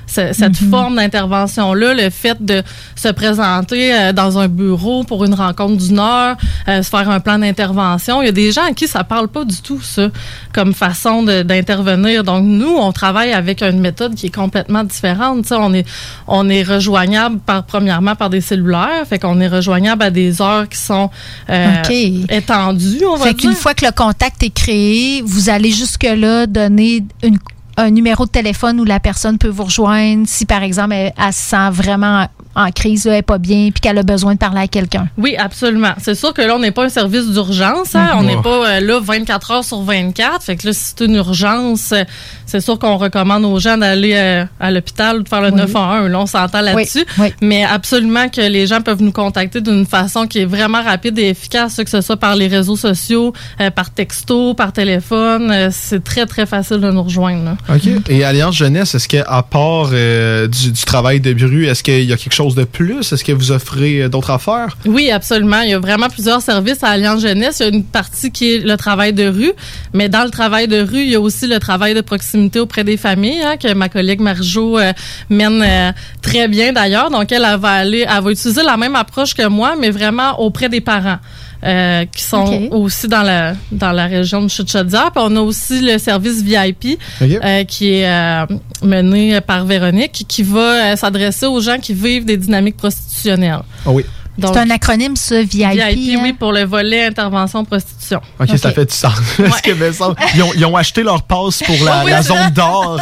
cette forme d'intervention-là, le fait de se présenter dans un bureau pour une rencontre d'une heure, se faire un plan d'intervention. Il y a des gens à qui ça parle pas du tout, ça, comme façon d'intervenir. Donc, nous, on travaille avec une méthode qui est complètement différente. T'sais, on est rejoignable premièrement par des cellulaires, fait qu'on est rejoignable à des heures qui sont étendues, on va dire. Fait qu'une fois que le contact est créé, vous allez jusque-là donner un numéro de téléphone où la personne peut vous rejoindre si, par exemple, elle se sent vraiment en crise, elle n'est pas bien, puis qu'elle a besoin de parler à quelqu'un. Oui, absolument. C'est sûr que là, on n'est pas un service d'urgence. Hein? On n'est pas là 24 heures sur 24. Fait que là, si c'est une urgence, c'est sûr qu'on recommande aux gens d'aller à l'hôpital ou de faire le 911. Là, on s'entend là-dessus. Oui. Mais absolument que les gens peuvent nous contacter d'une façon qui est vraiment rapide et efficace, que ce soit par les réseaux sociaux, par texto, par téléphone. C'est très, très facile de nous rejoindre. Là. OK. Et Alliance Jeunesse, est-ce qu'à part du travail de rue, est-ce qu'il y a quelque chose de plus? Est-ce que vous offrez d'autres affaires? Oui, absolument. Il y a vraiment plusieurs services à Alliance Jeunesse. Il y a une partie qui est le travail de rue, mais dans le travail de rue, il y a aussi le travail de proximité auprès des familles, que ma collègue Marjo mène très bien d'ailleurs. Donc, elle va utiliser la même approche que moi, mais vraiment auprès des parents. Qui sont aussi dans la région de Chaudière. Puis on a aussi le service VIP qui est mené par Véronique, qui va s'adresser aux gens qui vivent des dynamiques prostitutionnelles. Oh oui. Donc, c'est un acronyme, ça, VIP. VIP, oui, pour le volet intervention prostitution. OK, ça fait du sens. Parce que, mais ça, ils ont acheté leur passe pour la zone d'or.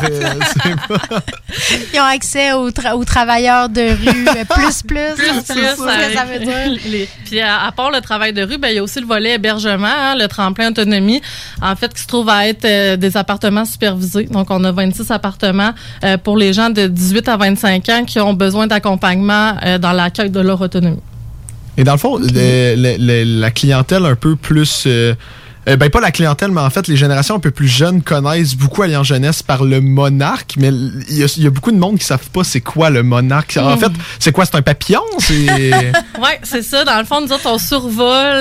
Ils ont accès aux travailleurs de rue, plus. C'est ce que ça veut dire. Puis, à part le travail de rue, il y a aussi le volet hébergement, le tremplin autonomie, en fait, qui se trouve à être des appartements supervisés. Donc, on a 26 appartements pour les gens de 18 à 25 ans qui ont besoin d'accompagnement dans l'accueil de leur autonomie. Et dans le fond, la clientèle un peu plus... pas la clientèle, mais en fait, les générations un peu plus jeunes connaissent beaucoup Alliance Jeunesse par le Monarque, mais il y a beaucoup de monde qui ne savent pas c'est quoi le Monarque. En fait, c'est quoi? C'est un papillon? Oui, c'est ça. Dans le fond, nous autres, on survole.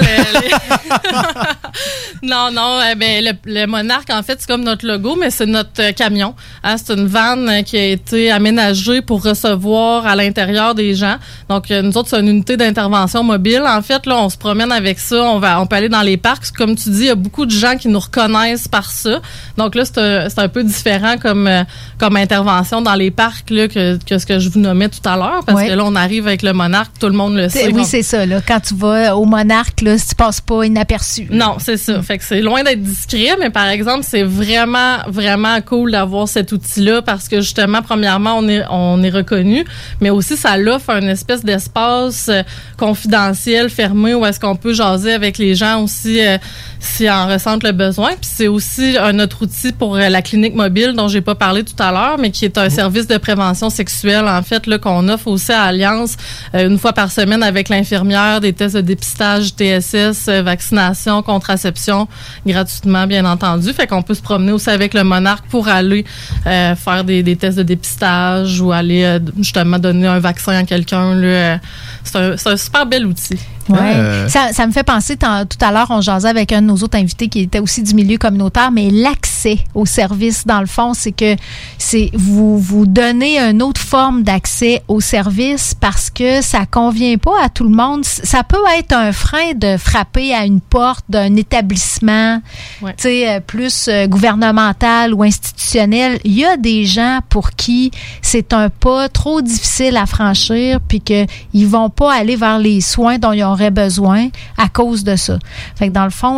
Non, le Monarque, en fait, c'est comme notre logo, mais c'est notre camion. C'est une vanne qui a été aménagée pour recevoir à l'intérieur des gens. Donc, nous autres, c'est une unité d'intervention mobile. En fait, là, on se promène avec ça. On peut aller dans les parcs. Comme tu dis, il y a beaucoup de gens qui nous reconnaissent par ça. Donc là, c'est un peu différent comme intervention dans les parcs là, que ce que je vous nommais tout à l'heure. Parce que là, on arrive avec le Monarque, tout le monde le sait. Oui, c'est ça. Là. Quand tu vas au Monarque, là, tu passes pas inaperçu. Non, c'est ça. Fait que c'est loin d'être discret, mais par exemple, c'est vraiment, vraiment cool d'avoir cet outil-là parce que justement, premièrement, on est reconnu, mais aussi ça l'offre une espèce d'espace confidentiel, fermé, où est-ce qu'on peut jaser avec les gens aussi s'ils en ressentent le besoin. Puis c'est aussi un autre outil pour la clinique mobile dont j'ai pas parlé tout à l'heure, mais qui est un service de prévention sexuelle, en fait, là, qu'on offre aussi à Alliance une fois par semaine avec l'infirmière, des tests de dépistage, TSS, vaccination, contraception, gratuitement, bien entendu. Fait qu'on peut se promener aussi avec le Monarque pour aller faire des tests de dépistage ou aller justement donner un vaccin à quelqu'un. Là. C'est un super bel outil. Ouais. Ça me fait penser, tout à l'heure, on jasait avec un de nos autres invités qui était aussi du milieu communautaire, mais l'accès aux services, dans le fond, c'est que vous donnez une autre forme d'accès aux services parce que ça convient pas à tout le monde. Ça peut être un frein de frapper à une porte d'un établissement, tu sais, plus gouvernemental ou institutionnel. Il y a des gens pour qui c'est un pas trop difficile à franchir puis qu'ils vont pas aller vers les soins dont ils auraient besoin à cause de ça. Fait que dans le fond,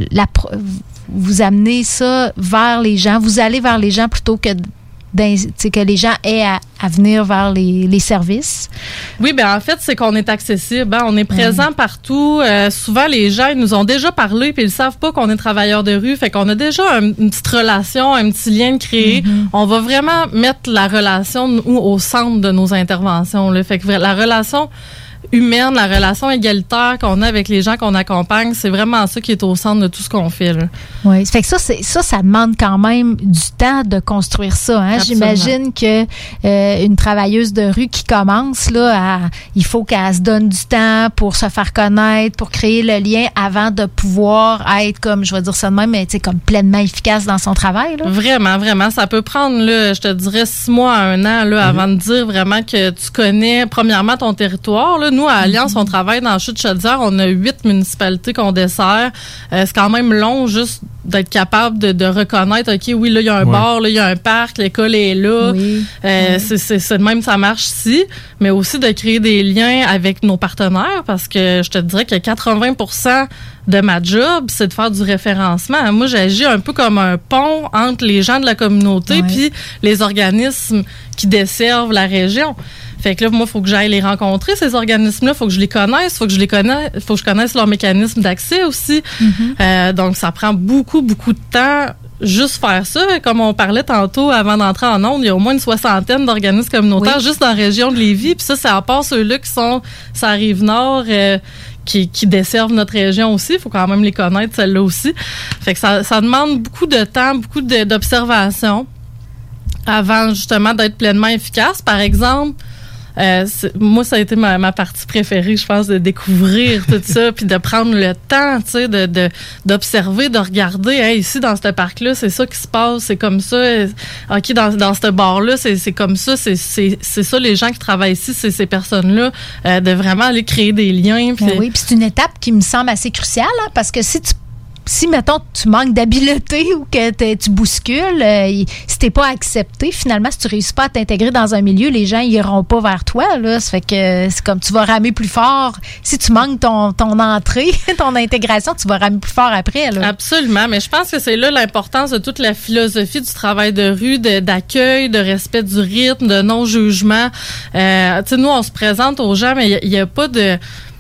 vous amenez ça vers les gens, vous allez vers les gens plutôt que les gens aient à venir vers les services. Oui, en fait, c'est qu'on est accessible. Hein? On est présent partout. Souvent, les gens ils nous ont déjà parlé puis ils savent pas qu'on est travailleurs de rue. Fait qu'on a déjà une petite relation, un petit lien de créer. On va vraiment mettre la relation au centre de nos interventions. Là. Fait que la relation humaine, la relation égalitaire qu'on a avec les gens qu'on accompagne, c'est vraiment ça qui est au centre de tout ce qu'on fait. Là. Oui, fait que ça demande quand même du temps de construire ça. Hein? J'imagine que une travailleuse de rue qui commence, là, il faut qu'elle se donne du temps pour se faire connaître, pour créer le lien avant de pouvoir être comme, je vais dire ça de même, mais comme pleinement efficace dans son travail. Là. Vraiment, vraiment. Ça peut prendre, là, je te dirais, 6 mois à 1 an là, avant de dire vraiment que tu connais, premièrement, ton territoire. Là. Nous, à Alliance, on travaille dans la Chute-Chaudière. On a 8 municipalités qu'on dessert. C'est quand même long juste d'être capable de reconnaître, OK, oui, là, il y a un bar, là, il y a un parc, l'école est là. Oui. C'est de même, ça marche ici. Mais aussi de créer des liens avec nos partenaires parce que je te dirais que 80% de ma job, c'est de faire du référencement. Moi, j'agis un peu comme un pont entre les gens de la communauté puis les organismes qui desservent la région. Fait que là, moi, il faut que j'aille les rencontrer, ces organismes-là. Il faut que je les connaisse. Faut que je connaisse leur mécanisme d'accès aussi. Donc, ça prend beaucoup, beaucoup de temps juste faire ça. Comme on parlait tantôt avant d'entrer en ondes, il y a au moins une 60aine d'organismes communautaires juste dans la région de Lévis. Puis ça, c'est à part ceux-là qui sont sur la Rive-Nord, qui desservent notre région aussi. Il faut quand même les connaître, celles-là aussi. Fait que ça demande beaucoup de temps, beaucoup d'observation avant justement d'être pleinement efficace. Par exemple, moi, ça a été ma partie préférée, je pense, de découvrir tout ça, puis de prendre le temps, tu sais, d'observer, de regarder. Hey, ici, dans ce parc-là, c'est ça qui se passe, c'est comme ça. OK, dans ce bar-là, c'est comme ça, c'est ça, les gens qui travaillent ici, c'est ces personnes-là, de vraiment aller créer des liens. Puis oui, puis c'est une étape qui me semble assez cruciale, hein, parce que si, mettons, tu manques d'habileté ou que tu bouscules, si t'es pas accepté, finalement, si tu réussis pas à t'intégrer dans un milieu, les gens iront pas vers toi, là. Ça fait que c'est comme tu vas ramer plus fort. Si tu manques ton entrée, ton intégration, tu vas ramer plus fort après, là. Absolument, mais je pense que c'est là l'importance de toute la philosophie du travail de rue, d'accueil, de respect du rythme, de non-jugement. Tu sais, nous, on se présente aux gens, mais il y a pas de...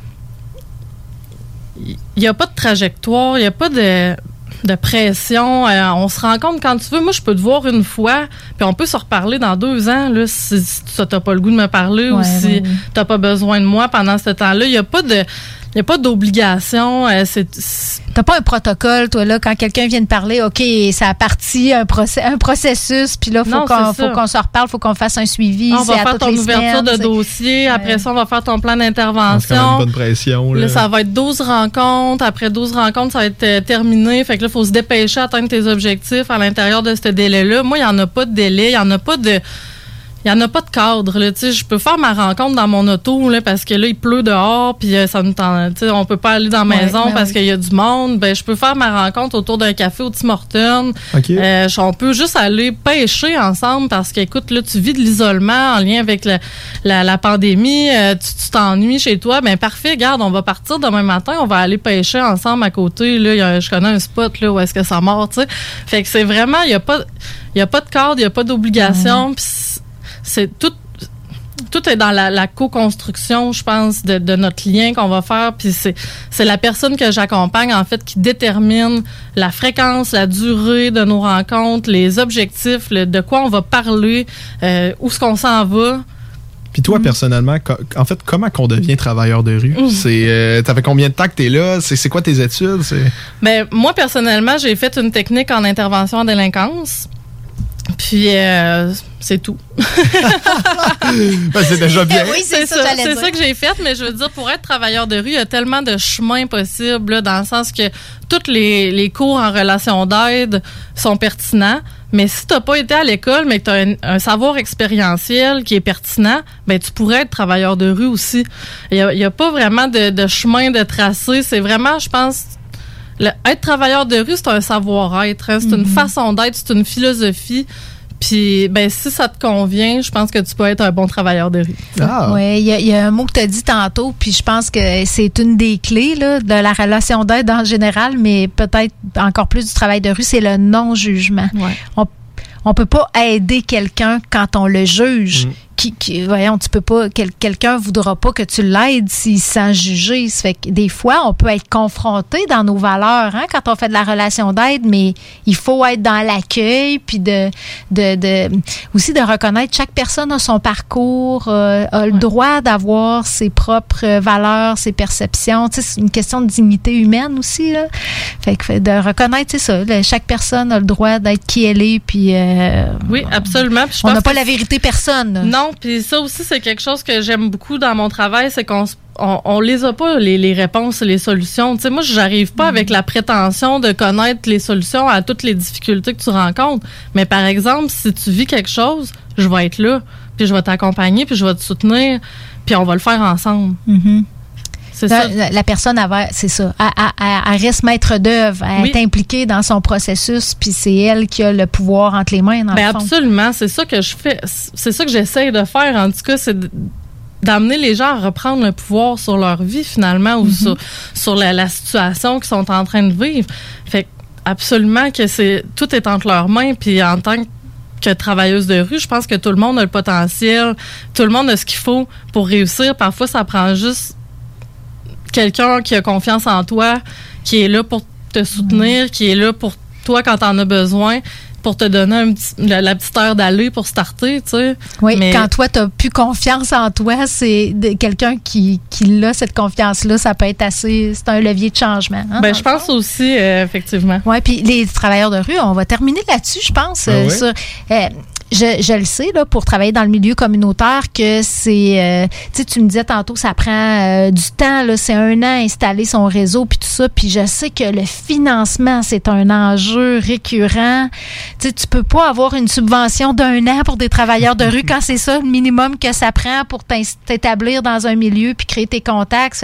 Il n'y a pas de trajectoire, il n'y a pas de pression. On se rencontre quand tu veux. Moi, je peux te voir une fois, puis on peut se reparler dans 2 ans, là, si tu n'as pas le goût de me parler ou si tu n'as pas besoin de moi pendant ce temps-là. Il n'y a pas d'obligation. T'as pas un protocole, toi, là, quand quelqu'un vient de parler, OK, ça a parti un processus, puis là, faut qu'on se reparle, faut qu'on fasse un suivi. On va faire ton ouverture de dossier. Après ça, on va faire ton plan d'intervention. C'est quand même une bonne pression. Là, ça va être 12 rencontres. Après 12 rencontres, ça va être terminé. Fait que là, il faut se dépêcher à atteindre tes objectifs à l'intérieur de ce délai-là. Moi, il n'y en a pas de délai. Il n'y en a pas de cadre. Là. Je peux faire ma rencontre dans mon auto là, parce que là, il pleut dehors puis ça nous on peut pas aller dans la maison parce qu'il y a du monde. Ben, je peux faire ma rencontre autour d'un café au Tim Hortons. Okay. On peut juste aller pêcher ensemble parce qu'écoute, là, tu vis de l'isolement en lien avec la pandémie. Tu t'ennuies chez toi. Ben parfait, regarde, on va partir demain matin. On va aller pêcher ensemble à côté. Là, je connais un spot là, où est-ce que ça mord. T'sais. Fait que c'est vraiment, il y a pas de cadre, il n'y a pas d'obligation. C'est tout est dans la co-construction, je pense, de notre lien qu'on va faire. Puis c'est la personne que j'accompagne, en fait, qui détermine la fréquence, la durée de nos rencontres, les objectifs, de quoi on va parler, où est-ce qu'on s'en va. Puis toi, personnellement, en fait, comment qu'on devient travailleur de rue? Ça fait combien de temps que t'es là? C'est quoi tes études? Ben, moi, personnellement, j'ai fait une technique en intervention en délinquance. Puis, c'est tout. Ben, c'est déjà bien. Oui, c'est ça que j'ai fait, mais je veux dire, pour être travailleur de rue, il y a tellement de chemins possibles, là, dans le sens que tous les cours en relation d'aide sont pertinents. Mais si tu n'as pas été à l'école, mais que tu as un savoir expérientiel qui est pertinent, ben tu pourrais être travailleur de rue aussi. Il y a pas vraiment de chemin de tracé. C'est vraiment, je pense... être travailleur de rue, c'est un savoir-être. Hein? C'est une façon d'être, c'est une philosophie. Puis, ben, si ça te convient, je pense que tu peux être un bon travailleur de rue. Ah. Oui, il y a un mot que tu as dit tantôt, puis je pense que c'est une des clés là, de la relation d'aide en général, mais peut-être encore plus du travail de rue, c'est le non-jugement. Ouais. On peut pas aider quelqu'un quand on le juge. voyons, tu peux pas, quelqu'un voudra pas que tu l'aides s'il se sent jugé. Ça fait que des fois, on peut être confronté dans nos valeurs, hein, quand on fait de la relation d'aide, mais il faut être dans l'accueil, puis aussi de reconnaître chaque personne a son parcours, a le droit d'avoir ses propres valeurs, ses perceptions. Tu sais, c'est une question de dignité humaine aussi, là. Fait que de reconnaître, c'est ça, chaque personne a le droit d'être qui elle est, puis oui, absolument. Puis on n'a pas la vérité personne. Là. Non, puis ça aussi, c'est quelque chose que j'aime beaucoup dans mon travail, c'est qu'on les a pas, les réponses et les solutions. Tu sais, moi, j'arrive pas avec la prétention de connaître les solutions à toutes les difficultés que tu rencontres. Mais par exemple, si tu vis quelque chose, je vais être là, puis je vais t'accompagner, puis je vais te soutenir, puis on va le faire ensemble. Mm-hmm. C'est ça. La personne, c'est ça. Elle reste maître d'œuvre. Elle est impliquée dans son processus, puis c'est elle qui a le pouvoir entre les mains, dans le fond. Absolument. C'est ça que je fais. C'est ça que j'essaie de faire, en tout cas, c'est d'amener les gens à reprendre le pouvoir sur leur vie, finalement, ou sur la situation qu'ils sont en train de vivre. Fait absolument que tout est entre leurs mains, puis en tant que travailleuse de rue, je pense que tout le monde a le potentiel, tout le monde a ce qu'il faut pour réussir. Parfois, ça prend juste quelqu'un qui a confiance en toi, qui est là pour te soutenir, qui est là pour toi quand t'en as besoin, pour te donner la petite heure d'aller pour starter, tu sais. Oui, mais quand toi, t'as plus confiance en toi, c'est quelqu'un qui a cette confiance-là, ça peut être c'est un levier de changement. Hein, je pense aussi, effectivement. Oui, puis les travailleurs de rue, on va terminer là-dessus, je pense. Sur, je le sais, là, pour travailler dans le milieu communautaire, que c'est... tu me disais tantôt, ça prend du temps, là, c'est 1 an à installer son réseau, puis tout ça, puis je sais que le financement, c'est un enjeu récurrent. Tu peux pas avoir une subvention d'1 an pour des travailleurs de rue quand c'est ça le minimum que ça prend pour t'établir dans un milieu puis créer tes contacts.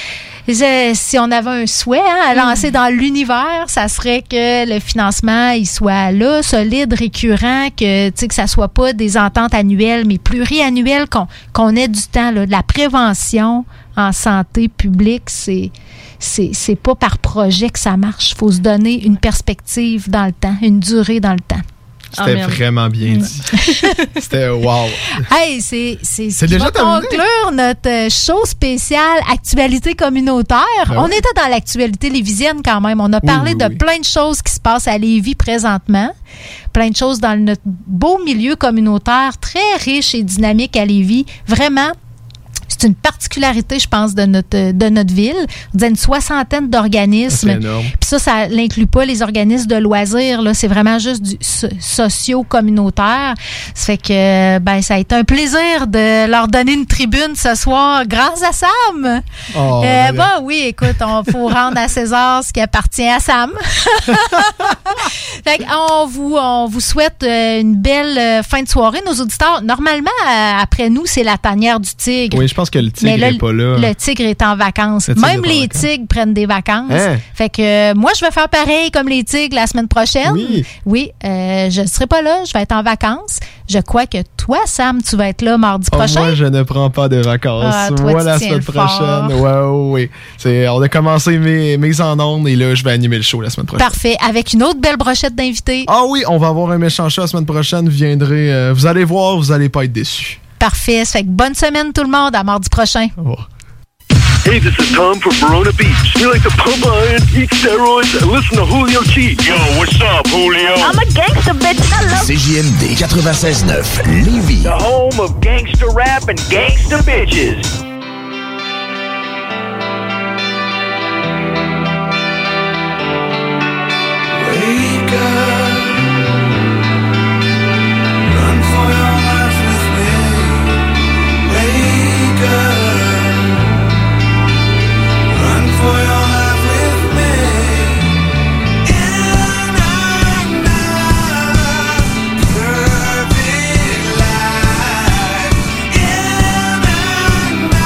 Si on avait un souhait à lancer dans l'univers, ça serait que le financement il soit là, solide, récurrent, que ça soit pas des ententes annuelles, mais pluriannuelles, qu'on ait du temps, là, de la prévention en santé publique, c'est pas par projet que ça marche. Il faut se donner une perspective dans le temps, une durée dans le temps. C'était vraiment bien dit. C'était wow. Hey, c'est déjà conclure notre show spécial Actualité communautaire. On était dans l'actualité lévisienne quand même. On a parlé de plein de choses qui se passent à Lévis présentement. Plein de choses dans notre beau milieu communautaire, très riche et dynamique à Lévis. Vraiment. C'est une particularité, je pense, de notre ville. On disait une 60aine d'organismes. C'est énorme. Puis ça n'inclut pas les organismes de loisirs. Là, c'est vraiment juste du socio-communautaire. Ça fait que ça a été un plaisir de leur donner une tribune ce soir grâce à Sam. Oui, écoute, faut rendre à César ce qui appartient à Sam. Fait on vous souhaite une belle fin de soirée. Nos auditeurs, normalement, après nous, c'est la tanière du tigre. Oui, je pense que le tigre n'est pas là. Le tigre est en vacances. Même les tigres prennent des vacances. Hein? Fait que moi, je vais faire pareil comme les tigres la semaine prochaine. Oui, je ne serai pas là. Je vais être en vacances. Je crois que toi, Sam, tu vas être là mardi prochain. Moi, je ne prends pas de vacances. Toi, la semaine prochaine. Oui. On a commencé mes en ondes et là, je vais animer le show la semaine prochaine. Parfait. Avec une autre belle brochette d'invités. Ah oui, on va avoir un méchant show la semaine prochaine. Vous viendrez. Vous allez voir, vous n'allez pas être déçus. Parfait. Ça fait que bonne semaine tout le monde. À mardi prochain. Au revoir. Hey, this is Tom from Verona Beach. We like to pump iron, eat steroids, and listen to Julio G. Yo, what's up, Julio? I'm a gangster, bitch. CJMD 96.9, Lévis. The home of gangster rap and gangster bitches. Wake up. Run for your life with me. Wake up. Run for your life with me. In another perfect life. In another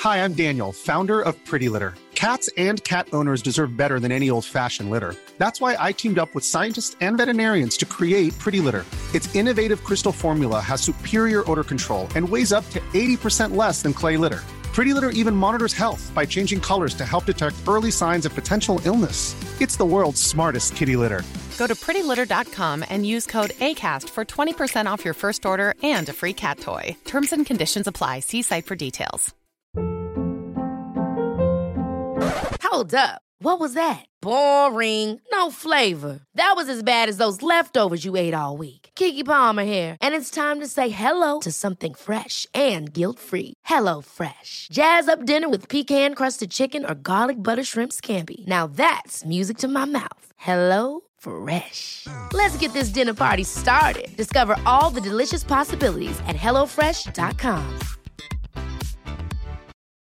Hi, I'm Daniel, founder of Pretty Litter. Cats and cat owners deserve better than any old-fashioned litter. That's why I teamed up with scientists and veterinarians to create Pretty Litter. Its innovative crystal formula has superior odor control and weighs up to 80% less than clay litter. Pretty Litter even monitors health by changing colors to help detect early signs of potential illness. It's the world's smartest kitty litter. Go to prettylitter.com and use code ACAST for 20% off your first order and a free cat toy. Terms and conditions apply. See site for details. Hold up. What was that? Boring. No flavor. That was as bad as those leftovers you ate all week. Keke Palmer here, and it's time to say hello to something fresh and guilt-free. Hello Fresh. Jazz up dinner with pecan-crusted chicken or garlic butter shrimp scampi. Now that's music to my mouth. Hello Fresh. Let's get this dinner party started. Discover all the delicious possibilities at HelloFresh.com.